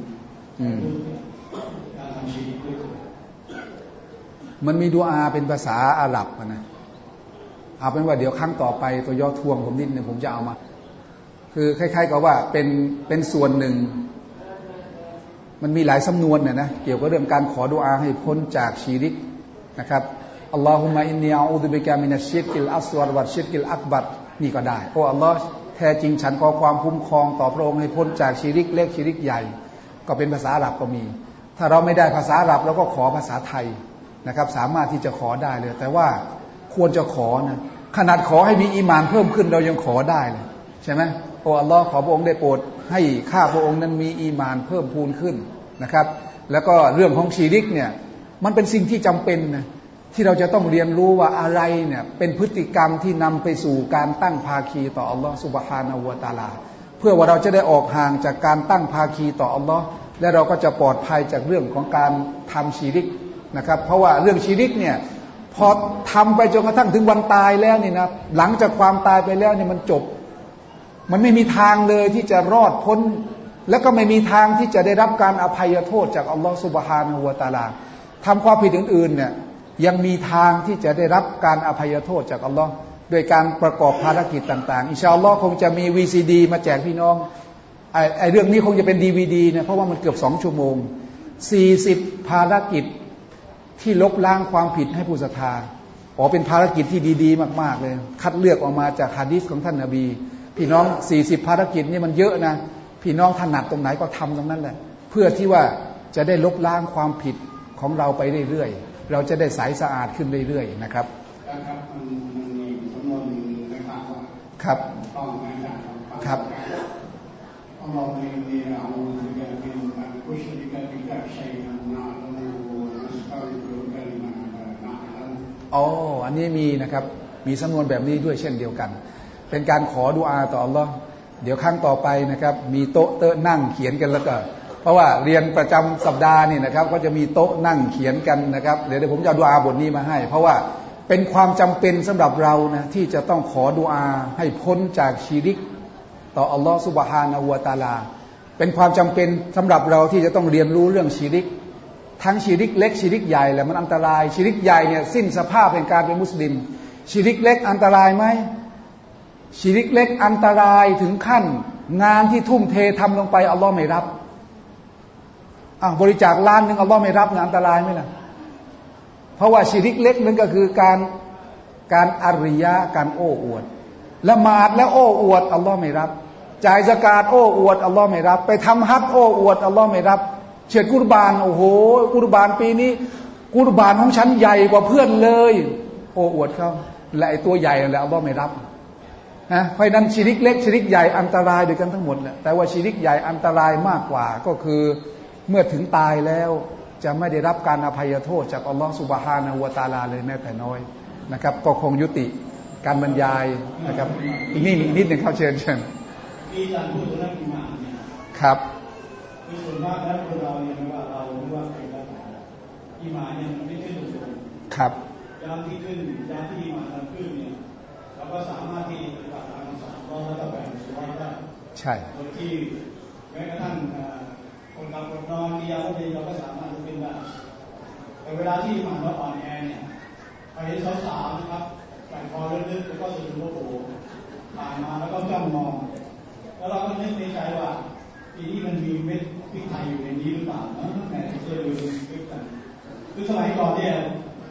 การทำชีวิตด้วยมันมีดุอาเป็นภาษาอาหรับนะเอาเป็นว่าเดี๋ยวครั้งต่อไปตัวย่อทวงผมนิดนึงผมจะเอามาคือคล้ายๆกับว่าเป็นส่วนหนึ่งมันมีหลายสำนวนนะเกี่ยวกับเรื่องการขอดุอาให้พ้นจากชิริกนะครับอัลลอฮุมะอินนีอาอูดุบิกะมินัชชิรกิลอัสวัรวัชชิรกิลอักบัรนี่ก็ได้โอ้อัลลอฮ์แท้จริงฉันขอความคุ้มครองต่อพระองค์ให้พ้นจากชิริกเล็กชิริกใหญ่ก็เป็นภาษาอาหรับก็มีถ้าเราไม่ได้ภาษาอาหรับเราก็ขอภาษาไทยนะครับสามารถที่จะขอได้เลยแต่ว่าควรจะขอนะขนาดขอให้มีอีหม่านเพิ่มขึ้นเรายังขอได้เลยใช่ไหมโอ้อัลลอฮ์ขอพระองค์ได้โปรดให้ข้าพระองค์นั้นมีอีหม่านเพิ่มพูนขึ้นนะครับแล้วก็เรื่องของชิริกเนี่ยมันเป็นสิ่งที่จำเป็นนะที่เราจะต้องเรียนรู้ว่าอะไรเนี่ยเป็นพฤติกรรมที่นำไปสู่การตั้งภาคีต่ออัลลอฮ์ซุบฮานะฮูวะตะอาลาเพื่อว่าเราจะได้ออกห่างจากการตั้งภาคีต่ออัลลอฮ์และเราก็จะปลอดภัยจากเรื่องของการทำชิริกนะครับเพราะว่าเรื่องชิริกเนี่ยพอทำไปจนกระทั่งถึงวันตายแล้วนี่นะหลังจากความตายไปแล้วเนี่ยมันจบมันไม่มีทางเลยที่จะรอดพ้นแล้วก็ไม่มีทางที่จะได้รับการอภัยโทษจากอัลลอฮฺซุบฮานะฮูวะตะอาลาทำความผิดอื่นๆเนี่ยยังมีทางที่จะได้รับการอภัยโทษจากอัลลอฮ์โดยการประกอบภารกิจต่างๆอินชาอัลลอฮ์คงจะมี VCD มาแจกพี่น้องไอ้เรื่องนี้คงจะเป็น DVD นะเพราะว่ามันเกือบ2 ชั่วโมง40ภารกิจที่ลบล้างความผิดให้ผู้ศรัทธาเป็นภารกิจที่ดีๆมากๆเลยคัดเลือกออกมาจากหะดีษของท่านนบีพี่น้อง40ภารกิจนี่มันเยอะนะพี่น้องถนัดตรงไหนก็ทำตรงนั้นแหละเพื่อที่ว่าจะได้ลบล้างความผิดของเราไปเรื่อยๆเราจะได้ใสสะอาดขึ้นเรื่อยๆนะครับครับมันมีสำนวนนะครับว่าครับต้องมาจากครับอัลลอฮฺมีอาอูซุบิลลาฮิมินอัลกุชริกะบิกะชัยอันนะละมูนัสตัฆฟิรุกะลิมานะอันนี้มีนะครับมีสำนวนแบบนี้ด้วยเช่นเดียวกันเป็นการขอดุอาต่ออัลลอฮ์เดี๋ยวครั้งต่อไปนะครับมีโต๊ะนั่งเขียนกันแล้วก็เพราะว่าเรียนประจำสัปดาห์นี่นะครับก็จะมีโต๊ะนั่งเขียนกันนะครับเดี๋ยวผมจะเอาดุอาบทนี้มาให้เพราะว่าเป็นความจำเป็นสำหรับเรานะที่จะต้องขอดุอาให้พ้นจากชิริกต่ออัลลอฮฺซุบฮานะฮูวะตะอาลาเป็นความจำเป็นสำหรับเราที่จะต้องเรียนรู้เรื่องชิริกทั้งชิริกเล็กชิริกใหญ่แหละมันอันตรายชิริกใหญ่เนี่ยสิ้นสภาพแห่งการเป็นมุสลิมชิริกเล็กอันตรายไหมชิริกเล็กอันตรายถึงขั้นงานที่ทุ่มเททำลงไปอัลลอฮ์ไม่รับบริจาคล้านหนึ่งอัลลอฮ์ไม่รับนะอันตรายไหมล่ะเพราะว่าชิริกเล็กนั่นก็คือการอาริยะการโอ้อวดละหมาดและโอ้อวดอัลลอฮ์ไม่รับจ่ายซะกาตโอ้อวดอัลลอฮ์ไม่รับไปทำฮัจญ์โอ้อวดอัลลอฮ์ไม่รับเฉียดกุรบานโอ้โหกุรบานปีนี้กุรบานของฉันใหญ่กว่าเพื่อนเลยโอ้อวดเขาและไอ้ตัวใหญ่นั่นแหละอัลลอฮ์ไม่รับนะเพราะนั้นชิริกเล็กชิริกใหญ่อันตรายด้วยกันทั้งหมดแหละแต่ว่าชิริกใหญ่อันตรายมากกว่าก็คือเมื่อถึงตายแล้วจะไม่ได้รับการอภัยโทษจากอัลลอฮฺซุบฮานะฮูวะตะอาลาเลยแม้แต่น้อยนะครับก็คงยุติการบรรยายนะครับอีกนิดหนึ่งเข้าเชิญที่อาจารย์พูดเรื่องอิมานเนี่ยครับคือส่วนมากแล้วคนเราเนี่ยไม่ว่าเราไม่ว่าใครก็ตามอิมานเนี่ยมันไม่ขึ้นลงครับยามที่ขึ้นยามที่อิมานมันขึ้นเนี่ยเราก็สามารถที่ปฏิบัติตามคำสั่งของอัลเลาะห์แล้วก็แบ่งส่วนได้ใช่โดยที่แม้กระทั่งคนขับรถนอนที่ยามที่เราก็สามารถลุกขึ้นได้แต่เวลาที่อิมานเราอ่อนแอเนี่ยไปเห็นสาวๆนะครับใส่คอลึกๆแล้วก็สุดโอ้โหผ่านมาแล้วก็จ้องมองแล้วเราก็นึกในใจว่าปีนี้มันมีเม็ดพริกไทยอยู่ในนี้หรือเปล่าแหมเคยดูคลิปกันคือสมัยก่อนเนี่ย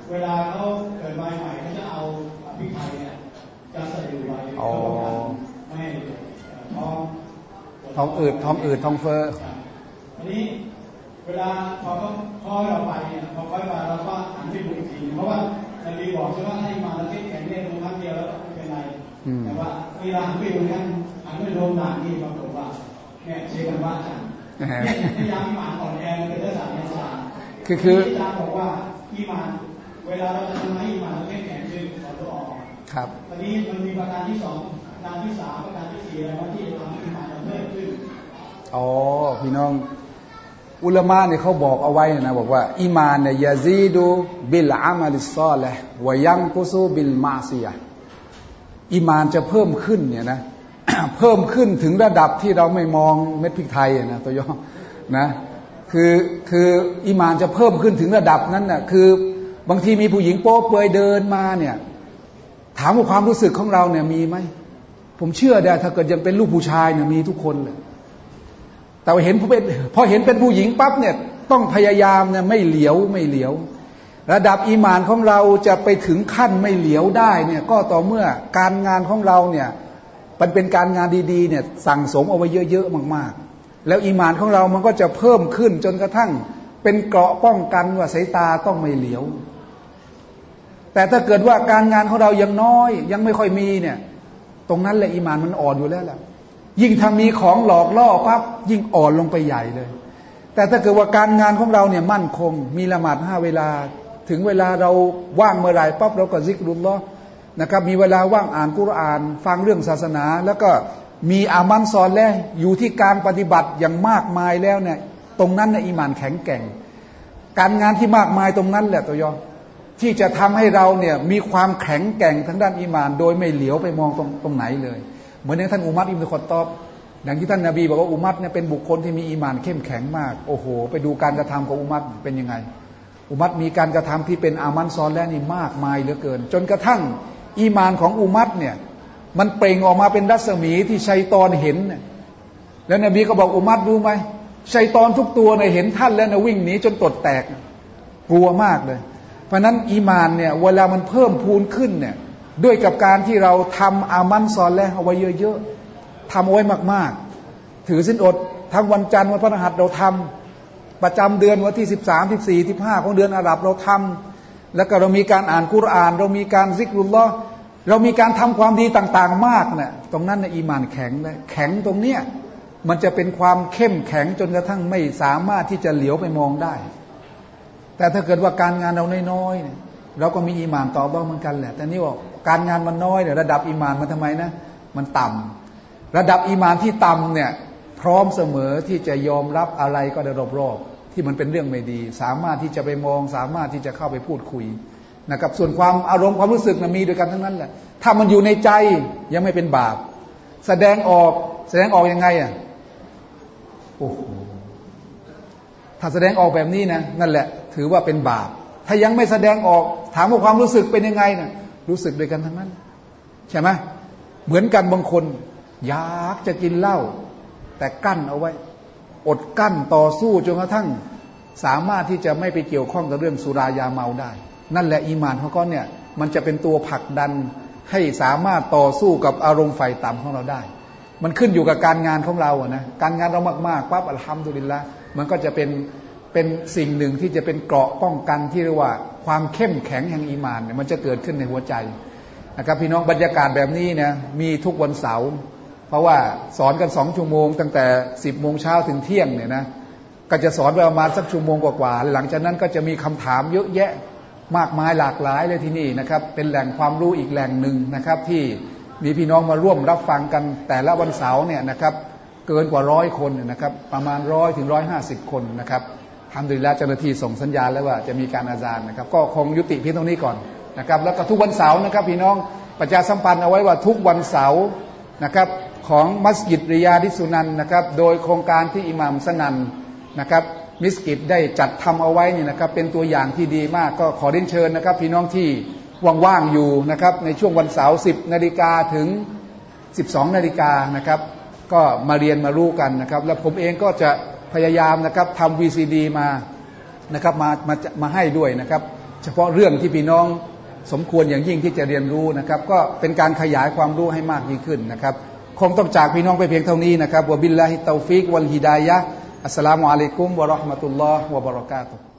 เวลาเขาเกิดมาใหม่เขาจะเอาพริกไทยเนี่ยจะใส่อยู่ไว้ไม่ให้ท้องอืดท้องเฟ้ออันนี้เวลาพอเราไปเนี่ยพอค่อยมาเราก็หันไปดูอีกทีเพราะว่านบีบอกใช่ว่าให้มาแล้วแข็งเนี่ยดูครั้งเดียวแล้วไม่เป็นไรแต่ว่าเวลาหันไปดูนั้นหันไปโดนด่านนี่ปรากฏว่าเนี่ยเชื่อกันว่าอาจารย์เนี่ยพยายามอิหม่านอ่อนแอเป็นเรื่องสารศาสตร์คืออาจารย์บอกว่าอิหม่านเวลาเราจะทำให้อิหม่านเราแข็งคือขอตัวออกครับตอนนี้มันมีประการที่2ประการที่3ประการที่4อะไรว่าที่ทำให้อิหม่านเราเพิ่มขึ้นพี่น้องอุลามะเนี่ยเขาบอกเอาไว้นะบอกว่าอีมานเนี่ยยาซีดูบิลอามัลิศอลิฮ์วะยันกุซูบิลมาซียะห์อีมานจะเพิ่มขึ้นเนี่ยนะ เพิ่มขึ้นถึงระดับที่เราไม่มองเม็ดพริกไทยนะตัวย่อนะคืออีมานจะเพิ่มขึ้นถึงระดับนั้นน่ะคือบางทีมีผู้หญิงโป๊เปลือยเดินมาเนี่ยถามว่าความรู้สึกของเราเนี่ยมีไหมผมเชื่อได้ถ้าเกิดยังเป็นลูกผู้ชายเนี่ยมีทุกคนเลยแต่พอเห็นเป็นผู้หญิงปั๊บเนี่ยต้องพยายามเนี่ยไม่เหลียวระดับอีหม่านของเราจะไปถึงขั้นไม่เหลียวได้เนี่ยก็ต่อเมื่อการงานของเราเนี่ยมันเป็นการงานดีๆเนี่ยสั่งสมเอาไว้เยอะๆมากๆแล้วอีหม่านของเรามันก็จะเพิ่มขึ้นจนกระทั่งเป็นเกราะป้องกันว่าสายตาต้องไม่เหลียวแต่ถ้าเกิดว่าการงานของเรายังน้อยยังไม่ค่อยมีเนี่ยตรงนั้นแหละอีหม่านมันอ่อนอยู่แล้วแหละยิ่งทำมีของหลอกล่อปั๊บยิ่งอ่อนลงไปใหญ่เลยแต่ถ้าเกิดว่าการงานของเราเนี่ยมั่นคงมีละหมาด5เวลาถึงเวลาเราว่างเมื่อไหร่ปั๊บเราก็ซิกรุลลอฮ์นะครับมีเวลาว่างอ่านกุรอานฟังเรื่องศาสนาแล้วก็มีอามัลซอลิฮ์อยู่ที่การปฏิบัติอย่างมากมายแล้วเนี่ยตรงนั้นเนี่ยอีหม่านแข็งแกร่งการงานที่มากมายตรงนั้นแหละตัวยอที่จะทำให้เราเนี่ยมีความแข็งแกร่งทางด้านอีหม่านโดยไม่เหลียวไปมองตรงไหนเลยเหมือนอย่างท่านอุมัรอิบนุคอฏฏอบอย่างที่ท่านนบีบอกว่าอุมัรเนี่ยเป็นบุคคลที่มีอีหม่านเข้มแข็งมากโอ้โหไปดูการกระทำของอุมัรเป็นยังไงอุมัรมีการกระทำที่เป็นอามัลซอลิฮ์นี่มากมายเหลือเกินจนกระทั่งอีหม่านของอุมัรเนี่ยมันเปล่งออกมาเป็นรัศมีที่ชัยฏอนเห็นแล้วนบีก็บอกอุมัรรู้ไหมชัยฏอนทุกตัวเนี่ยเห็นท่านแล้วนะวิ่งหนีจนตดแตกกลัวมากเลยเพราะนั้นอีหม่านเนี่ยเวลามันเพิ่มพูนขึ้นเนี่ยด้วยกับการที่เราทำอามัลซอลิฮ์เอาไว้เยอะๆทำเอาไว้มากๆถือศีลอดทั้งวันจันทร์วันพฤหัสเราทำประจำเดือนวันที่13 14 15ของเดือนอาหรับเราทำแล้วก็เรามีการอ่านกุรอานเรามีการซิกรุลลอฮ์เรามีการทำความดีต่างๆมากเนี่ยตรงนั้นในอีหม่านแข็งเลยแข็งตรงเนี้ยมันจะเป็นความเข้มแข็งจนกระทั่งไม่สามารถที่จะเหลียวไปมองได้แต่ถ้าเกิดว่าการงานเราน้อยๆเนี่ยเราก็มีอีหม่านต่อบ้างเหมือนกันแหละแต่นี่ว่าการงานมันน้อยเนี่ยระดับอีหม่านมันทำไมนะมันต่ำระดับอีหม่านที่ต่ำเนี่ยพร้อมเสมอที่จะยอมรับอะไรก็ได้รอบๆที่มันเป็นเรื่องไม่ดีสามารถที่จะไปมองสามารถที่จะเข้าไปพูดคุยนะครับส่วนความอารมณ์ความรู้สึกนะมีด้วยกันทั้งนั้นแหละถ้ามันอยู่ในใจยังไม่เป็นบาปแสดงออกยังไงอ่ะโอ้โหถ้าแสดงออกแบบนี้นะนั่นแหละถือว่าเป็นบาปถ้ายังไม่แสดงออกถามว่าความรู้สึกเป็นยังไงนะรู้สึกด้วยกันทั้งนั้นใช่ไหมเหมือนกันบางคนอยากจะกินเหล้าแต่กั้นเอาไว้อดกั้นต่อสู้จนกระทั่งสามารถที่จะไม่ไปเกี่ยวข้องกับเรื่องสุรายาเมาได้นั่นแหละอีหม่านของเขาเนี่ยมันจะเป็นตัวผลักดันให้สามารถต่อสู้กับอารมณ์ไฟต่ำของเราได้มันขึ้นอยู่กับการงานของเราอะนะการงานเรามากๆปั๊บอัลฮัมดุลิลละห์มันก็จะเป็นสิ่งหนึ่งที่จะเป็นเกราะป้องกันที่เรียกว่าความเข้มแข็งแห่งอีหม่านเนี่ยมันจะเกิดขึ้นในหัวใจนะครับพี่น้องบรรยากาศแบบนี้นะมีทุกวันเสาร์เพราะว่าสอนกัน2 ชั่วโมงตั้งแต่10 โมงเช้าถึงเที่ยงเนี่ยนะก็จะสอนไปประมาณสัก1 ชั่วโมงกว่าๆหลังจากนั้นก็จะมีคำถามเยอะแยะมากมายหลากหลายเลยที่นี่นะครับเป็นแหล่งความรู้อีกแหล่งหนึ่งนะครับที่มีพี่น้องมาร่วมรับฟังกันแต่ละวันเสาร์เนี่ยนะครับเกินกว่า100 คนนะครับประมาณ100 ถึง 150 คนนะครับทำโดยแล้วเจ้าหน้าที่ส่งสัญญาณแล้วว่าจะมีการอาซานนะครับก็คงยุติเพียงตรงนี้ก่อนนะครับแล้วก็ทุกวันเสาร์นะครับพี่น้องประชาสัมพันธ์เอาไว้ว่าทุกวันเสาร์นะครับของมัสยิดริยาดิสุนันนะครับโดยโครงการที่อิหม่ามสนันนะครับมิสกิตได้จัดทำเอาไว้นี่นะครับเป็นตัวอย่างที่ดีมากก็ขอเรียนเชิญนะครับพี่น้องที่ว่างๆอยู่นะครับในช่วงวันเสาร์10 นาฬิกาถึง12 นาฬิกานะครับก็มาเรียนมารู้กันนะครับแล้วผมเองก็จะพยายามนะครับทำ VCD มานะครับมาให้ด้วยนะครับเฉพาะเรื่องที่พี่น้องสมควรอย่างยิ่งที่จะเรียนรู้นะครับก็เป็นการขยายความรู้ให้มากยิ่งขึ้นนะครับคงต้องจากพี่น้องไปเพียงเท่านี้นะครับวะบิลลาฮิตตอฟิกวัลฮิดายะฮ์อัสสลามุอะลัยกุมวะเราะห์มะตุลลอฮ์วะบะเราะกาตุฮ์